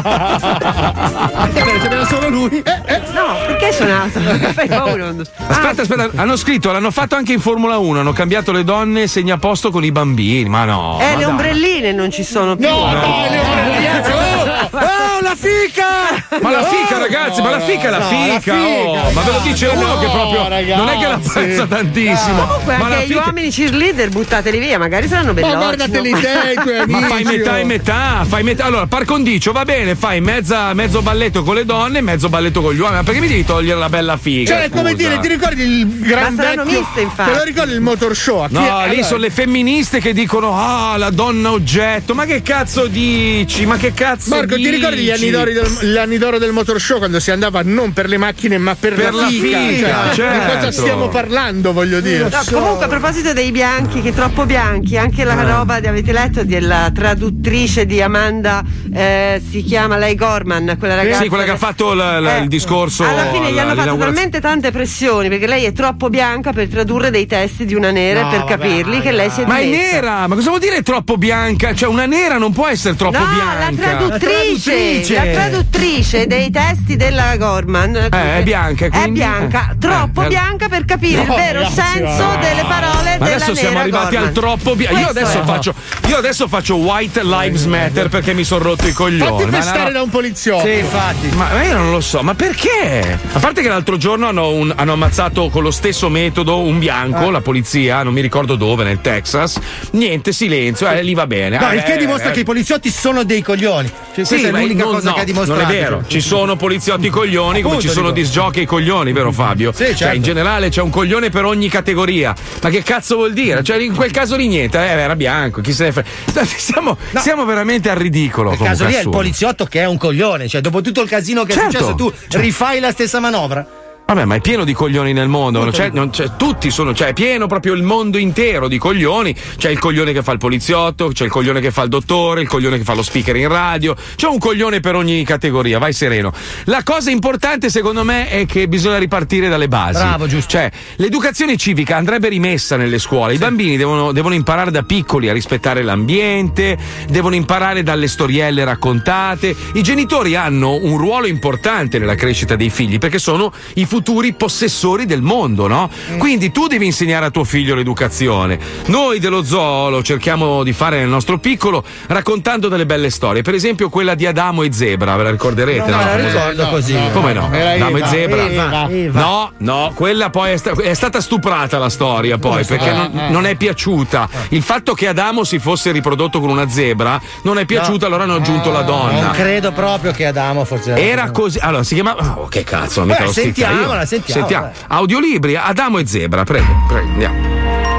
Ce n'era solo lui. Eh, eh. No, perché è suonato? Fai paura. Aspetta, aspetta, hanno scritto, l'hanno fatto anche in Formula uno, hanno cambiato le donne segnaposto con i bambini, ma no. Eh, ma le dai. ombrelline non ci sono più. No, dai, le ombrelline. Oh, oh, la fica! Ma la fica, ragazzi, ma la fica è la no, fica, la fica, oh, ma ve lo dice uno no, che proprio ragazzi. non è che l'apprezza tantissimo. Comunque ma anche la gli fica... uomini cheerleader buttateli via, magari saranno belloci. Ma guardateli no? te, i tuoi amici. Ma fai metà e metà, fai metà. Allora, par condicio, va bene, fai mezza, mezzo balletto con le donne e mezzo balletto con gli uomini. Ma perché mi devi togliere la bella figa? Cioè, come scusa? dire, ti ricordi il gran Ma saranno vecchio? miste, infatti. Te lo ricordi il motor show? A chi- No, lì allora- sono le femministe che dicono ah, la donna oggetto. Ma che cazzo dici? Ma che cazzo Marco, dici? ti ricordi gli anni d'oro del, gli anni d'oro del motor show quando si andava non per le macchine ma per, Per la figa, Cioè, certo. di cosa stiamo parlando, voglio dire? No, comunque a proposito dei bianchi, che troppo bianchi, anche la roba di, avete letto della traduttrice di Amanda, eh, si chiama lei Gorman, quella ragazza. Sì, quella che ha fatto la- la- Eh, il discorso. alla fine gli la- hanno fatto l'inaugurazione. talmente tante pressioni perché lei è troppo bianca per tradurre dei testi di una nera No, per vabbè, capirli che lei si è Ma è dimessa. nera, ma cosa vuol dire troppo bianca? Cioè, una nera non può essere troppo No, bianca. la traduttrice, la traduttrice dei testi della Gorman Eh, è bianca, è quindi- bianca, eh, troppo eh, bianca per capire No, il vero ragazzi, senso no. delle parole Ma della adesso siamo nera arrivati Gorman. al troppo bianco. Io Questo adesso è. faccio io adesso faccio White Lives Matter perché mi sono rotto i coglioni. Fatti Ma pestare no, da un poliziotto. Sì, infatti. Ma ma io non lo so, ma perché? A parte che l'altro giorno hanno, un- hanno ammazzato con lo stesso metodo un bianco, Eh. la polizia, non mi ricordo dove, nel Texas. Niente, silenzio, eh, lì va bene. No, Eh, il che eh, dimostra eh. che i poliziotti sono dei coglioni. Cioè, Sì, questa è ma l'unica non- cosa no, che ha dimostrato. Non è vero, ci sono poliziotti coglioni come Appunto, ci sono dico. disgiochi coglioni, vero Fabio? Sì, Cioè, certo. in generale c'è un coglione per ogni categoria. Ma che cazzo vuol dire? Cioè, in quel caso lì niente, eh, era bianco, chi se ne frega. Siamo, siamo veramente al ridicolo. Nel caso comunque, lì è il assurdo. poliziotto che è un coglione. Cioè, dopo tutto il casino che Certo. è successo, tu rifai la stessa manovra. Vabbè, ma è pieno di coglioni nel mondo. Non c'è, non c'è- tutti sono, cioè è pieno proprio il mondo intero di coglioni. C'è il coglione che fa il poliziotto, c'è il coglione che fa il dottore, il coglione che fa lo speaker in radio. C'è un coglione per ogni categoria, vai sereno. La cosa importante, secondo me, è che bisogna ripartire dalle basi. Bravo, giusto. Cioè, l'educazione civica andrebbe rimessa nelle scuole. I bambini devono, devono imparare da piccoli a rispettare l'ambiente, devono imparare dalle storielle raccontate. I genitori hanno un ruolo importante nella crescita dei figli perché sono i futuri possessori del mondo, no? Quindi tu devi insegnare a tuo figlio l'educazione. Noi dello zoo lo cerchiamo di fare nel nostro piccolo raccontando delle belle storie. Per esempio quella di Adamo e Zebra, ve la ricorderete? No, no? me la Famosa- ricordo così. Come no? Era Adamo Eva, e Zebra. Eva, Eva. No, no, quella poi è, sta- è stata stuprata la storia poi perché non, non è piaciuta. Il fatto che Adamo si fosse riprodotto con una zebra non è piaciuta, allora hanno aggiunto la donna. Non credo proprio che Adamo fosse. Era così, allora si chiamava. Oh, che cazzo, mica Beh, l'ho scritta io. sentiamola, sentiamola, Audiolibri, Adamo e Zebra, prego, prego, andiamo.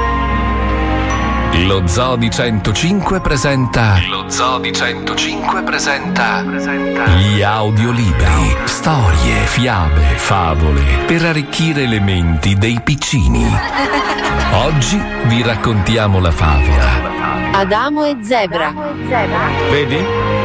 Lo Zoo di centocinque presenta. Lo Zoo di centocinque presenta. Gli audiolibri. Storie, fiabe, favole per arricchire le menti dei piccini. Oggi vi raccontiamo la favola. Adamo e Zebra. Vedi?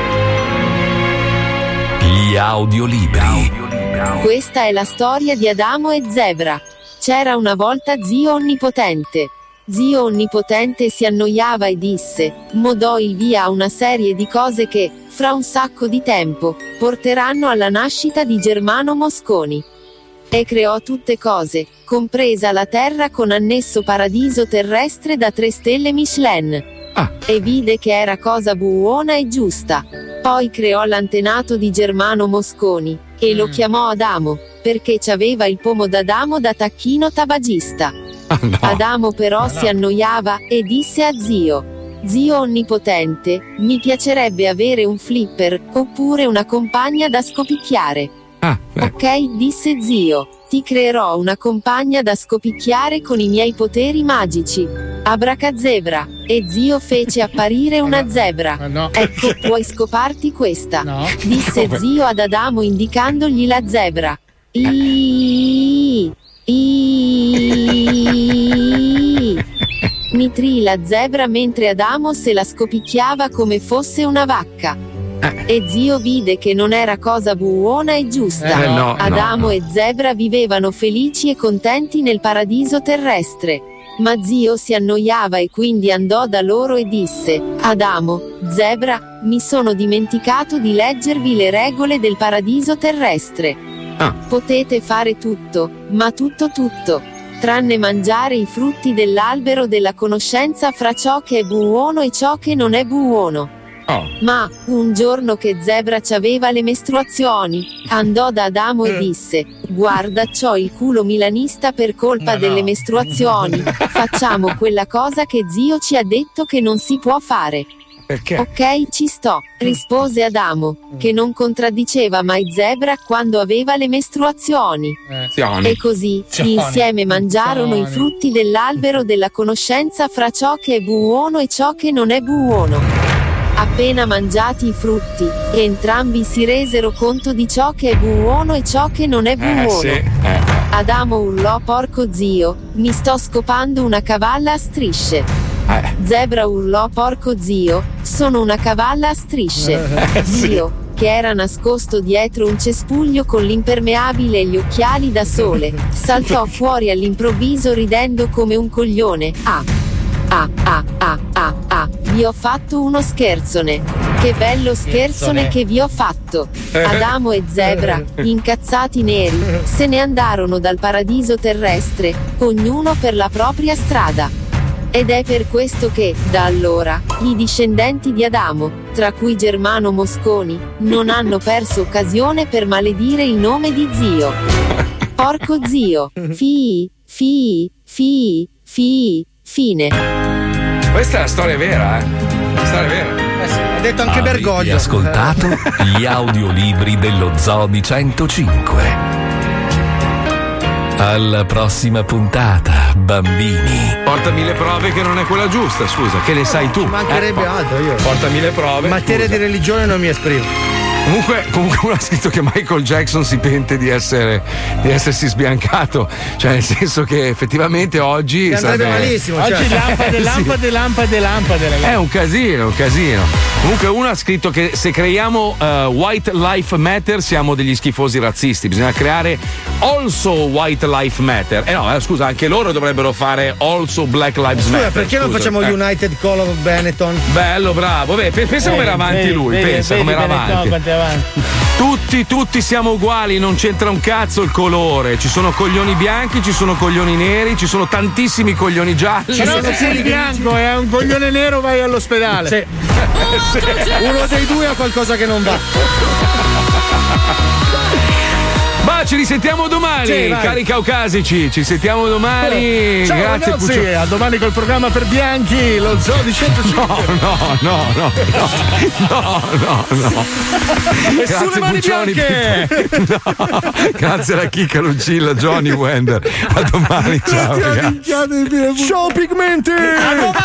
Gli audiolibri. Questa è la storia di Adamo e Zebra. C'era una volta Zio Onnipotente. Zio Onnipotente si annoiava e disse: "Mo do il via a una serie di cose che, fra un sacco di tempo, porteranno alla nascita di Germano Mosconi." E creò tutte cose, compresa la terra con annesso paradiso terrestre da tre stelle Michelin. E vide che era cosa buona e giusta. Poi creò l'antenato di Germano Mosconi, e lo chiamò Adamo, perché c'aveva il pomo d'Adamo da tacchino tabagista. Adamo però si annoiava, e disse a zio: "Zio Onnipotente, mi piacerebbe avere un flipper, oppure una compagna da scopicchiare." "Ok", disse zio, "ti creerò una compagna da scopicchiare con i miei poteri magici. Abracazebra." E zio fece apparire una zebra. "Ecco, puoi scoparti questa", disse Come? zio ad Adamo indicandogli la zebra. I, I. Mitrì la zebra mentre Adamo se la scopicchiava come fosse una vacca. E zio vide che non era cosa buona e giusta. Eh, no, Adamo no. e zebra vivevano felici e contenti nel paradiso terrestre. Ma zio si annoiava e quindi andò da loro e disse: Adamo, zebra, mi sono dimenticato di leggervi le regole del paradiso terrestre. Ah. Potete fare tutto, ma tutto tutto, tranne mangiare i frutti dell'albero della conoscenza fra ciò che è buono e ciò che non è buono. Oh. Ma, un giorno che zebra c'aveva le mestruazioni, andò da Adamo e disse: guarda, c'ho il culo milanista per colpa No, delle no. mestruazioni, facciamo quella cosa che zio ci ha detto che non si può fare. Perché? Ok, ci sto, rispose Adamo, che non contraddiceva mai zebra quando aveva le mestruazioni. Zioni. E così, Zioni. insieme mangiarono i frutti dell'albero della conoscenza fra ciò che è buono e ciò che non è buono. Appena mangiati i frutti, entrambi si resero conto di ciò che è buono e ciò che non è buono. Eh, sì. eh. Adamo urlò: porco zio, mi sto scopando una cavalla a strisce. Eh. Zebra urlò: porco zio, sono una cavalla a strisce. Eh, sì. Zio, che era nascosto dietro un cespuglio con l'impermeabile e gli occhiali da sole, saltò fuori all'improvviso ridendo come un coglione. Ah! Ah ah ah ah ah, vi ho fatto uno scherzone. Che bello scherzone Scherzone. che vi ho fatto. Adamo e zebra, incazzati neri, se ne andarono dal paradiso terrestre, ognuno per la propria strada. Ed è per questo che, da allora, i discendenti di Adamo, tra cui Germano Mosconi, non hanno perso occasione per maledire il nome di zio. Porco zio, fii, fii, fii, fii, fine. Questa è la storia vera, eh? La storia vera. Ha detto anche Avete Bergoglio. ascoltato gli audiolibri dello Zoo di centocinque. Alla prossima puntata, bambini. Portami le prove che non è quella giusta, scusa, che ne sai tu? Ci mancherebbe Eh, altro, io. Portami le prove. In materia scusa. di religione non mi esprimo. Comunque, comunque uno ha scritto che Michael Jackson si pente di essere di essersi sbiancato, cioè nel senso che effettivamente oggi Ti andrebbe sarebbe- malissimo, Oggi cioè. lampade, Sì. lampade, lampade, lampade, ragazzi. È un casino, un casino. Comunque uno ha scritto che se creiamo uh, White Life Matter siamo degli schifosi razzisti, bisogna creare Also White Life Matter. Eh no, eh, scusa, anche loro dovrebbero fare Also Black Lives Scusa, Matter. perché non scusa. facciamo Eh. United Call of Benetton? Bello, bravo. Beh, pe- pensa come era avanti Vedi, lui, vedi, pensa vedi come era Benetton avanti. quanto è avanti. Tutti, tutti siamo uguali, non c'entra un cazzo il colore. Ci sono coglioni bianchi, ci sono coglioni neri, ci sono tantissimi coglioni gialli. Però se sei bianco e hai un coglione nero vai all'ospedale. Sì. Uno dei due ha qualcosa che non va. Ma ci risentiamo domani, Sì, vai. cari caucasici. Ci sentiamo domani. Ciao Grazie, ragazzi, Puccio. a domani col programma per bianchi, lo Zoo di centocinque. No, no, no, no, no, no, no. E sulle mani Puccioni. bianche. No. Grazie alla Chicca Lucilla, Johnny Wender. A domani, ciao ragazzi. Ciao pigmenti. A domani.